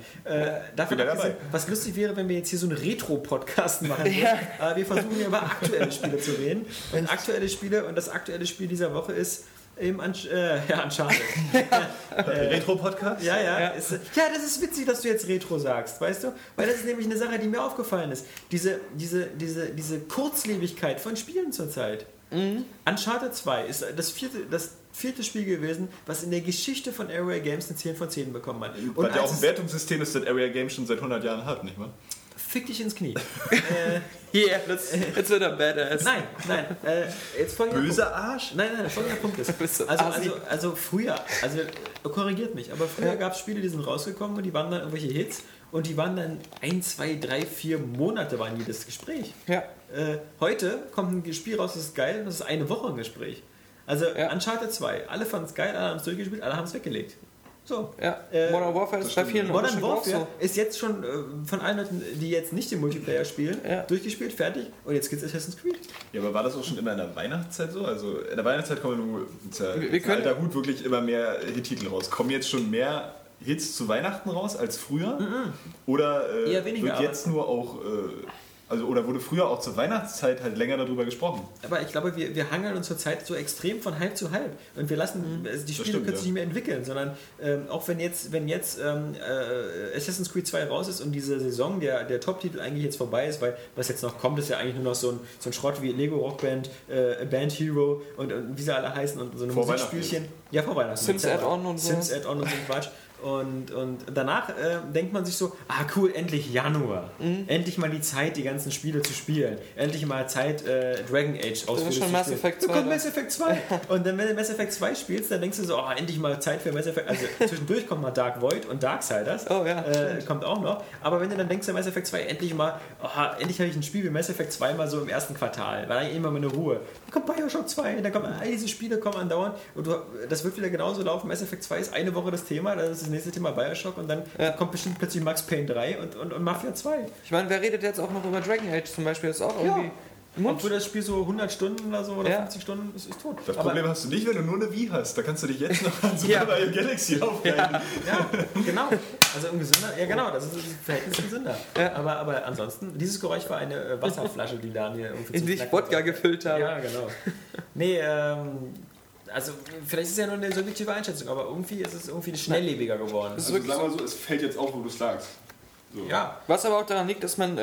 Was lustig wäre, wenn wir jetzt hier so einen Retro-Podcast machen würden. Ja. Wir versuchen hier über aktuelle Spiele zu reden. Und das aktuelle Spiel dieser Woche ist eben Uncharted. Retro-Podcast? Ja. Das ist witzig, dass du jetzt Retro sagst, weißt du? Weil das ist nämlich eine Sache, die mir aufgefallen ist. Diese Kurzlebigkeit von Spielen zurzeit. Mhm. Uncharted 2 ist das vierte Spiel gewesen, was in der Geschichte von Area Games eine 10 von 10 bekommen hat. Weil ja auch ein Wertungssystem ist, das Area Games schon seit 100 Jahren hat, nicht wahr? Fick dich ins Knie. Jetzt wird er badass. Nein. Jetzt böser Arsch? Nein, folgender Punkt ist. Also früher, korrigiert mich, aber früher gab es Spiele, die sind rausgekommen und die waren dann irgendwelche Hits und die waren dann 1, 2, 3, 4 Monate waren jedes Gespräch. Ja. Heute kommt ein Spiel raus, das ist geil und das ist eine Woche ein Gespräch. Also Uncharted 2, alle fanden es geil, alle haben es durchgespielt, alle haben es weggelegt. So. Ja. Modern Warfare ist bei vielen Modern Warfare ist jetzt schon von allen Leuten, die jetzt nicht den Multiplayer spielen, durchgespielt, fertig und jetzt geht's Assassin's Creed. Ja, aber war das auch schon immer in der Weihnachtszeit so? Also in der Weihnachtszeit kommen alter Hut wirklich immer mehr Hittitel raus. Kommen jetzt schon mehr Hits zu Weihnachten raus als früher? Mhm. Oder eher weniger, wird jetzt nur auch... oder wurde früher auch zur Weihnachtszeit halt länger darüber gesprochen. Aber ich glaube, wir hangeln uns zurzeit so extrem von halb zu halb. Und wir lassen, die Spiele können sich nicht mehr entwickeln, sondern auch wenn jetzt Assassin's Creed 2 raus ist und diese Saison der Top-Titel eigentlich jetzt vorbei ist, weil was jetzt noch kommt, ist ja eigentlich nur noch so ein Schrott wie Lego Rock Band, Band Hero und wie sie alle heißen und so eine Musikspielchen. Ja, vor Weihnachten. Sims Add-on und so. Sims Add-on und so Quatsch. Und danach denkt man sich so, cool, endlich Januar. Endlich mal die Zeit, die ganzen Spiele zu spielen. Endlich mal Zeit, Dragon Age ausführlich zu spielen. Mass Effect 2. Da kommt Mass Effect 2. Und dann, wenn du Mass Effect 2 spielst, dann denkst du so, endlich mal Zeit für Mass Effect. Also zwischendurch kommt mal Dark Void und Darksiders. Oh ja. Kommt auch noch. Aber wenn du dann denkst, Mass Effect 2, endlich habe ich ein Spiel wie Mass Effect 2 mal so im ersten Quartal. War eigentlich immer mal eine Ruhe. Dann kommt Bioshock 2, dann kommen all diese Spiele andauernd. Und das wird wieder genauso laufen. Mass Effect 2 ist eine Woche das Thema, dann ist das nächste Thema Bioshock und dann kommt bestimmt plötzlich Max Payne 3 und Mafia 2. Ich meine, wer redet jetzt auch noch über Dragon Age zum Beispiel? Das ist auch irgendwie... Obwohl das Spiel so 100 Stunden oder so oder 50 Stunden ist tot. Das Problem hast du nicht, wenn du nur eine Wii hast. Da kannst du dich jetzt noch an Super Mario Galaxy aufreihen. Ja, genau. Also im gesünder, das ist Verhältnis gesünder. Ja. Aber ansonsten, dieses Geräusch war eine Wasserflasche, die Daniel irgendwie in dich Wodka gefüllt hat. Ja, genau. Nee, also vielleicht ist es ja nur eine subjektive Einschätzung, aber irgendwie ist es irgendwie schnelllebiger geworden. Also sag mal so, es fällt jetzt auf, wo du es sagst. So. Ja. Was aber auch daran liegt, dass man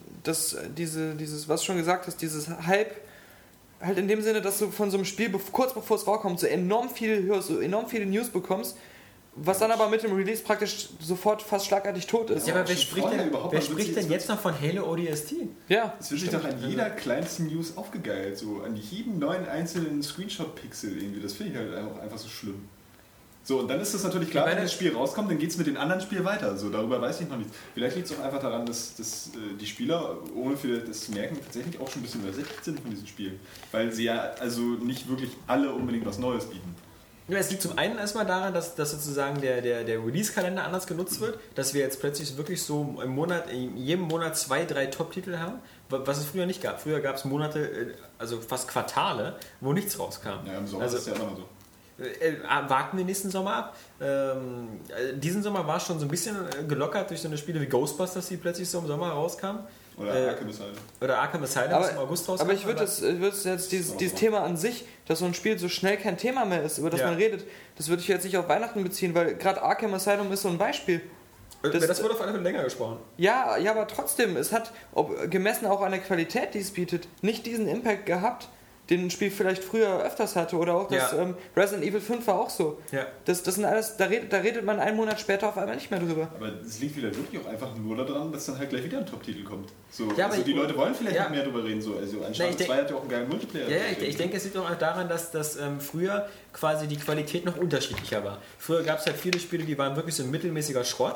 dieses, was du schon gesagt hast, dieses Hype, halt in dem Sinne, dass du von so einem Spiel, kurz bevor es rauskommt, so enorm viele News bekommst, was dann aber mit dem Release praktisch sofort fast schlagartig tot ist. Ja, aber wer spricht denn jetzt noch von Halo ODST? Ja. Es wird sich doch an jeder kleinsten News aufgegeilt, so an jedem neuen einzelnen Screenshot-Pixel irgendwie. Das finde ich halt einfach so schlimm. So, und dann ist es natürlich klar, wenn das Spiel rauskommt, dann geht es mit den anderen Spielen weiter. So, darüber weiß ich noch nichts. Vielleicht liegt es auch einfach daran, dass die Spieler, ohne das zu merken, tatsächlich auch schon ein bisschen übersättigt sind von diesen Spielen. Weil sie ja also nicht wirklich alle unbedingt was Neues bieten. Ja, es liegt zum einen erstmal daran, dass sozusagen der Release-Kalender anders genutzt wird, dass wir jetzt plötzlich wirklich so in jedem Monat 2, 3 Top-Titel haben, was es früher nicht gab. Früher gab es Monate, also fast Quartale, wo nichts rauskam. Ja, im Sommer ist es ja immer so. Warten wir nächsten Sommer ab. Diesen Sommer war es schon so ein bisschen gelockert durch so eine Spiele wie Ghostbusters, die plötzlich so im Sommer rauskamen. Oder Arkham Asylum, das im August rauskam. Aber ich würde jetzt dieses Thema an sich, dass so ein Spiel so schnell kein Thema mehr ist, über das man redet, das würde ich jetzt nicht auf Weihnachten beziehen, weil gerade Arkham Asylum ist so ein Beispiel. Das wurde auf alle Fälle länger gesprochen. Ja, aber trotzdem, es hat, gemessen auch an der Qualität, die es bietet, nicht diesen Impact gehabt, den ein Spiel vielleicht früher öfters hatte. Oder auch das Resident Evil 5 war auch so. Ja. Das sind alles, da redet man einen Monat später auf einmal nicht mehr drüber. Aber es liegt wieder wirklich auch einfach nur daran, dass dann halt gleich wieder ein Top-Titel kommt. So, ja, also die Leute wollen vielleicht noch mehr drüber reden. So. Also Uncharted 2 hat ja auch einen geilen Multiplayer. Ja, ich denke, es liegt auch daran, dass früher quasi die Qualität noch unterschiedlicher war. Früher gab es halt viele Spiele, die waren wirklich so ein mittelmäßiger Schrott.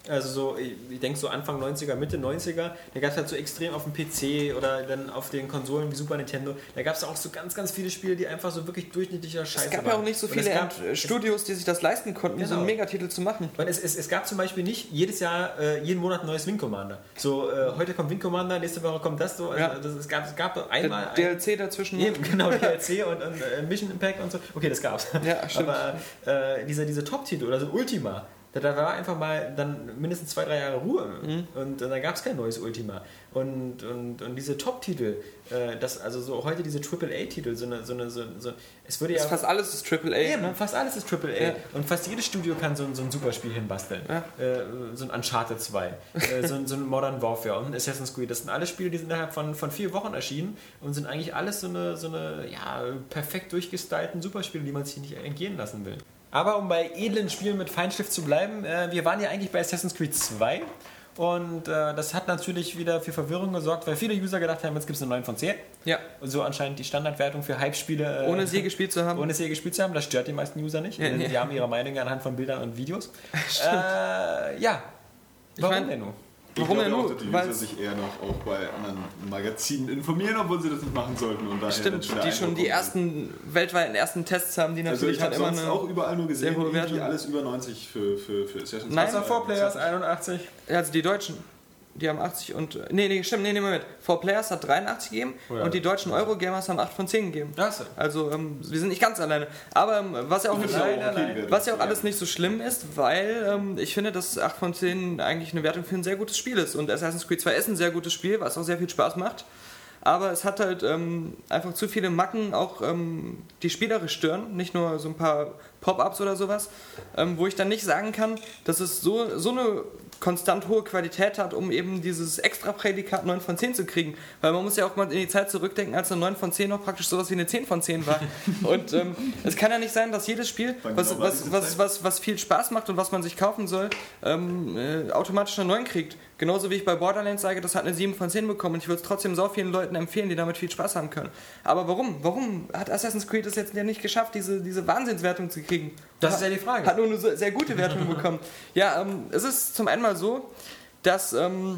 Also so, ich denke so Anfang 90er, Mitte 90er, da gab es halt so extrem auf dem PC oder dann auf den Konsolen wie Super Nintendo, da gab es auch so ganz, ganz viele Spiele, die einfach so wirklich durchschnittlicher Scheiße waren. Es gab ja auch nicht so viele Studios, die sich das leisten konnten, so einen Megatitel zu machen. Weil es gab zum Beispiel nicht jedes Jahr, jeden Monat ein neues Wing Commander. So, heute kommt Wing Commander, nächste Woche kommt das so. Also es gab einmal... DLC dazwischen. Eben, genau, DLC und Mission Impact und so. Okay, das gab's. Ja, stimmt. Aber diese Top-Titel oder so Ultima, da war einfach mal dann mindestens 2-3 Jahre Ruhe und dann gab es kein neues Ultima. Und diese Top-Titel, also so heute diese AAA-Titel, es würde ja... Fast alles ist AAA. Eben, fast alles ist AAA. Ja. Und fast jedes Studio kann so ein Superspiel hinbasteln. Ja. So ein Uncharted 2, so ein Modern Warfare und ein Assassin's Creed. Das sind alle Spiele, die sind innerhalb von 4 Wochen erschienen und sind eigentlich alles so eine perfekt durchgestylten Superspiele, die man sich nicht entgehen lassen will. Aber um bei edlen Spielen mit Feinschliff zu bleiben, wir waren ja eigentlich bei Assassin's Creed 2 und das hat natürlich wieder für Verwirrung gesorgt, weil viele User gedacht haben, jetzt gibt es eine 9 von 10. Ja. Und so anscheinend die Standardwertung für Hype-Spiele. Ohne sie gespielt zu haben. Ohne sie gespielt zu haben, das stört die meisten User nicht. Ja, die haben ihre Meinung anhand von Bildern und Videos. Ja, warum denn nur? Warum denn nur? Die User sich eher noch auch bei anderen Magazinen informieren, obwohl sie das nicht machen sollten. Und stimmt, die schon die weltweiten ersten Tests haben, die natürlich also ich habe auch überall nur gesehen, die alles über 90 für Assassin's Creed. Nein, 4Players 81. Also die Deutschen, die haben 80 und... Nee, stimmt, Moment. 4Players hat 83 gegeben und die deutschen Eurogamers haben 8 von 10 gegeben. Achso. Also wir sind nicht ganz alleine. Aber was ja auch alles nicht so schlimm ist, weil ich finde, dass 8 von 10 eigentlich eine Wertung für ein sehr gutes Spiel ist. Und Assassin's Creed 2 ist ein sehr gutes Spiel, was auch sehr viel Spaß macht. Aber es hat halt einfach zu viele Macken, auch die spielerisch stören, nicht nur so ein paar Pop-Ups oder sowas, wo ich dann nicht sagen kann, dass es so eine konstant hohe Qualität hat, um eben dieses extra Prädikat 9 von 10 zu kriegen. Weil man muss ja auch mal in die Zeit zurückdenken, als eine 9 von 10 noch praktisch sowas wie eine 10 von 10 war. Und es kann ja nicht sein, dass jedes Spiel, was viel Spaß macht und was man sich kaufen soll, automatisch eine 9 kriegt. Genauso wie ich bei Borderlands sage, das hat eine 7 von 10 bekommen und ich würde es trotzdem so vielen Leuten empfehlen, die damit viel Spaß haben können. Aber warum? Warum hat Assassin's Creed es jetzt ja nicht geschafft, diese Wahnsinnswertung zu kriegen? Das ist ja die Frage. Hat nur eine sehr gute Wertung bekommen. Ja, es ist zum einen mal so, dass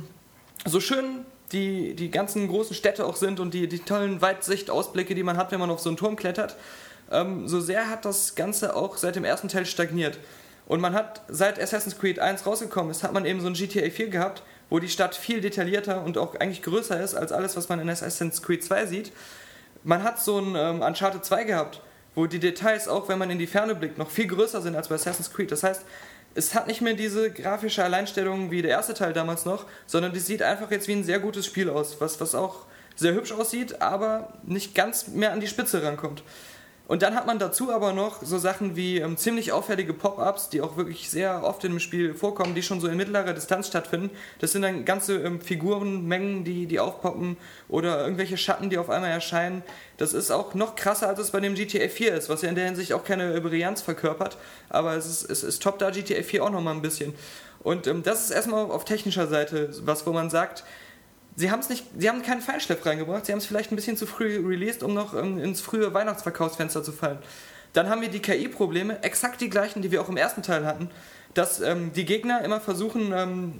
so schön die ganzen großen Städte auch sind und die tollen Weitsichtausblicke, die man hat, wenn man auf so einen Turm klettert, so sehr hat das Ganze auch seit dem ersten Teil stagniert. Und man hat, seit Assassin's Creed 1 rausgekommen ist, hat man eben so ein GTA 4 gehabt, wo die Stadt viel detaillierter und auch eigentlich größer ist als alles, was man in Assassin's Creed 2 sieht. Man hat so ein Uncharted 2 gehabt, wo die Details, auch wenn man in die Ferne blickt, noch viel größer sind als bei Assassin's Creed. Das heißt, es hat nicht mehr diese grafische Alleinstellung wie der erste Teil damals noch, sondern die sieht einfach jetzt wie ein sehr gutes Spiel aus, was auch sehr hübsch aussieht, aber nicht ganz mehr an die Spitze rankommt. Und dann hat man dazu aber noch so Sachen wie ziemlich auffällige Pop-Ups, die auch wirklich sehr oft im Spiel vorkommen, die schon so in mittlerer Distanz stattfinden. Das sind dann ganze Figurenmengen, die aufpoppen oder irgendwelche Schatten, die auf einmal erscheinen. Das ist auch noch krasser, als es bei dem GTA 4 ist, was ja in der Hinsicht auch keine Brillanz verkörpert. Aber es toppt da GTA 4 auch nochmal ein bisschen. Und das ist erstmal auf technischer Seite was, wo man sagt, sie haben keinen Feinschliff reingebracht, sie haben es vielleicht ein bisschen zu früh released, um noch ins frühe Weihnachtsverkaufsfenster zu fallen. Dann haben wir die KI-Probleme, exakt die gleichen, die wir auch im ersten Teil hatten, dass die Gegner immer versuchen,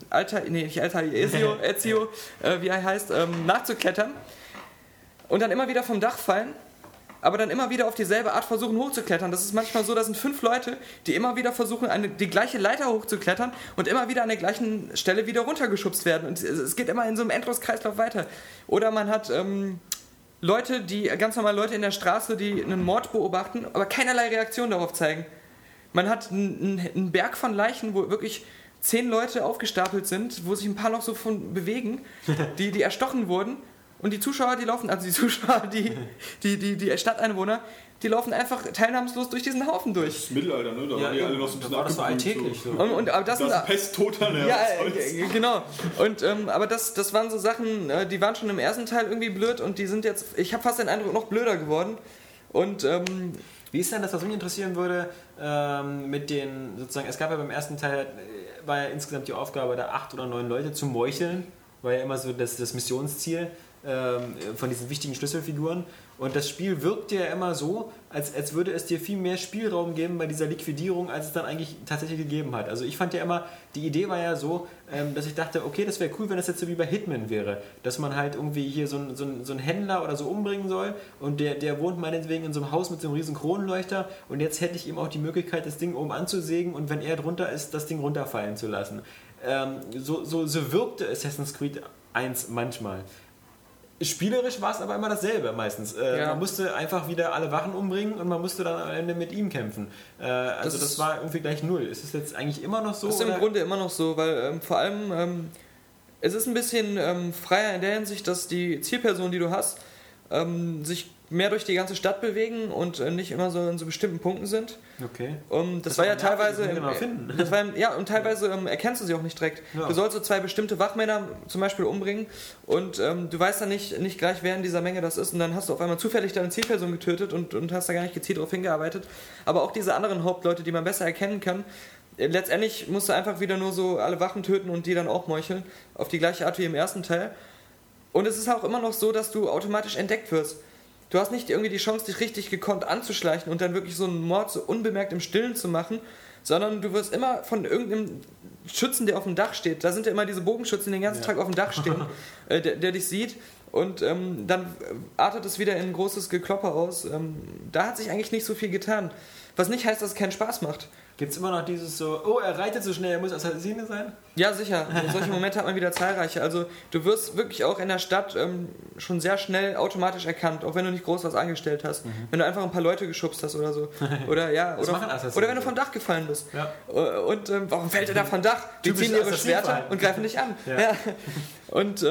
Ezio, wie er heißt, nachzuklettern und dann immer wieder vom Dach fallen, aber dann immer wieder auf dieselbe Art versuchen hochzuklettern. Das ist manchmal so, das sind 5 Leute, die immer wieder versuchen, die gleiche Leiter hochzuklettern und immer wieder an der gleichen Stelle wieder runtergeschubst werden. Und es geht immer in so einem Endloskreislauf weiter. Oder man hat ganz normal Leute in der Straße, die einen Mord beobachten, aber keinerlei Reaktion darauf zeigen. Man hat einen Berg von Leichen, wo wirklich 10 Leute aufgestapelt sind, wo sich ein paar noch so von bewegen, die erstochen wurden. Und die Zuschauer, die Stadteinwohner, die laufen einfach teilnahmslos durch diesen Haufen durch. Das ist Mittelalter, ne? Da waren die alle noch so ein bisschen abgebrüht. Das war alltäglich. So. Aber das ist Pest, Toter, ne? Ja, genau. Und, aber das waren so Sachen, die waren schon im ersten Teil irgendwie blöd und die sind jetzt, ich habe fast den Eindruck, noch blöder geworden. Und wie ist denn das, was mich interessieren würde, mit den, sozusagen, es gab ja beim ersten Teil, war ja insgesamt die Aufgabe, da 8 oder 9 Leute zu meucheln, war ja immer so das Missionsziel. von diesen wichtigen Schlüsselfiguren. Und das Spiel wirkt ja immer so, als würde es dir viel mehr Spielraum geben bei dieser Liquidierung, als es dann eigentlich tatsächlich gegeben hat. Also ich fand ja immer, die Idee war ja so, dass ich dachte, okay, das wäre cool, wenn das jetzt so wie bei Hitman wäre, dass man halt irgendwie hier so einen Händler oder so umbringen soll und der wohnt meinetwegen in so einem Haus mit so einem riesen Kronleuchter und jetzt hätte ich ihm auch die Möglichkeit, das Ding oben anzusägen und wenn er drunter ist, das Ding runterfallen zu lassen. So wirkte Assassin's Creed 1 manchmal. Spielerisch war es aber immer dasselbe meistens. Man musste einfach wieder alle Wachen umbringen und man musste dann am Ende mit ihm kämpfen. Also das war irgendwie gleich null. Ist es jetzt eigentlich immer noch so? Das ist im Grunde immer noch so, weil vor allem es ist ein bisschen freier in der Hinsicht, dass die Zielpersonen, die du hast, sich mehr durch die ganze Stadt bewegen und nicht immer so in so bestimmten Punkten sind. Okay. Das war ja teilweise... teilweise erkennst du sie auch nicht direkt. Ja. Du sollst so 2 bestimmte Wachmänner zum Beispiel umbringen und du weißt dann nicht gleich, wer in dieser Menge das ist und dann hast du auf einmal zufällig deine Zielperson getötet und hast da gar nicht gezielt darauf hingearbeitet. Aber auch diese anderen Hauptleute, die man besser erkennen kann, letztendlich musst du einfach wieder nur so alle Wachen töten und die dann auch meucheln, auf die gleiche Art wie im ersten Teil. Und es ist auch immer noch so, dass du automatisch entdeckt wirst. Du hast nicht irgendwie die Chance, dich richtig gekonnt anzuschleichen und dann wirklich so einen Mord so unbemerkt im Stillen zu machen, sondern du wirst immer von irgendeinem Schützen, der auf dem Dach steht, da sind ja immer diese Bogenschützen, die den ganzen Tag auf dem Dach stehen, der dich sieht und dann artet es wieder in ein großes Geklopper aus. Da hat sich eigentlich nicht so viel getan. Was nicht heißt, dass es keinen Spaß macht. Gibt es immer noch dieses so, oh, er reitet so schnell, er muss Assassine sein? Ja, sicher. Solche Momente hat man wieder zahlreiche. Also du wirst wirklich auch in der Stadt schon sehr schnell automatisch erkannt, auch wenn du nicht groß was angestellt hast. Wenn du einfach ein paar Leute geschubst hast oder so. Oder wenn du vom Dach gefallen bist. Ja. Und warum fällt er da vom Dach? Die ziehen ihre Schwerter und greifen dich an. Ja. Und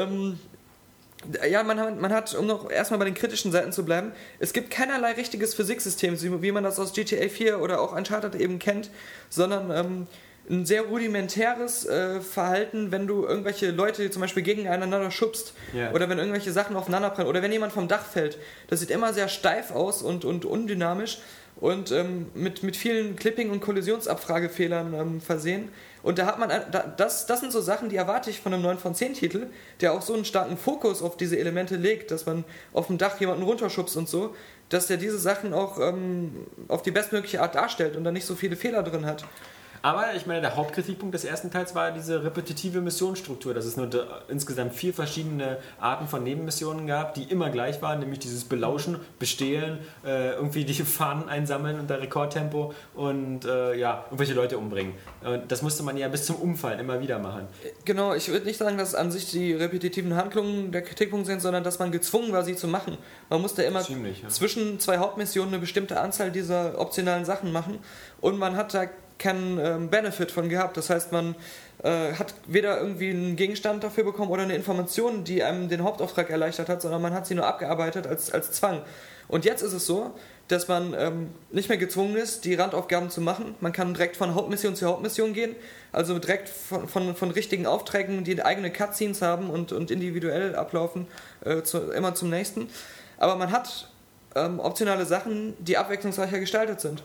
man hat, um noch erstmal bei den kritischen Seiten zu bleiben, es gibt keinerlei richtiges Physiksystem, wie man das aus GTA 4 oder auch Uncharted eben kennt, sondern ein sehr rudimentäres Verhalten, wenn du irgendwelche Leute zum Beispiel gegeneinander schubst oder wenn irgendwelche Sachen aufeinander brennen oder wenn jemand vom Dach fällt. Das sieht immer sehr steif aus und undynamisch und mit vielen Clipping- und Kollisionsabfragefehlern versehen. Und da hat man, das sind so Sachen, die erwarte ich von einem 9 von 10 Titel, der auch so einen starken Fokus auf diese Elemente legt, dass man auf dem Dach jemanden runterschubst und so, dass der diese Sachen auch auf die bestmögliche Art darstellt und da nicht so viele Fehler drin hat. Aber ich meine, der Hauptkritikpunkt des ersten Teils war diese repetitive Missionsstruktur, dass es nur insgesamt 4 verschiedene Arten von Nebenmissionen gab, die immer gleich waren, nämlich dieses Belauschen, Bestehlen, irgendwie die Fahnen einsammeln unter Rekordtempo und irgendwelche Leute umbringen. Und das musste man ja bis zum Umfallen immer wieder machen. Genau, ich würde nicht sagen, dass an sich die repetitiven Handlungen der Kritikpunkt sind, sondern dass man gezwungen war, sie zu machen. Man musste immer zwischen 2 Hauptmissionen eine bestimmte Anzahl dieser optionalen Sachen machen und man hat da keinen Benefit von gehabt. Das heißt, man hat weder irgendwie einen Gegenstand dafür bekommen oder eine Information, die einem den Hauptauftrag erleichtert hat, sondern man hat sie nur abgearbeitet als Zwang. Und jetzt ist es so, dass man nicht mehr gezwungen ist, die Randaufgaben zu machen. Man kann direkt von Hauptmission zu Hauptmission gehen, also direkt von richtigen Aufträgen, die eigene Cutscenes haben und individuell ablaufen, immer zum nächsten. Aber man hat optionale Sachen, die abwechslungsreicher gestaltet sind.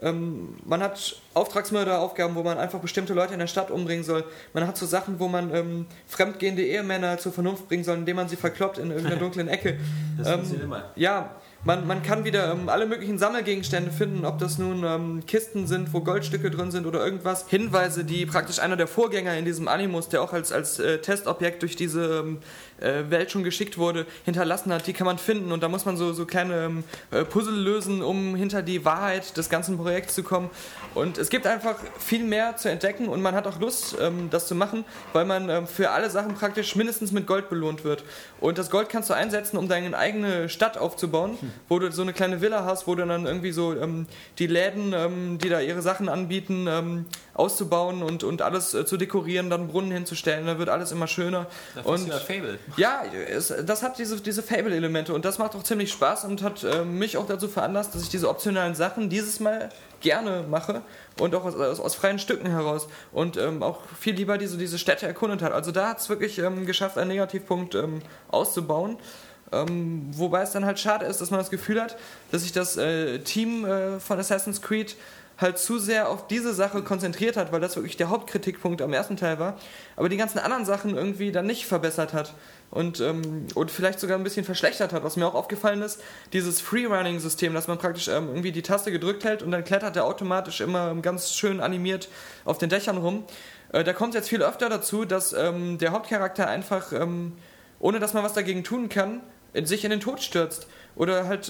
Man hat Auftragsmörderaufgaben, wo man einfach bestimmte Leute in der Stadt umbringen soll. Man hat so Sachen, wo man fremdgehende Ehemänner zur Vernunft bringen soll, indem man sie verkloppt in irgendeiner dunklen Ecke. Das funktioniert immer. Ja, man kann wieder alle möglichen Sammelgegenstände finden, ob das nun Kisten sind, wo Goldstücke drin sind oder irgendwas. Hinweise, die praktisch einer der Vorgänger in diesem Animus, der auch als Testobjekt durch diese Welt schon geschickt wurde, hinterlassen hat, die kann man finden und da muss man so kleine Puzzle lösen, um hinter die Wahrheit des ganzen Projekts zu kommen. Und es gibt einfach viel mehr zu entdecken und man hat auch Lust, das zu machen, weil man für alle Sachen praktisch mindestens mit Gold belohnt wird. Und das Gold kannst du einsetzen, um deine eigene Stadt aufzubauen, wo du so eine kleine Villa hast, wo du dann irgendwie so die Läden, die da ihre Sachen anbieten, auszubauen und alles zu dekorieren, dann Brunnen hinzustellen, da wird alles immer schöner. Das ist ja Fable. Ja, das hat diese Fable-Elemente und das macht auch ziemlich Spaß und hat mich auch dazu veranlasst, dass ich diese optionalen Sachen dieses Mal gerne mache und auch aus freien Stücken heraus und auch viel lieber diese Städte erkundet hat. Also da hat es wirklich geschafft, einen Negativpunkt auszubauen Wobei es dann halt schade ist, dass man das Gefühl hat, dass sich das Team von Assassin's Creed halt zu sehr auf diese Sache konzentriert hat, weil das wirklich der Hauptkritikpunkt am ersten Teil war, aber die ganzen anderen Sachen irgendwie dann nicht verbessert hat und vielleicht sogar ein bisschen verschlechtert hat. Was mir auch aufgefallen ist, dieses Freerunning-System, dass man praktisch irgendwie die Taste gedrückt hält und dann klettert der automatisch immer ganz schön animiert auf den Dächern rum. Da kommt jetzt viel öfter dazu, dass der Hauptcharakter einfach, ohne dass man was dagegen tun kann, sich in den Tod stürzt oder halt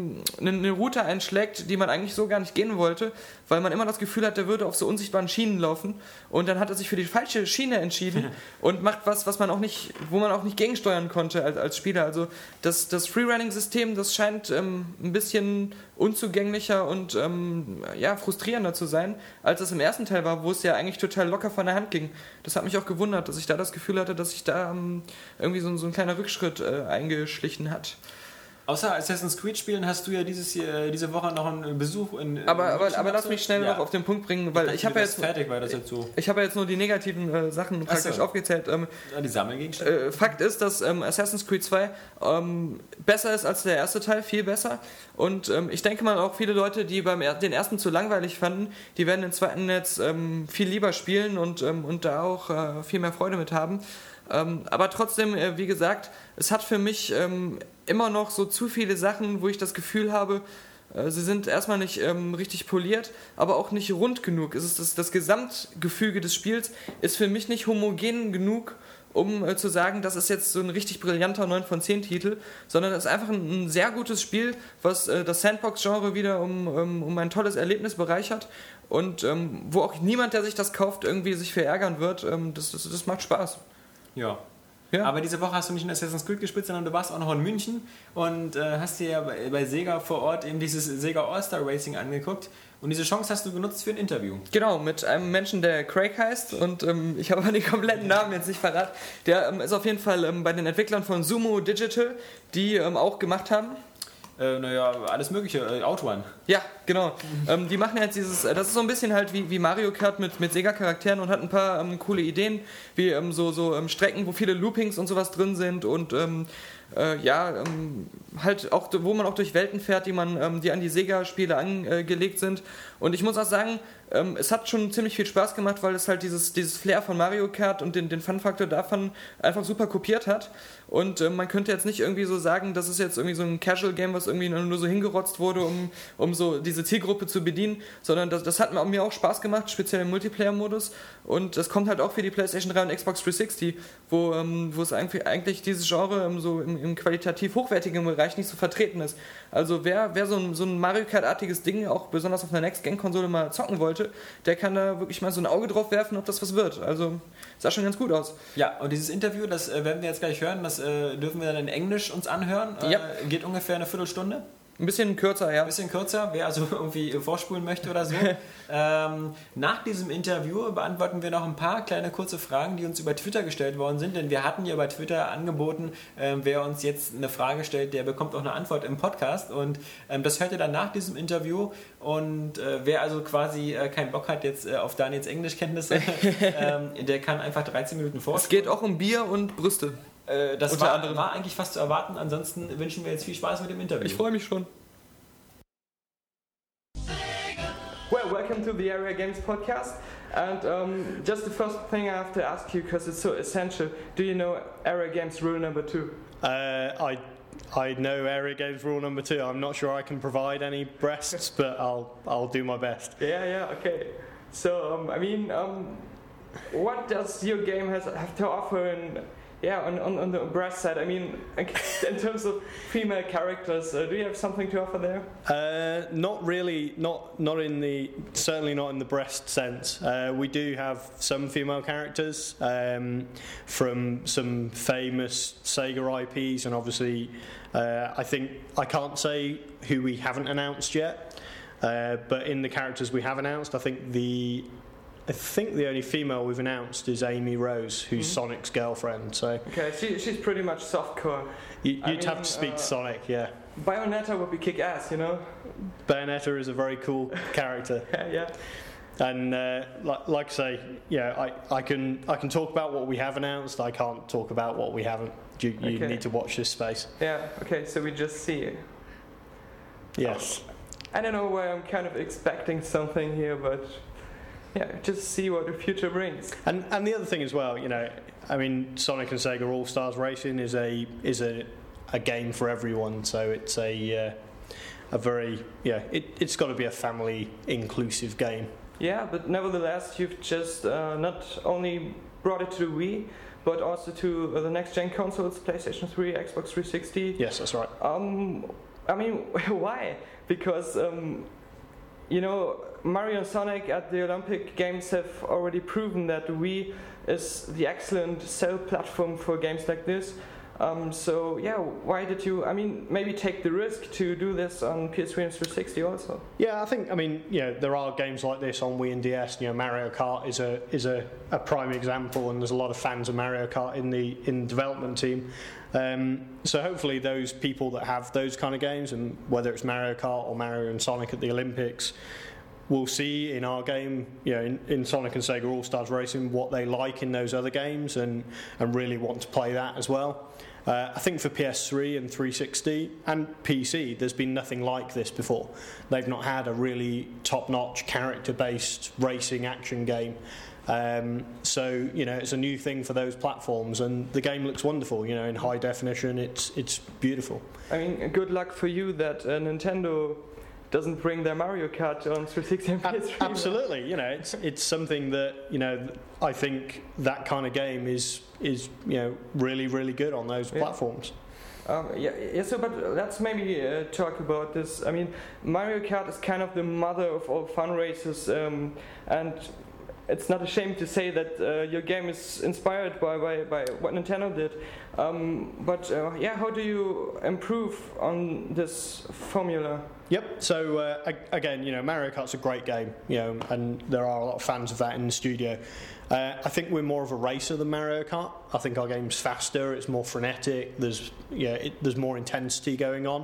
eine Route einschlägt, die man eigentlich so gar nicht gehen wollte, weil man immer das Gefühl hat, der würde auf so unsichtbaren Schienen laufen und dann hat er sich für die falsche Schiene entschieden und macht was man auch nicht, wo man auch nicht gegensteuern konnte als Spieler. Also das Freerunning-System, das scheint ein bisschen unzugänglicher und frustrierender zu sein, als es im ersten Teil war, wo es ja eigentlich total locker von der Hand ging. Das hat mich auch gewundert, dass ich da das Gefühl hatte, dass sich da irgendwie so ein kleiner Rückschritt eingeschlichen hat. Außer Assassin's Creed Spielen hast du ja diese Woche noch einen Besuch in... Aber lass mich schnell noch auf den Punkt bringen, weil ich habe ja jetzt... fertig, weil das jetzt so... Ich habe ja jetzt nur die negativen Sachen praktisch aufgezählt. Die Sammelgegenstände. Fakt ist, dass Assassin's Creed 2 besser ist als der erste Teil, viel besser. Und ich denke mal auch viele Leute, die den ersten zu langweilig fanden, die werden den zweiten jetzt viel lieber spielen und da auch viel mehr Freude mit haben. Aber trotzdem, wie gesagt, es hat für mich immer noch so zu viele Sachen, wo ich das Gefühl habe, sie sind erstmal nicht richtig poliert, aber auch nicht rund genug. Das Gesamtgefüge des Spiels ist für mich nicht homogen genug, um zu sagen, das ist jetzt so ein richtig brillanter 9 von 10 Titel, sondern es ist einfach ein sehr gutes Spiel, was das Sandbox-Genre wieder um ein tolles Erlebnis bereichert und wo auch niemand, der sich das kauft, irgendwie sich für ärgern wird. Das macht Spaß. Ja. Aber diese Woche hast du nicht in Assassin's Creed gespielt, sondern du warst auch noch in München und hast dir ja bei Sega vor Ort eben dieses Sega All-Star Racing angeguckt und diese Chance hast du genutzt für ein Interview. Genau, mit einem Menschen, der Craig heißt und ich habe aber den kompletten Namen jetzt nicht verraten. Der ist auf jeden Fall bei den Entwicklern von Sumo Digital, die auch gemacht haben. Alles mögliche, Outrun. Ja, genau. Die machen jetzt das ist so ein bisschen halt wie Mario Kart mit Sega-Charakteren und hat ein paar coole Ideen, wie Strecken, wo viele Loopings und sowas drin sind und halt auch, wo man auch durch Welten fährt, die an die Sega-Spiele angelegt sind. Und ich muss auch sagen, es hat schon ziemlich viel Spaß gemacht, weil es halt dieses Flair von Mario Kart und den Fun-Faktor davon einfach super kopiert hat. Und man könnte jetzt nicht irgendwie so sagen, das ist jetzt irgendwie so ein Casual-Game, was irgendwie nur so hingerotzt wurde, um so diese Zielgruppe zu bedienen, sondern das hat mir auch Spaß gemacht, speziell im Multiplayer-Modus. Und das kommt halt auch für die PlayStation 3 und Xbox 360, wo es eigentlich dieses Genre so im qualitativ hochwertigen Bereich nicht so vertreten ist. Also wer so ein Mario Kart-artiges Ding auch besonders auf einer Next-Gen-Konsole mal zocken wollte, der kann da wirklich mal so ein Auge drauf werfen, ob das was wird. Also sah schon ganz gut aus. Ja, und dieses Interview, das werden wir jetzt gleich hören, das dürfen wir dann in Englisch uns anhören. Ja. Geht ungefähr eine Viertelstunde. Ein bisschen kürzer, ja. Ein bisschen kürzer, wer also irgendwie vorspulen möchte oder so. Nach diesem Interview beantworten wir noch ein paar kleine kurze Fragen, die uns über Twitter gestellt worden sind, denn wir hatten ja bei Twitter angeboten, wer uns jetzt eine Frage stellt, der bekommt auch eine Antwort im Podcast und das hört ihr dann nach diesem Interview und wer also quasi keinen Bock hat jetzt auf Daniels Englischkenntnisse, der kann einfach 13 Minuten vorspulen. Es geht auch um Bier und Brüste. Das war eigentlich fast zu erwarten. Ansonsten wünschen wir jetzt viel Spaß mit dem Interview. Ich freue mich schon. Well, welcome to the Area Games podcast. And just the first thing I have to ask you, because it's so essential, do you know Area Games rule number 2? I know Area Games rule number 2. I'm not sure I can provide any breasts, but I'll do my best. Yeah, okay. So, what does your game have to offer on the breast side? I mean, in terms of female characters, do you have something to offer there? Not really. Certainly not in the breast sense. We do have some female characters from some famous Sega IPs, and obviously, I can't say who we haven't announced yet. But in the characters we have announced, I think the only female we've announced is Amy Rose, who's Sonic's girlfriend. So okay, she's pretty much softcore. You'd have to speak to Sonic, yeah. Bayonetta would be kick-ass, you know. Bayonetta is a very cool character. Yeah. And like I say, I can talk about what we have announced. I can't talk about what we haven't. You need to watch this space. Yeah. Okay. So we just see it. Yes. I don't know why I'm kind of expecting something here, but just see what the future brings. And the other thing as well, I mean, Sonic and Sega All Stars Racing is a game for everyone. So it's a very it's got to be a family inclusive game. Yeah, but nevertheless, you've just not only brought it to the Wii, but also to the next gen consoles, PlayStation 3, Xbox 360. Yes, that's right. I mean, why? Because Mario and Sonic at the Olympic Games have already proven that the Wii is the excellent sell platform for games like this. Why did you, maybe take the risk to do this on PS3 and 360 also? Yeah, I think, there are games like this on Wii and DS. Mario Kart is a prime example, and there's a lot of fans of Mario Kart in the development team. So hopefully those people that have those kind of games, and whether it's Mario Kart or Mario and Sonic at the Olympics, will see in our game, in Sonic and Sega All Stars Racing, what they like in those other games, and really want to play that as well. I think for PS3 and 360 and PC, there's been nothing like this before. They've not had a really top-notch character-based racing action game. So it's a new thing for those platforms, and the game looks wonderful. In high definition, it's beautiful. Good luck for you that Nintendo doesn't bring their Mario Kart on 360 and PS3. Absolutely, it's something that I think that kind of game is really, really good on those platforms. But let's maybe talk about this. Mario Kart is kind of the mother of all fun races, and it's not a shame to say that your game is inspired by what Nintendo did. How do you improve on this formula? Yep. So again, Mario Kart's a great game, and there are a lot of fans of that in the studio. I think we're more of a racer than Mario Kart. I think our game's faster. It's more frenetic. There's more intensity going on.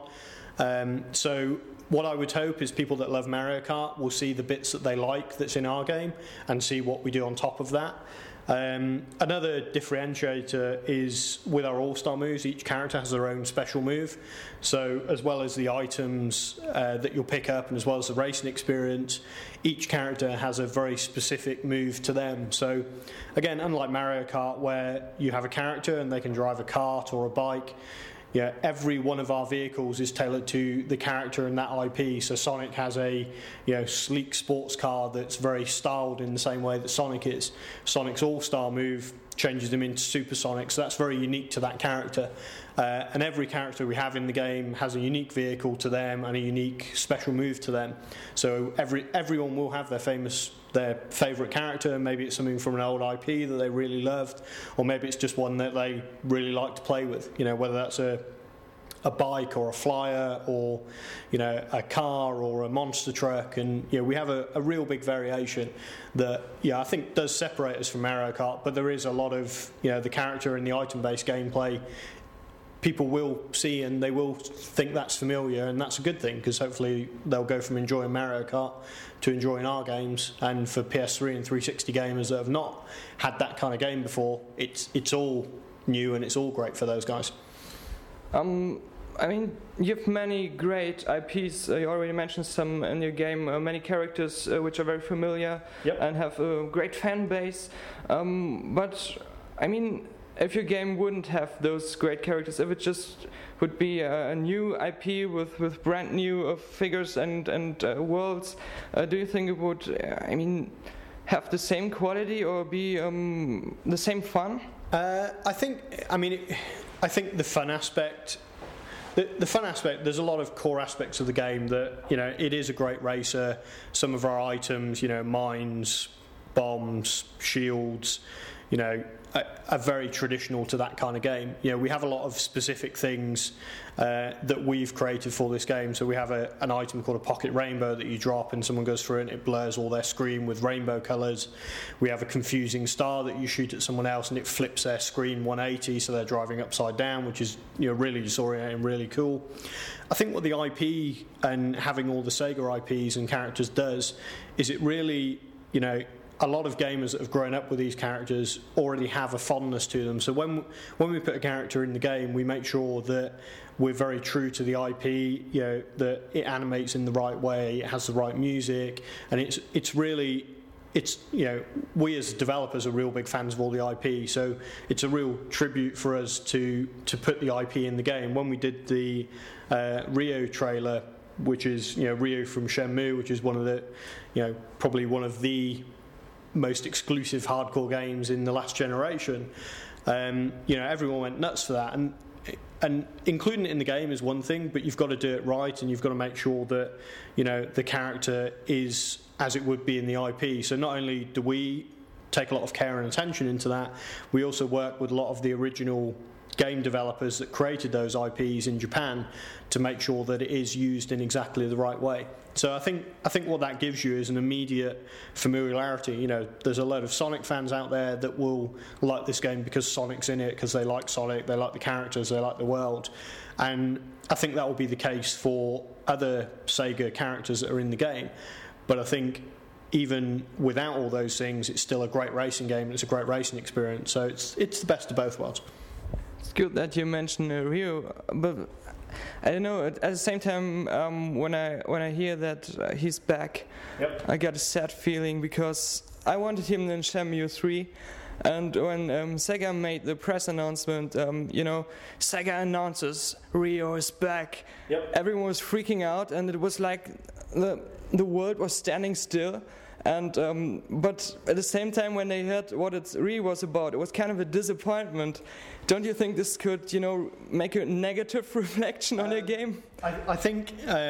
So what I would hope is people that love Mario Kart will see the bits that they like that's in our game and see what we do on top of that. Another differentiator is with our all-star moves, each character has their own special move. So as well as the items that you'll pick up, and as well as the racing experience, each character has a very specific move to them. So again, unlike Mario Kart, where you have a character and they can drive a cart or a bike, every one of our vehicles is tailored to the character and that IP. So Sonic has a sleek sports car that's very styled in the same way that Sonic is. Sonic's all-star move changes him into Super Sonic, so that's very unique to that character. And every character we have in the game has a unique vehicle to them and a unique special move to them. So everyone will have their favourite character. Maybe it's something from an old IP that they really loved, or maybe it's just one that they really like to play with. Whether that's a bike or a flyer or a car or a monster truck, and we have a real big variation that I think does separate us from Mario Kart. But there is a lot of the character and the item-based gameplay people will see, and they will think that's familiar, and that's a good thing, because hopefully they'll go from enjoying Mario Kart to enjoying our games. And for PS3 and 360 gamers that have not had that kind of game before, it's all new and it's all great for those guys. You have many great IPs. You already mentioned some in your game. Many characters which are very familiar and have a great fan base. If your game wouldn't have those great characters, if it just would be a new IP with brand new figures and worlds, do you think it would, have the same quality or be the same fun? I think the fun aspect. The fun aspect, there's a lot of core aspects of the game that, it is a great racer. Some of our items, mines, bombs, shields, are very traditional to that kind of game. We have a lot of specific things that we've created for this game. So we have an item called a pocket rainbow that you drop and someone goes through it and it blurs all their screen with rainbow colours. We have a confusing star that you shoot at someone else and it flips their screen 180 so they're driving upside down, which is really disorienting, really cool. I think what the IP and having all the Sega IPs and characters does is it really a lot of gamers that have grown up with these characters already have a fondness to them. So when we put a character in the game, we make sure that we're very true to the IP, that it animates in the right way, it has the right music, and it's really, we as developers are real big fans of all the IP, so it's a real tribute for us to put the IP in the game. When we did the Rio trailer, which is Rio from Shenmue, which is one of the probably one of the most exclusive hardcore games in the last generation, everyone went nuts for that, and including it in the game is one thing, but you've got to do it right, and you've got to make sure that the character is as it would be in the IP. So not only do we take a lot of care and attention into that, we also work with a lot of the original game developers that created those IPs in Japan to make sure that it is used in exactly the right way. So I think what that gives you is an immediate familiarity. There's a load of Sonic fans out there that will like this game because Sonic's in it, because they like Sonic, they like the characters, they like the world. And I think that will be the case for other Sega characters that are in the game. But I think even without all those things, it's still a great racing game, and it's a great racing experience. So it's the best of both worlds. It's good that you mentioned Rio, but I don't know. At the same time, when I hear that he's back, yep, I got a sad feeling, because I wanted him in Shenmue 3. And when Sega made the press announcement, Sega announces Rio is back. Yep. Everyone was freaking out, and it was like the world was standing still. And but at the same time, when they heard what it really was about, it was kind of a disappointment. Don't you think this could, make a negative reflection on your game? I think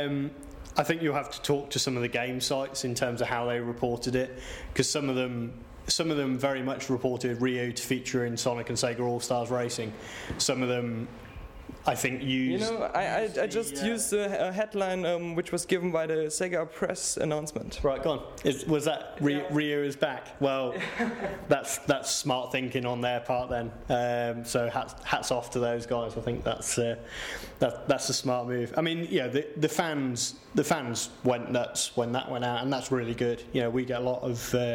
you'll have to talk to some of the game sites in terms of how they reported it, because some of them very much reported Rio to feature in Sonic and Sega All-Stars Racing. Some of them, I think, used... I just used a headline which was given by the Sega press announcement. Right, go on. Was that Rio is back? Well, that's smart thinking on their part then. So hats off to those guys. I think that's a smart move. I mean, the fans went nuts when that went out, and that's really good. We get a lot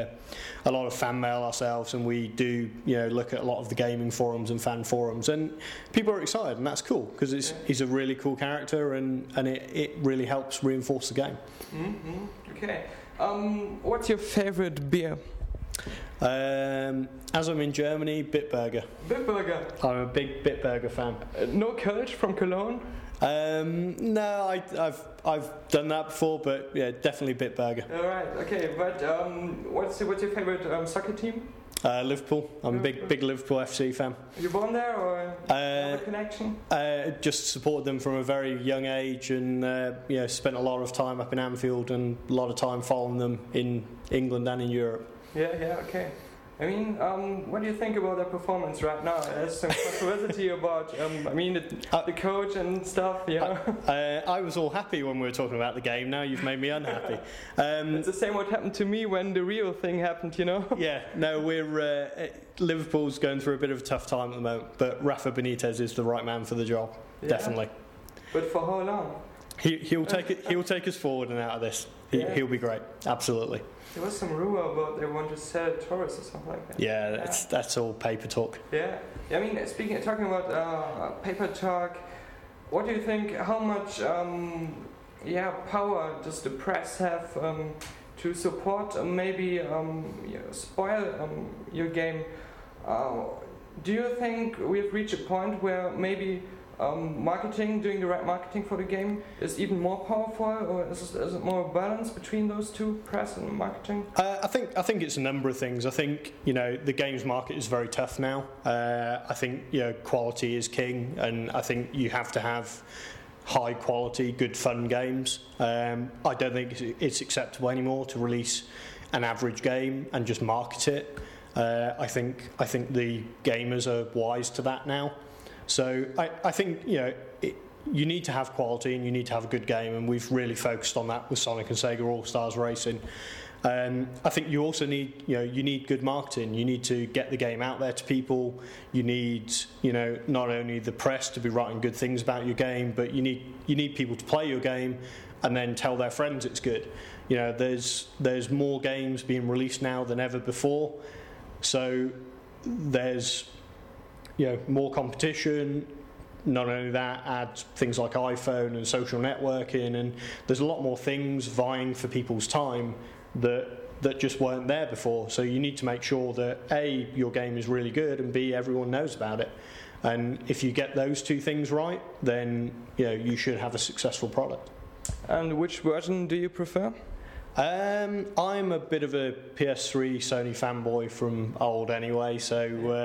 of fan mail ourselves, and we do look at a lot of the gaming forums and fan forums, and people are excited, and that's cool, because he's a really cool character, and it really helps reinforce the game. Mm-hmm. Okay. What's your favorite beer? As I'm in Germany, Bitburger. Bitburger. I'm a big Bitburger fan. No Kölsch from Cologne? No, I've done that before, but yeah, definitely Bitburger. All right, okay. But what's your favorite soccer team? Liverpool. I'm a big Liverpool FC fan. You born there, or have a connection? Just supported them from a very young age, and spent a lot of time up in Anfield and a lot of time following them in England and in Europe. Yeah, okay. I mean, what do you think about their performance right now? There's some controversy about, the coach and stuff, I was all happy when we were talking about the game. Now you've made me unhappy. It's the same what happened to me when the real thing happened, Yeah, no, Liverpool's going through a bit of a tough time at the moment, but Rafa Benitez is the right man for the job, definitely. But for how long? He'll take us forward and out of this. He'll be great, absolutely. There was some rumor about they want to sell Torres or something like that. Yeah, that's all paper talk. Yeah. I mean, talking about paper talk, what do you think? How much power does the press have to support maybe spoil your game? Do you think we've reached a point where maybe doing the right marketing for the game is even more powerful, or is it more balance between those two, press and marketing? I think it's a number of things. I think the games market is very tough now. I think quality is king, and I think you have to have high quality, good fun games. I don't think it's acceptable anymore to release an average game and just market it. I think the gamers are wise to that now. So I think you need to have quality and you need to have a good game, and we've really focused on that with Sonic and Sega All-Stars Racing. I think you also need good marketing. You need to get the game out there to people. You need not only the press to be writing good things about your game, but you need people to play your game and then tell their friends it's good. there's more games being released now than ever before, so there's more competition. Not only that, add things like iPhone and social networking, and there's a lot more things vying for people's time that just weren't there before. So you need to make sure that A, your game is really good, and B, everyone knows about it. And if you get those two things right, then you should have a successful product. And which version do you prefer? I'm a bit of a PS3 Sony fanboy from old anyway, so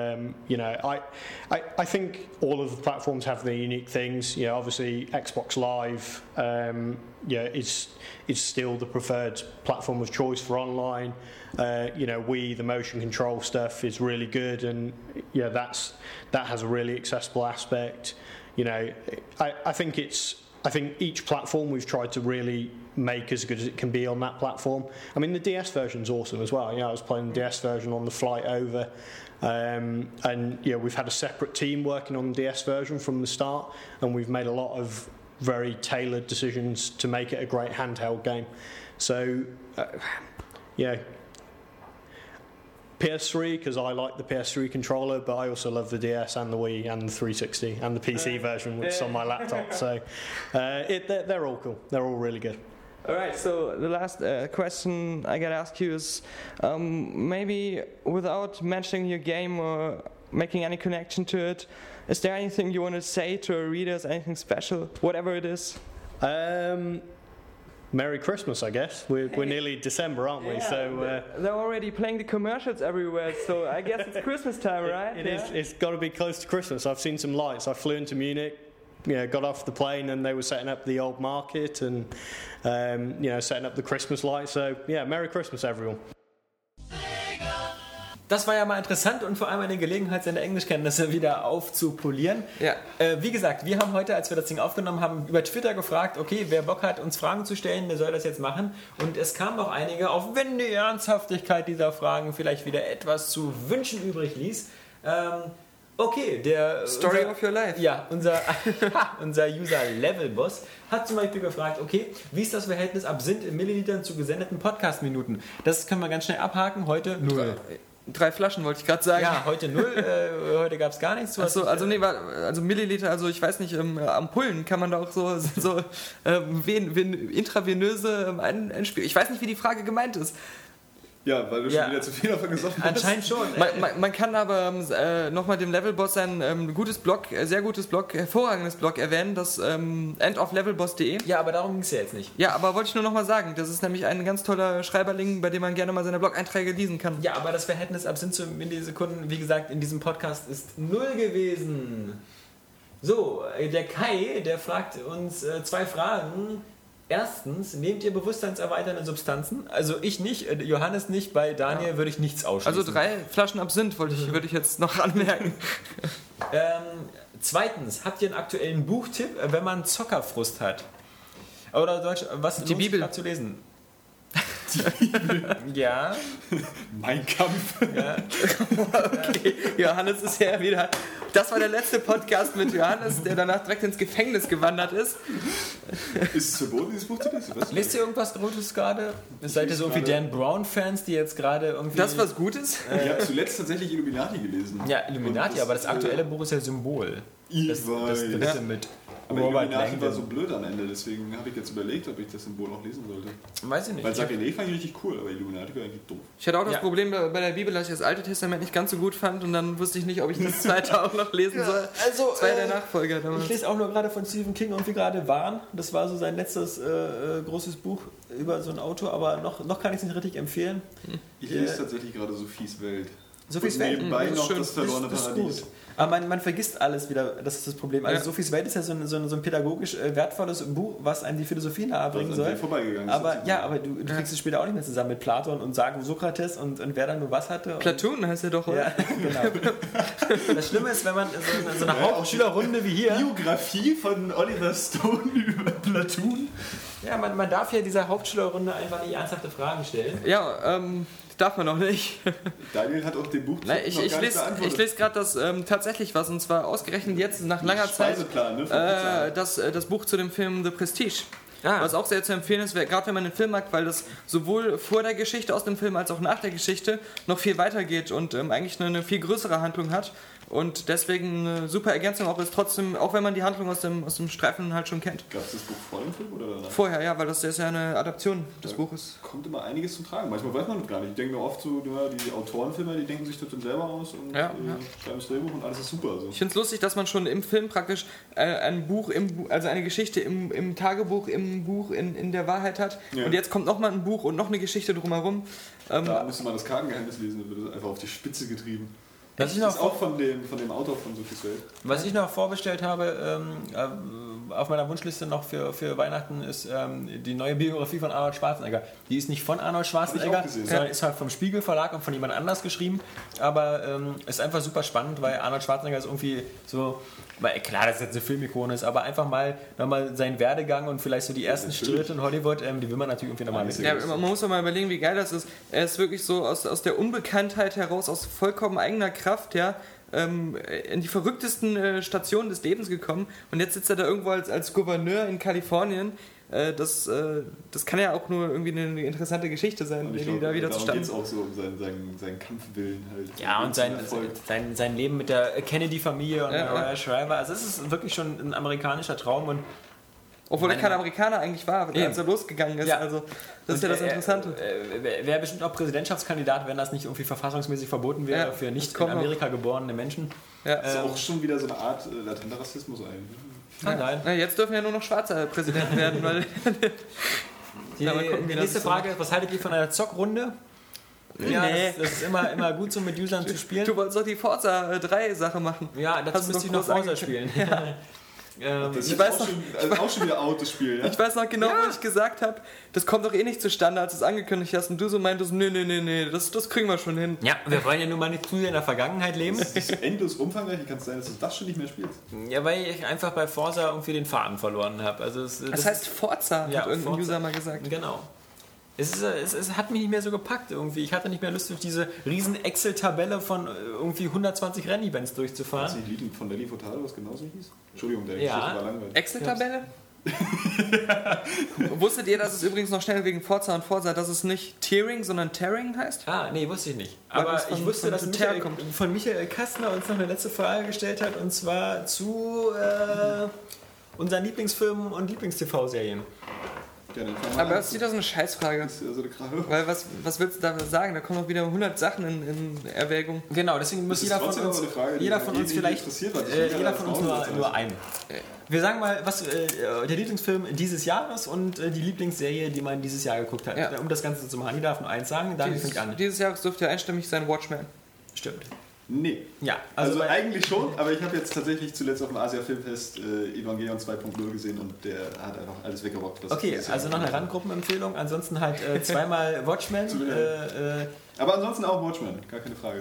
I think all of the platforms have their unique things. Obviously Xbox Live is still the preferred platform of choice for online. Wii, the motion control stuff is really good, and that has a really accessible aspect. I think each platform we've tried to really make as good as it can be on that platform. I mean, the DS version's awesome as well. I was playing the DS version on the flight over, and we've had a separate team working on the DS version from the start, and we've made a lot of very tailored decisions to make it a great handheld game. So, PS3, because I like the PS3 controller, but I also love the DS and the Wii and the 360 and the PC version, which is on my laptop. So they're all cool. They're all really good. All right, so the last question I gotta ask you is, maybe without mentioning your game or making any connection to it, is there anything you want to say to our readers, anything special, whatever it is? Merry Christmas, I guess. We're nearly December, aren't we? Yeah, so they're already playing the commercials everywhere, so I guess it's Christmas time, right? It is. It's got to be close to Christmas. I've seen some lights. I flew into Munich, got off the plane, and they were setting up the old market and setting up the Christmas lights. So Merry Christmas, everyone. Das war ja mal interessant und vor allem eine Gelegenheit, seine Englischkenntnisse wieder aufzupolieren. Ja. Wie gesagt, wir haben heute, als wir das Ding aufgenommen haben, über Twitter gefragt, okay, wer Bock hat, uns Fragen zu stellen, der soll das jetzt machen. Und es kamen auch einige, auch wenn die Ernsthaftigkeit dieser Fragen vielleicht wieder etwas zu wünschen übrig ließ. Okay, Story of your life. Ja, unser User Levelboss hat zum Beispiel gefragt, okay, wie ist das Verhältnis Absinth in Millilitern zu gesendeten Podcast-Minuten? Das können wir ganz schnell abhaken. Heute 0. 3 Flaschen wollte ich gerade sagen. Ja, heute 0. Heute gab es gar nichts. Also Milliliter, also ich weiß nicht, Ampullen kann man da auch so intravenöse einspielen. Ich weiß nicht, wie die Frage gemeint ist. Ja, weil du schon wieder zu viel davon gesoffen hast. Anscheinend schon. Man kann aber nochmal dem Levelboss sein sehr gutes Blog, hervorragendes Blog erwähnen, das endoflevelboss.de. Ja, aber darum ging es ja jetzt nicht. Ja, aber wollte ich nur nochmal sagen, das ist nämlich ein ganz toller Schreiberling, bei dem man gerne mal seine Blog-Einträge lesen kann. Ja, aber das Verhältnis Absinth zu Millisekunden, wie gesagt, in diesem Podcast ist 0 gewesen. So, der Kai, der fragt uns 2 Fragen. Erstens, nehmt ihr bewusstseinserweiternde Substanzen? Also ich nicht, Johannes nicht, bei Daniel würde ich nichts ausschließen. Also 3 Flaschen Absinth würde ich jetzt noch anmerken. Zweitens, habt ihr einen aktuellen Buchtipp, wenn man Zockerfrust hat? Oder Deutsch, was die Bibel gerade zu lesen? Die Bibel? Ja. Mein Kampf. Ja. Okay, Johannes ist ja wieder... Das war der letzte Podcast mit Johannes, der danach direkt ins Gefängnis gewandert ist. Ist es verboten, dieses Buch zu lesen? Lest ihr irgendwas Rotes gerade? Seid ihr so wie Dan Brown-Fans, die jetzt gerade irgendwie... Das was Gutes? Ich habe zuletzt tatsächlich Illuminati gelesen. Ja, Illuminati, aber das aktuelle Buch ist ja Symbol. Das dritte mit Aber Robert Illuminati Langdon. war so blöd am Ende, deswegen habe ich jetzt überlegt, ob ich das Symbol noch lesen sollte. Weiß ich nicht. Weil Sakrileg fand ich richtig cool, aber Illuminati war eigentlich doof. Ich hatte auch das Problem bei der Bibel, dass ich das Alte Testament nicht ganz so gut fand und dann wusste ich nicht, ob ich das zweite auch noch lesen soll. Also, das war der Nachfolger damals. Ich lese auch nur gerade von Stephen King und wie gerade waren. Das war so sein letztes großes Buch über so ein Auto, aber noch kann ich es nicht richtig empfehlen. Ich lese tatsächlich gerade Sophies Welt. Sophies Welt? Nebenbei das noch schön. das verlorene Das ist Paradies. gut. Aber man vergisst alles wieder, das ist das Problem. Also Sophies Welt ist ja so ein pädagogisch wertvolles Buch, was einem die Philosophie nahebringen soll. Aber du kriegst es später auch nicht mehr zusammen mit Platon und Sokrates und wer dann nur was hatte. Platoon heißt er doch, oder? Ja, genau. Das Schlimme ist, wenn man so eine Hauptschülerrunde wie hier... Biografie von Oliver Stone über Platoon. Ja, man darf ja dieser Hauptschülerrunde einfach nicht ernsthafte Fragen stellen. Ja, darf man noch nicht. Daniel hat auch den Buch ich lese gerade das tatsächlich was, und zwar ausgerechnet jetzt nach langer Zeit Speiseplan, ne? das Buch zu dem Film The Prestige. was auch sehr zu empfehlen ist, gerade wenn man den Film mag, weil das sowohl vor der Geschichte aus dem Film als auch nach der Geschichte noch viel weitergeht und eigentlich eine viel größere Handlung hat. Und deswegen eine super Ergänzung auch ist, trotzdem, auch wenn man die Handlung aus dem Streifen halt schon kennt. Gab es das Buch vor dem Film oder danach? Vorher, ja, weil das ist ja eine Adaption des Buches. Kommt immer einiges zum Tragen. Manchmal weiß man das gar nicht. Ich denke mir oft so, ja, die Autorenfilme, die denken sich das dann selber aus und schreiben das Drehbuch und alles ist super. Also. Ich finde es lustig, dass man schon im Film praktisch ein Buch, also eine Geschichte im Tagebuch, im Buch, in der Wahrheit hat. Ja. Und jetzt kommt nochmal ein Buch und noch eine Geschichte drumherum. Da müsste man das Kartengeheimnis lesen, dann wird es einfach auf die Spitze getrieben. Das ist auch von dem Autor von Sophies Welt. Was ich noch vorbestellt habe, auf meiner Wunschliste noch für Weihnachten ist die neue Biografie von Arnold Schwarzenegger. Die ist nicht von Arnold Schwarzenegger, sondern ist halt vom Spiegel Verlag und von jemand anders geschrieben. Aber ist einfach super spannend, weil Arnold Schwarzenegger ist irgendwie so, weil klar, dass es jetzt eine Filmikone ist, aber einfach mal nochmal seinen Werdegang und vielleicht so die ersten Schritte in Hollywood, die will man natürlich irgendwie nochmal mitkriegen. Ja, man muss doch mal überlegen, wie geil das ist. Er ist wirklich so aus der Unbekanntheit heraus, aus vollkommen eigener Kraft, ja, in die verrücktesten Stationen des Lebens gekommen und jetzt sitzt er da irgendwo als Gouverneur in Kalifornien. Das kann ja auch nur irgendwie eine interessante Geschichte sein, die da wieder zustande kommt. Darum geht es auch so um seinen Kampfwillen halt. Ja, und sein Leben mit der Kennedy-Familie und Royal Shriver. Also es ist wirklich schon ein amerikanischer Traum. Und obwohl er kein Amerikaner eigentlich war, als er losgegangen ist. Ja. Also das ist ja das Interessante. Wäre bestimmt auch Präsidentschaftskandidat, wenn das nicht irgendwie verfassungsmäßig verboten wäre für nicht in Amerika geborene Menschen. Ja. Das ist auch schon wieder so eine Art latenter Rassismus eigentlich. Nein. Na, jetzt dürfen ja nur noch Schwarze Präsident werden, weil die nächste Frage ist, was haltet ihr von einer Zockrunde? Ja, nee. Das ist immer gut, so mit Usern zu spielen. Du wolltest doch die Forza 3 Sache machen. Ja, dazu müsste ich noch Forza spielen. Ja. Ich weiß auch schon wieder Autospiel. Ja? Ich weiß noch genau, wo ich gesagt habe, das kommt doch eh nicht zustande, als du es angekündigt hast und du so meintest, nee, das kriegen wir schon hin. Ja, wir wollen ja nur mal nicht zu sehr in der Vergangenheit leben. Das ist endlos umfangreich, wie kann es sein, dass du das schon nicht mehr spielst? Ja, weil ich einfach bei Forza irgendwie den Faden verloren habe. Also das heißt Forza, hat irgendein User mal gesagt. Genau. Es hat mich nicht mehr so gepackt irgendwie. Ich hatte nicht mehr Lust, durch diese riesen Excel-Tabelle von irgendwie 120 Rennevents durchzufahren. Hast du die Lied von Nelly Furtado, was genauso hieß? Entschuldigung, der Geschichte war langweilig. Excel-Tabelle? Wusstet ihr, dass es übrigens noch schnell wegen Forza und Forza, dass es nicht Tearing, sondern Tearing heißt? Nee, wusste ich nicht. Aber ich wusste, dass Michael Kastner uns noch eine letzte Frage gestellt hat, und zwar zu unseren Lieblingsfilmen und Lieblings-TV-Serien. Aber das ist wieder so eine Scheißfrage. Das ist also eine Krache. Weil was willst du da sagen? Da kommen noch wieder 100 Sachen in Erwägung. Genau, deswegen muss jeder von uns nur einen. Wir sagen mal, was der Lieblingsfilm dieses Jahres und die Lieblingsserie, die man dieses Jahr geguckt hat. Ja. Um das Ganze zu machen. Jeder darf nur eins sagen, dann fängt an. Dieses Jahres dürfte ja einstimmig sein Watchmen. Stimmt. Nee. Ja, also eigentlich schon, aber ich habe jetzt tatsächlich zuletzt auf dem Asia-Filmfest Evangelion 2.0 gesehen und der hat einfach alles weggerockt. Okay, also noch eine Randgruppenempfehlung, ansonsten halt zweimal Watchmen. Aber ansonsten auch Watchmen, gar keine Frage.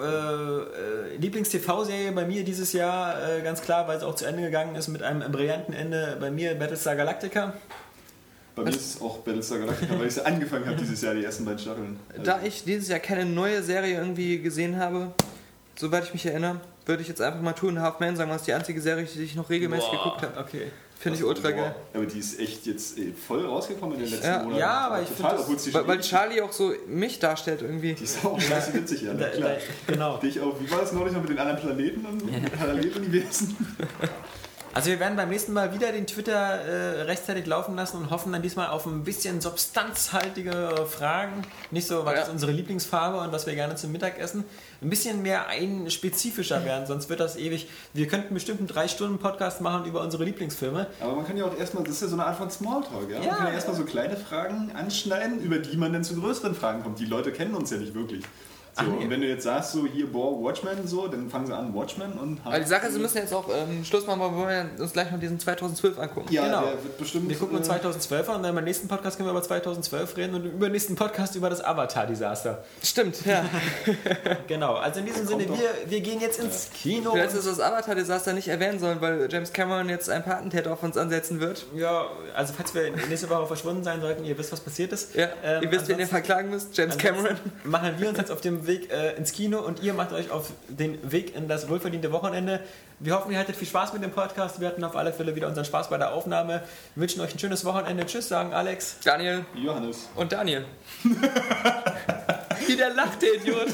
Lieblings-TV-Serie bei mir dieses Jahr, ganz klar, weil es auch zu Ende gegangen ist mit einem brillanten Ende, bei mir Battlestar Galactica. Bei mir ist es auch Battlestar Galactica, weil ich angefangen habe dieses Jahr, die ersten 2 Staffeln. Also da ich dieses Jahr keine neue Serie irgendwie gesehen habe, soweit ich mich erinnere, würde ich jetzt einfach mal Two and a Half Men sagen, was die einzige Serie, die ich noch regelmäßig geguckt habe. Okay. Finde ich ultra geil. Aber die ist echt jetzt voll rausgekommen in den letzten Monaten. Ja, aber ich finde weil Charlie auch so mich darstellt irgendwie. Die ist auch scheiße witzig, ja. Klar. Genau. Wie war das neulich noch mit den anderen Planeten und Paralleluniversen? Also wir werden beim nächsten Mal wieder den Twitter rechtzeitig laufen lassen und hoffen dann diesmal auf ein bisschen substanzhaltige Fragen. Nicht so, was ist unsere Lieblingsfarbe und was wir gerne zum Mittag essen. Ein bisschen mehr spezifischer werden, sonst wird das ewig. Wir könnten bestimmt einen 3-Stunden-Podcast machen über unsere Lieblingsfilme. Aber man kann ja auch erstmal, das ist ja so eine Art von Smalltalk, ja? Man kann ja erstmal so kleine Fragen anschneiden, über die man dann zu größeren Fragen kommt. Die Leute kennen uns ja nicht wirklich. So, und wenn du jetzt sagst, so hier, Watchmen, so, dann fangen sie an, Watchmen und... Aber die Sache ist, wir müssen jetzt auch Schluss machen, weil wir wollen uns gleich noch diesen 2012 angucken. Ja, genau. Der wird bestimmt... Wir gucken uns 2012 an und dann beim nächsten Podcast können wir über 2012 reden und im übernächsten Podcast über das Avatar-Desaster. Stimmt, ja. Genau, also in diesem Sinne, wir gehen jetzt ins Kino. Vielleicht ist das Avatar-Desaster nicht erwähnen sollen, weil James Cameron jetzt ein paar Attentäter auf uns ansetzen wird. Ja, also falls wir nächste Woche verschwunden sein sollten, ihr wisst, was passiert ist. Ja, ihr wisst, wen ihr verklagen müsst, James Cameron. Machen wir uns jetzt auf dem dem Weg ins Kino und ihr macht euch auf den Weg in das wohlverdiente Wochenende. Wir hoffen, ihr hattet viel Spaß mit dem Podcast. Wir hatten auf alle Fälle wieder unseren Spaß bei der Aufnahme. Wir wünschen euch ein schönes Wochenende. Tschüss, sagen Alex, Daniel, Johannes und Daniel. Wie der lacht, der Idiot.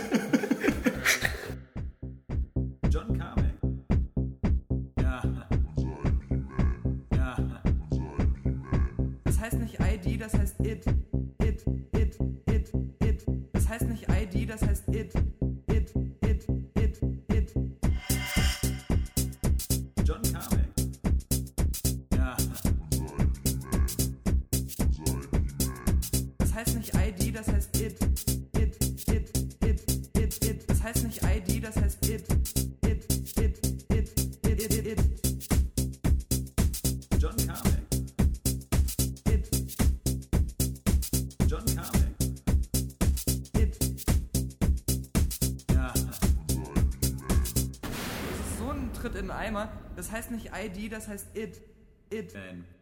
John Carmack. Ja. Ja. Das heißt nicht ID, das heißt it. Das heißt nicht ID, das heißt it. John Carmack. Ja. Das heißt nicht ID, das heißt it. Das heißt nicht ID, das heißt it. John Carmack. John Carmack. Ja. Das ist so ein Tritt in den Eimer. Das heißt nicht ID, das heißt it. Man.